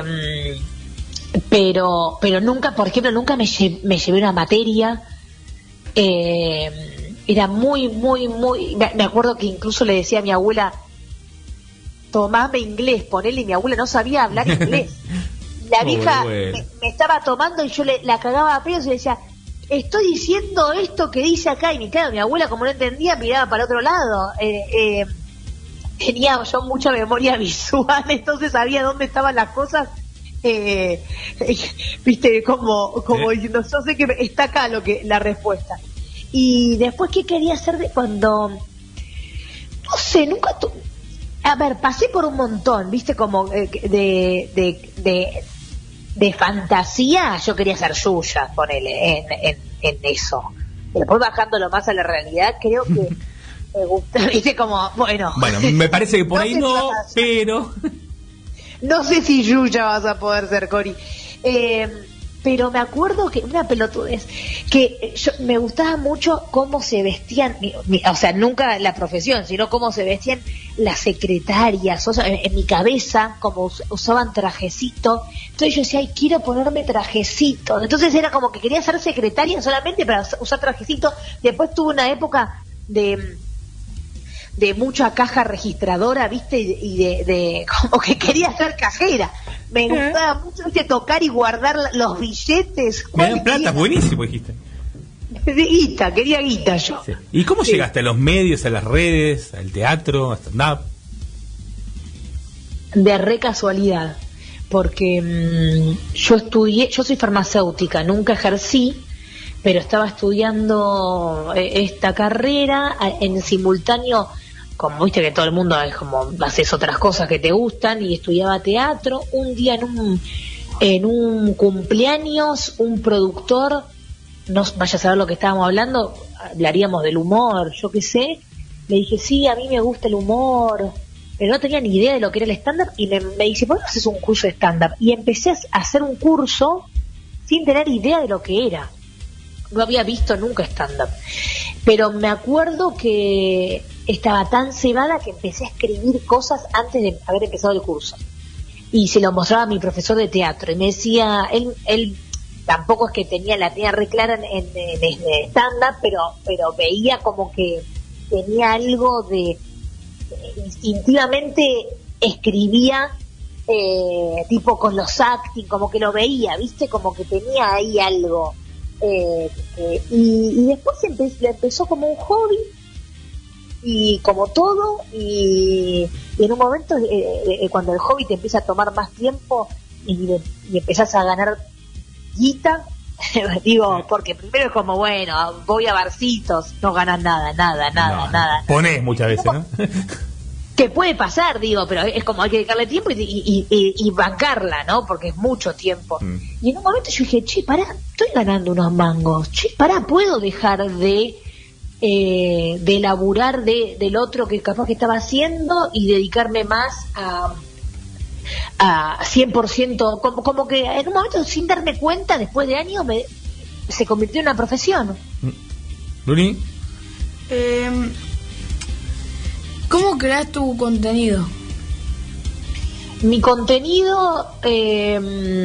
pero pero nunca, por ejemplo, nunca me, lle me llevé una materia. Eh, era muy, muy, muy... Me acuerdo que incluso le decía a mi abuela, tomame inglés, ponele, y mi abuela no sabía hablar inglés. La vieja oh, bueno. me, me estaba tomando y yo le, la cagaba a pedos y le decía, estoy diciendo esto que dice acá. Y mi, claro, mi abuela, como no entendía, miraba para otro lado. Eh, eh, tenía yo mucha memoria visual, entonces sabía dónde estaban las cosas. Eh, eh, viste, como, como ¿Eh? diciendo, yo sé que está acá lo que la respuesta. Y después, ¿qué quería hacer de cuando... No sé, nunca... Tu... A ver, pasé por un montón, viste, como eh, de... de, de de fantasía, yo quería ser Yuya, ponele, en, en, en eso. Después bajándolo más a la realidad, creo que me gusta, viste, como, bueno. Bueno, me parece que por no ahí no, pero... No sé si Yuya vas a poder ser, Cori. Eh, pero me acuerdo que, una pelotudez, que yo, me gustaba mucho cómo se vestían, mi, mi, o sea, nunca la profesión, sino cómo se vestían las secretarias, o sea, en, en mi cabeza, como us, usaban trajecito. Entonces yo decía, ay, quiero ponerme trajecito. Entonces era como que quería ser secretaria solamente para usar trajecito. Después tuve una época de de mucha caja registradora, ¿viste? Y de, de como que quería ser cajera. Me gustaba mucho, ¿viste? Tocar y guardar los billetes. Me dan plata, buenísimo, dijiste. De guita, quería guita yo. Sí. ¿Y cómo sí. llegaste a los medios, a las redes, al teatro, a stand-up? De re casualidad, porque mmm, yo estudié, yo soy farmacéutica, nunca ejercí, pero estaba estudiando eh, esta carrera en simultáneo. Como viste que todo el mundo es como haces otras cosas que te gustan, y estudiaba teatro. Un día en un en un cumpleaños, un productor, no vaya a saber lo que estábamos hablando, hablaríamos del humor, yo qué sé, le dije, sí, a mí me gusta el humor, pero no tenía ni idea de lo que era el stand-up, y me, me dice, ¿por qué no haces un curso de stand-up? Y empecé a hacer un curso sin tener idea de lo que era. No había visto nunca stand-up. Pero me acuerdo que estaba tan cebada que empecé a escribir cosas antes de haber empezado el curso. Y se lo mostraba a mi profesor de teatro. Y me decía, él, él tampoco es que tenía la tenía re clara en, en, en stand-up, pero, pero veía como que tenía algo de... instintivamente escribía eh, tipo con los acting, como que lo veía, viste, como que tenía ahí algo. Eh, eh, y, y después empe- empezó como un hobby, y como todo, y, y en un momento eh, eh, cuando el hobby te empieza a tomar más tiempo y, y empezás a ganar guita, digo, porque primero es como, bueno, voy a barcitos, no ganas nada, nada, nada, no, nada. Ponés muchas veces, ¿no? Que puede pasar, digo, pero es como hay que dedicarle tiempo y, y, y, y bancarla, ¿no? Porque es mucho tiempo. Mm. Y en un momento yo dije, che, pará, estoy ganando unos mangos. Che, pará, puedo dejar de eh, de laburar de, del otro que capaz que estaba haciendo y dedicarme más a a cien por ciento, como, como que en un momento sin darme cuenta, después de años, me, se convirtió en una profesión. ¿Luni? Eh... ¿Cómo creas tu contenido? Mi contenido eh,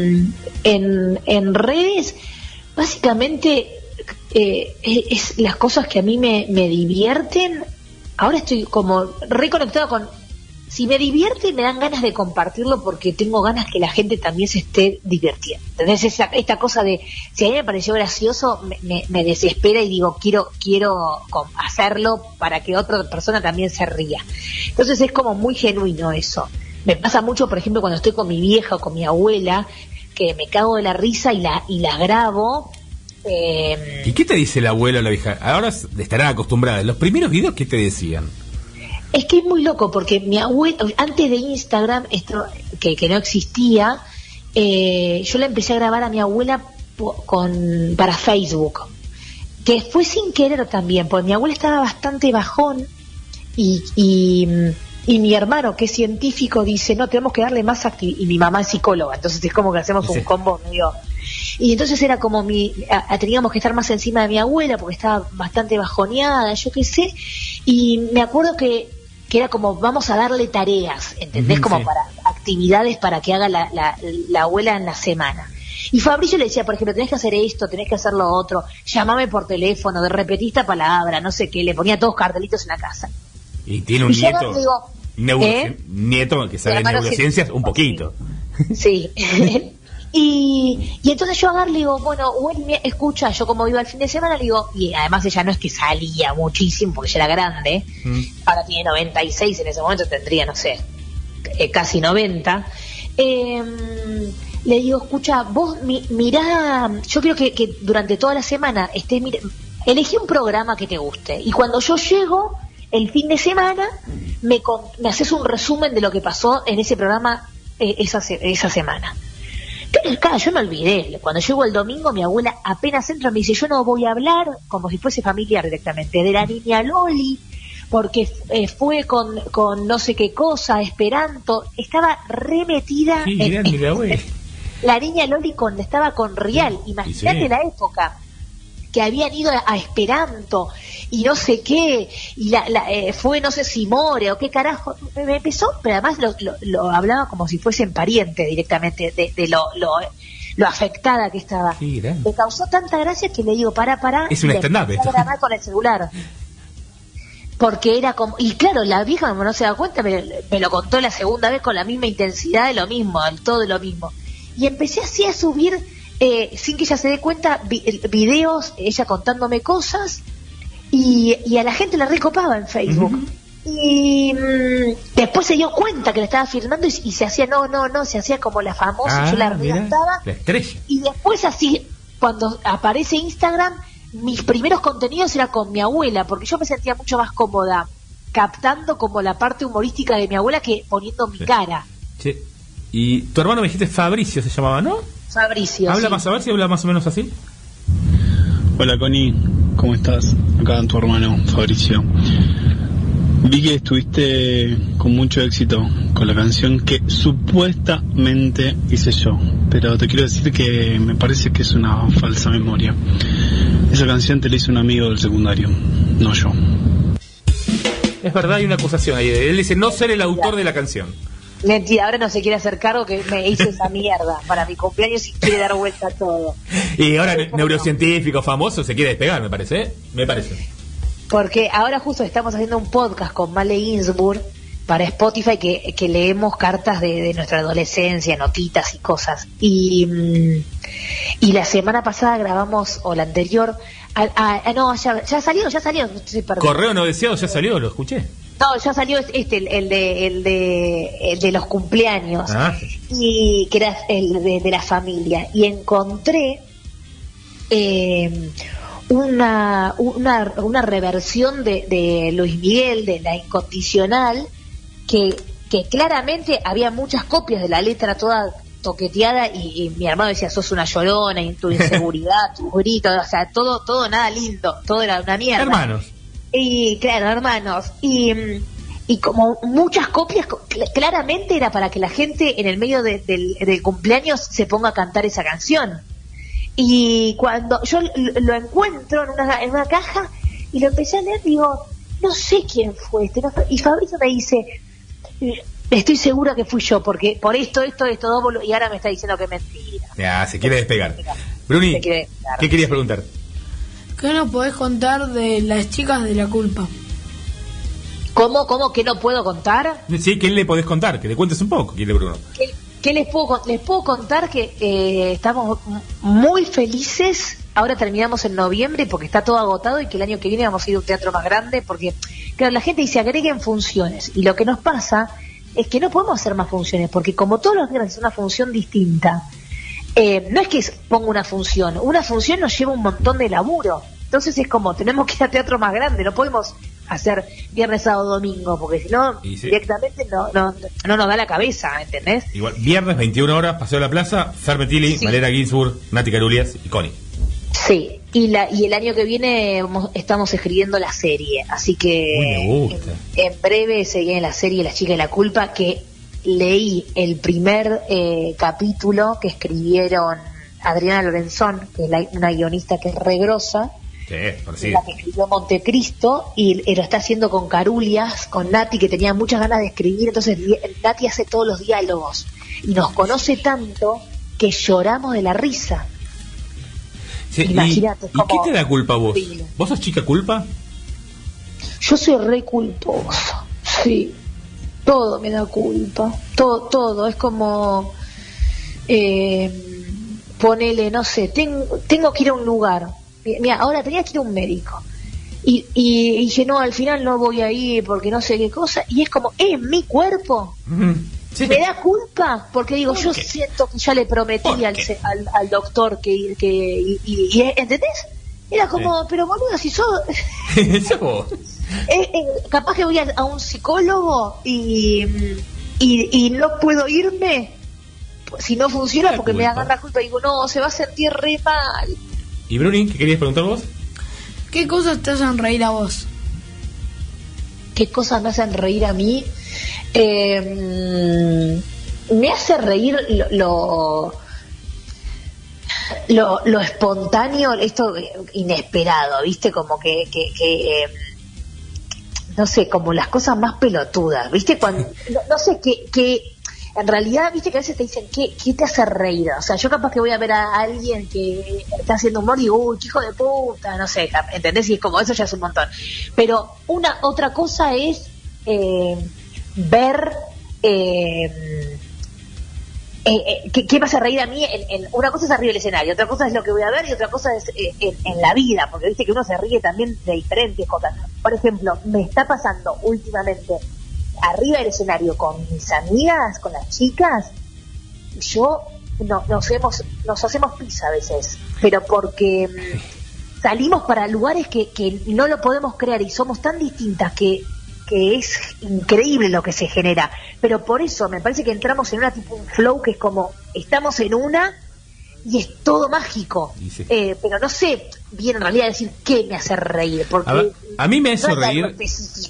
en, en redes, básicamente eh, es, es las cosas que a mí me, me divierten. Ahora estoy como reconectada con... Si me divierte, me dan ganas de compartirlo porque tengo ganas que la gente también se esté divirtiendo. Entonces, esa, esta cosa de, si a mí me pareció gracioso, me, me, me desespera y digo, quiero quiero hacerlo para que otra persona también se ría. Entonces es como muy genuino eso. Me pasa mucho, por ejemplo, cuando estoy con mi vieja o con mi abuela, que me cago de la risa y la, y la grabo. Eh... ¿Y qué te dice la abuela o la vieja? Ahora estarán acostumbradas. ¿Los primeros videos qué te decían? Es que es muy loco porque mi abuela, antes de Instagram, esto que, que no existía, eh, yo la empecé a grabar a mi abuela con para Facebook, que fue sin querer también, porque mi abuela estaba bastante bajón y, y, y mi hermano, que es científico, dice, no, tenemos que darle más actividad, y mi mamá es psicóloga, entonces es como que hacemos sí. un combo medio... Y entonces era como mi, a, a, teníamos que estar más encima de mi abuela porque estaba bastante bajoneada, yo qué sé, y me acuerdo que que era como, vamos a darle tareas, ¿entendés? Uh-huh, como sí. para actividades para que haga la, la, la abuela en la semana. Y Fabricio le decía, por ejemplo, tenés que hacer esto, tenés que hacer lo otro, llamame por teléfono, de repetí esta palabra, no sé qué, le ponía todos cartelitos en la casa. Y tiene un y nieto, digo, neuro, ¿eh? nieto que sabe neurociencias, sí, un poquito. Sí. Y, y entonces yo agarro, le digo, bueno, Wendy, escucha, yo como iba el fin de semana, le digo, y además ella no es que salía muchísimo porque ella era grande, mm. ahora tiene noventa y seis, en ese momento tendría, no sé, eh, casi noventa, eh, le digo, escucha, vos mi, mirá, yo quiero que, que durante toda la semana estés, mira, elegí un programa que te guste, y cuando yo llego el fin de semana, me, con, me haces un resumen de lo que pasó en ese programa eh, esa, esa semana. Pero claro, yo me olvidé. Cuando llego el domingo, mi abuela apenas entra, me dice, yo no voy a hablar, como si fuese familiar directamente, de la niña Loli, porque eh, fue con, con no sé qué cosa, Esperanto, estaba remetida sí, en, en, en la niña Loli con, estaba con Rial, imagínate sí. la época que habían ido a, a Esperanto y no sé qué, y la, la, eh, fue no sé si More o qué carajo, me empezó, pero además lo, lo, lo hablaba como si fuesen parientes directamente de, de lo, lo, lo afectada que estaba. Sí, me causó tanta gracia que le digo, pará, pará, es un stand-up esto. Grabar con el celular. Porque era como, y claro, la vieja como no se da cuenta, me, me lo contó la segunda vez con la misma intensidad de lo mismo, todo de lo mismo. Y empecé así a subir, eh, sin que ella se dé cuenta, vi, videos, ella contándome cosas, y, y a la gente la recopaba en Facebook. Uh-huh. Y mmm, después se dio cuenta que la estaba filmando y, y se hacía, no, no, no, se hacía como la famosa, ah, yo la redactaba. La estrella. Y después así, cuando aparece Instagram, mis primeros contenidos eran con mi abuela, porque yo me sentía mucho más cómoda captando como la parte humorística de mi abuela que poniendo mi sí. cara. Sí. Y tu hermano me dijiste Fabricio se llamaba, ¿no? Fabricio. Habla sí. más, a ver si habla más o menos así. Hola Connie, ¿cómo estás? Acá tu hermano Fabricio. Vi que estuviste con mucho éxito con la canción que supuestamente hice yo, pero te quiero decir que me parece que es una falsa memoria. Esa canción te la hizo un amigo del secundario, no yo. Es verdad, hay una acusación ahí. Él dice no ser el autor de la canción. Mentira, ahora no se quiere hacer cargo que me hizo esa mierda para mi cumpleaños y quiere dar vuelta a todo. Y ahora ne- neurocientífico famoso se quiere despegar, me parece, ¿eh? Me parece. Porque ahora justo estamos haciendo un podcast con Male Ginsburg para Spotify que, que leemos cartas de, de nuestra adolescencia, notitas y cosas. Y, mm, y la semana pasada grabamos, o la anterior, a, a, a, no, ya, ya salió, ya salió. Sí, Correo no deseado ya salió, lo escuché. No, ya salió este, el, el de el de el de los cumpleaños, ah. y que era el de, de la familia. Y encontré eh, una, una una reversión de, de Luis Miguel, de La Incondicional, que, que claramente había muchas copias de la letra toda toqueteada y, y mi hermano decía sos una llorona y tu inseguridad, tus gritos, o sea, todo todo nada lindo, todo era una mierda. Hermanos. Y claro, hermanos, y, y como muchas copias, claramente era para que la gente en el medio de, del, del cumpleaños se ponga a cantar esa canción. Y cuando yo lo encuentro en una, en una caja y lo empecé a leer, digo, no sé quién fue este. No, y Fabrizio me dice, estoy segura que fui yo, porque por esto, esto, esto, doble, y ahora me está diciendo que es mentira. Ya, se quiere despegar. Bruni, se quiere despegar. ¿Qué querías preguntar? ¿Qué nos podés contar de las chicas de La Culpa? ¿Cómo, cómo, qué no puedo contar? Sí, ¿qué le podés contar? Que le cuentes un poco, quiere Bruno. ¿Qué, qué les puedo les puedo contar? Que eh, estamos muy felices. Ahora terminamos en noviembre porque está todo agotado y que el año que viene vamos a ir a un teatro más grande porque, claro, la gente dice agreguen funciones y lo que nos pasa es que no podemos hacer más funciones porque como todos los días es una función distinta. Eh, no es que ponga una función, una función nos lleva un montón de laburo, entonces es como tenemos que ir a teatro más grande, no podemos hacer viernes, sábado, domingo, porque si no sí. directamente no, no no nos da la cabeza, ¿entendés? Igual, viernes, veintiuna horas, Paseo de la Plaza, Fer Betili, sí. Malena Ginsburg, Nati Carulias y Connie. Sí, y la y el año que viene estamos escribiendo la serie, así que Uy, me gusta. En, en breve se viene la serie La Chica de la Culpa, que leí el primer eh, capítulo que escribieron Adriana Lorenzón, que es la, una guionista que es re grosa, sí, la que escribió Montecristo, y, y lo está haciendo con Carulias, con Nati, que tenía muchas ganas de escribir, entonces Nati hace todos los diálogos, y nos conoce tanto que lloramos de la risa. Sí, Imagínate. ¿Y, ¿y qué te da culpa vos? Horrible. ¿Vos sos chica culpa? Yo soy re culposa, sí. Todo me da culpa, todo, todo, es como, eh, ponele, no sé, tengo, tengo que ir a un lugar, mira, ahora tenía que ir a un médico, y, y, y dije, no, al final no voy a ir porque no sé qué cosa, y es como, es mi cuerpo, mm, sí. Me da culpa, porque digo, ¿Por yo qué? siento que ya le prometí al, al, al doctor que, que y, y, y, ¿entendés? Era como, sí. pero boludo, si sos... Eso. Eh, eh, capaz que voy a, a un psicólogo y, y y no puedo irme si no funciona porque me agarra culpa y digo, no, se va a sentir re mal. ¿Y Bruni, qué querías preguntar vos? ¿Qué cosas te hacen reír a vos? ¿Qué cosas me hacen reír a mí? Eh, me hace reír lo... lo Lo, lo espontáneo, esto inesperado, ¿viste? Como que, que, que eh, no sé, como las cosas más pelotudas, ¿viste? Cuando, no, no sé, que, que en realidad, ¿viste? Que a veces te dicen, ¿qué, ¿qué te hace reír? O sea, yo capaz que voy a ver a alguien que está haciendo humor y digo, uy, qué hijo de puta, no sé, ¿entendés? Y es como, eso ya es un montón. Pero una otra cosa es eh, ver... Eh, Eh, eh, ¿qué, ¿Qué me hace reír a mí? En, en, una cosa es arriba del escenario, otra cosa es lo que voy a ver y otra cosa es eh, en, en la vida, porque viste que uno se ríe también de diferentes cosas. Por ejemplo, me está pasando últimamente arriba del escenario con mis amigas, con las chicas, yo no, nos, hacemos, nos hacemos pis a veces, pero porque mm, salimos para lugares que, que no lo podemos creer y somos tan distintas que que es increíble lo que se genera, pero por eso me parece que entramos en una tipo un flow que es como, estamos en una y es todo mágico, sí. eh, pero no sé bien en realidad decir qué me hace reír, porque a, ver, a mí me hace no reír específico.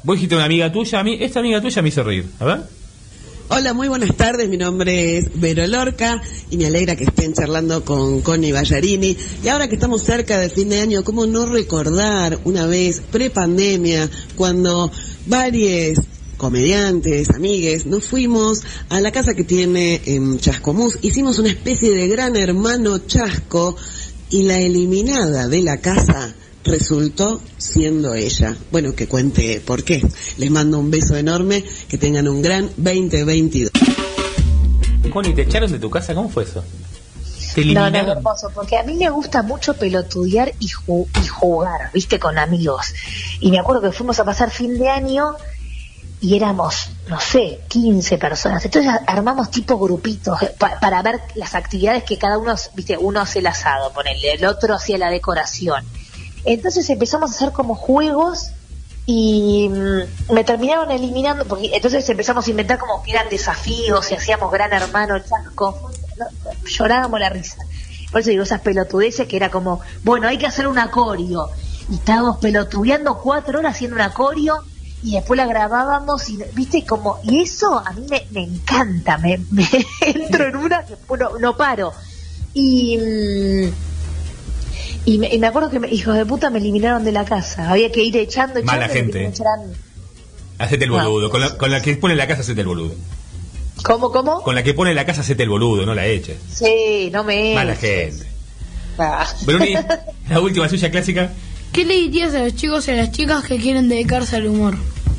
vos dijiste una amiga tuya, a mí, esta amiga tuya me hizo reír. A ver. Hola, muy buenas tardes, mi nombre es Vero Lorca y me alegra que estén charlando con Connie Ballarini. Y ahora que estamos cerca del fin de año, ¿cómo no recordar una vez, pre-pandemia, cuando varios comediantes, amigues, nos fuimos a la casa que tiene en Chascomús, hicimos una especie de gran hermano Chasco y la eliminada de la casa resultó siendo ella. Bueno, que cuente por qué. Les mando un beso enorme, que tengan un gran veinte veintidós. Connie, ¿te echaron de tu casa? ¿Cómo fue eso? ¿Te No, no, eliminaron? hermoso, porque a mí me gusta mucho pelotudear y, ju- y jugar, viste, con amigos. Y me acuerdo que fuimos a pasar fin de año y éramos, no sé, quince personas. Entonces armamos tipo grupitos pa- para ver las actividades que cada uno, viste, uno hace el asado, ponele, el otro hacía la decoración. Entonces empezamos a hacer como juegos y mm, me terminaron eliminando, porque entonces empezamos a inventar como que eran desafíos y hacíamos Gran Hermano Chasco, no, llorábamos la risa. Por eso digo, esas pelotudeces que era como, bueno, hay que hacer un acorio, y estábamos pelotudeando cuatro horas haciendo un acorio y después la grabábamos y viste como, y eso a mí me, me encanta, me, me entro en una que no, no paro. Y mm, Y me, y me acuerdo que me, hijos de puta me eliminaron de la casa. Había que ir echando, echando. Mala gente. Y me echaran... Hacete el boludo. Con la, con la que pone la casa, hacete el boludo. ¿Cómo, cómo? Con la que pone la casa, hacete el boludo, no la eches. Sí, no me Mala eches. gente. Ah. Bruni, la última suya clásica. ¿Qué le dirías a los chicos y a las chicas que quieren dedicarse al humor?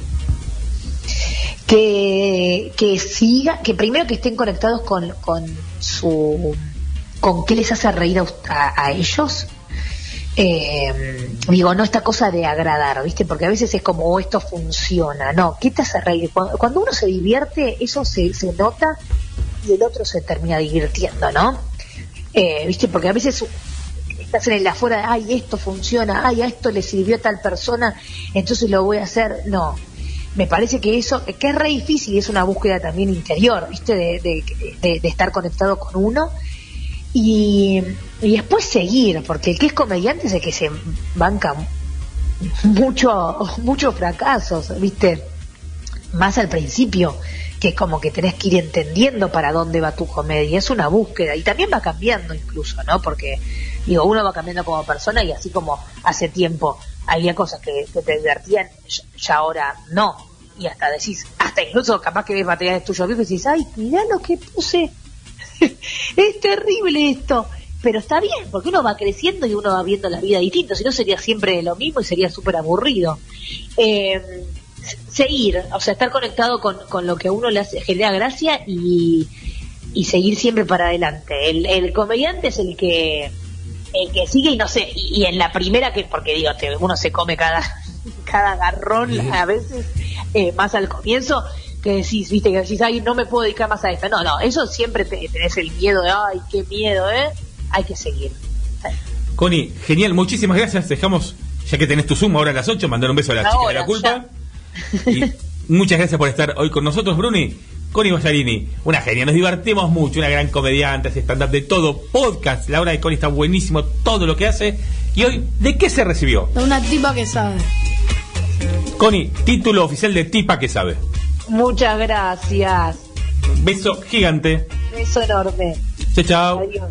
Que, que siga, que primero que estén conectados con, con su... con qué les hace reír a, a, a ellos. Eh, digo, no esta cosa de agradar, ¿viste? Porque a veces es como, oh, esto funciona. No, ¿qué te hace reír? Cuando, cuando uno se divierte, eso se, se nota y el otro se termina divirtiendo, ¿no? Eh, ¿Viste? Porque a veces estás en el afuera de, ay, esto funciona, ay, a esto le sirvió a tal persona, entonces lo voy a hacer. No, me parece que eso, que es re difícil y es una búsqueda también interior, ¿viste? De, de, de, de estar conectado con uno. Y, y después seguir, porque el que es comediante es el que se banca mucho, muchos fracasos, ¿viste? Más al principio, que es como que tenés que ir entendiendo para dónde va tu comedia, es una búsqueda, y también va cambiando incluso, ¿no? Porque, digo, uno va cambiando como persona, y así como hace tiempo había cosas que, que te divertían, ya ahora no, y hasta decís, hasta incluso capaz que ves materiales tuyos viejos y decís, ay, mirá lo que puse. Es terrible esto, pero está bien, porque uno va creciendo y uno va viendo la vida distinta, si no sería siempre lo mismo y sería súper aburrido. Eh, seguir, o sea, estar conectado con, con lo que a uno le hace, genera gracia y, y seguir siempre para adelante. El, el comediante es el que el que sigue y no sé, y, y en la primera que, porque digo, te, uno se come cada, cada garrón a veces, eh, más al comienzo, que decís, viste, que decís, ay, no me puedo dedicar más a esto. No, no, eso siempre te, tenés el miedo de, ay, qué miedo, ¿eh? Hay que seguir. Connie, genial, muchísimas gracias. Dejamos, ya que tenés tu Zoom ahora a las ocho, mandar un beso a la Ahora, chica de la culpa. Y muchas gracias por estar hoy con nosotros, Bruni. Connie Ballarini, una genia, nos divertimos mucho, una gran comediante, hace stand-up de todo, podcast, la hora de Connie está buenísimo, todo lo que hace. Y hoy, ¿de qué se recibió? De una tipa que sabe. Connie, título oficial de tipa que sabe. Muchas gracias. Beso gigante. Beso enorme. Chao, chao. Adiós.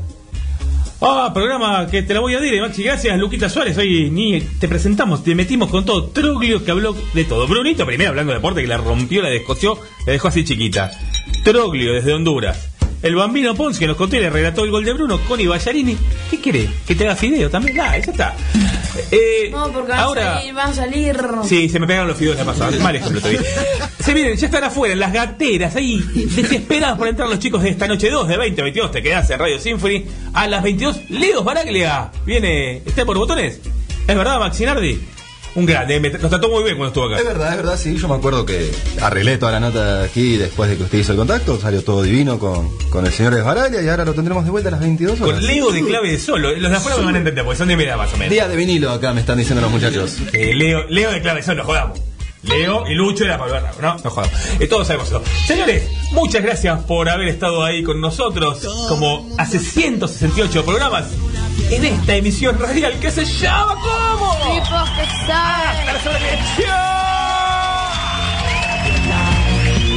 Ah, programa que te la voy a decir, Maxi. Gracias, Luquita Suárez. Hoy ni te presentamos, te metimos con todo. Troglio que habló de todo. Brunito, primero hablando de deporte, que la rompió, la descoció, la dejó así chiquita. Troglio desde Honduras. El Bambino Pons, que nos contó y le relató el gol de Bruno. Connie Ballarini. ¿Qué querés? ¿Que te haga fideo también? Ah, ya está. Eh, No, porque van, ahora, a salir, van a salir. Sí, se me pegaron los fideos la pasada. Mal ejemplo te vi. Se vienen, ya están afuera, en las gateras, ahí, desesperados por entrar los chicos de esta noche dos de veinte a veintidós. Te quedás en Radio Symphony. A las veintidós, Leo Baraglia. Viene, ¿está por botones? ¿Es verdad, Maxi Nardi? Un grande, me, nos trató muy bien cuando estuvo acá. Es verdad, es verdad, sí. Yo me acuerdo que arreglé toda la nota aquí después de que usted hizo el contacto. Salió todo divino con, con el señor Esbaraglia y ahora lo tendremos de vuelta a las veintidós horas. Con Leo de clave de solo. Los de afuera me van a entender porque son de mi edad más o menos. Día de vinilo acá me están diciendo los muchachos. Eh, Leo, Leo de clave de solo, jodamos. Leo y Lucho de la Palverna, ¿no? No jodamos. Eh, todos sabemos eso. Señores, muchas gracias por haber estado ahí con nosotros, como hace ciento sesenta y ocho programas, en esta emisión radial que se llama ¿cómo? Tipos que saben. ¡Hasta la semana que viene!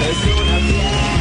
es una fiesta.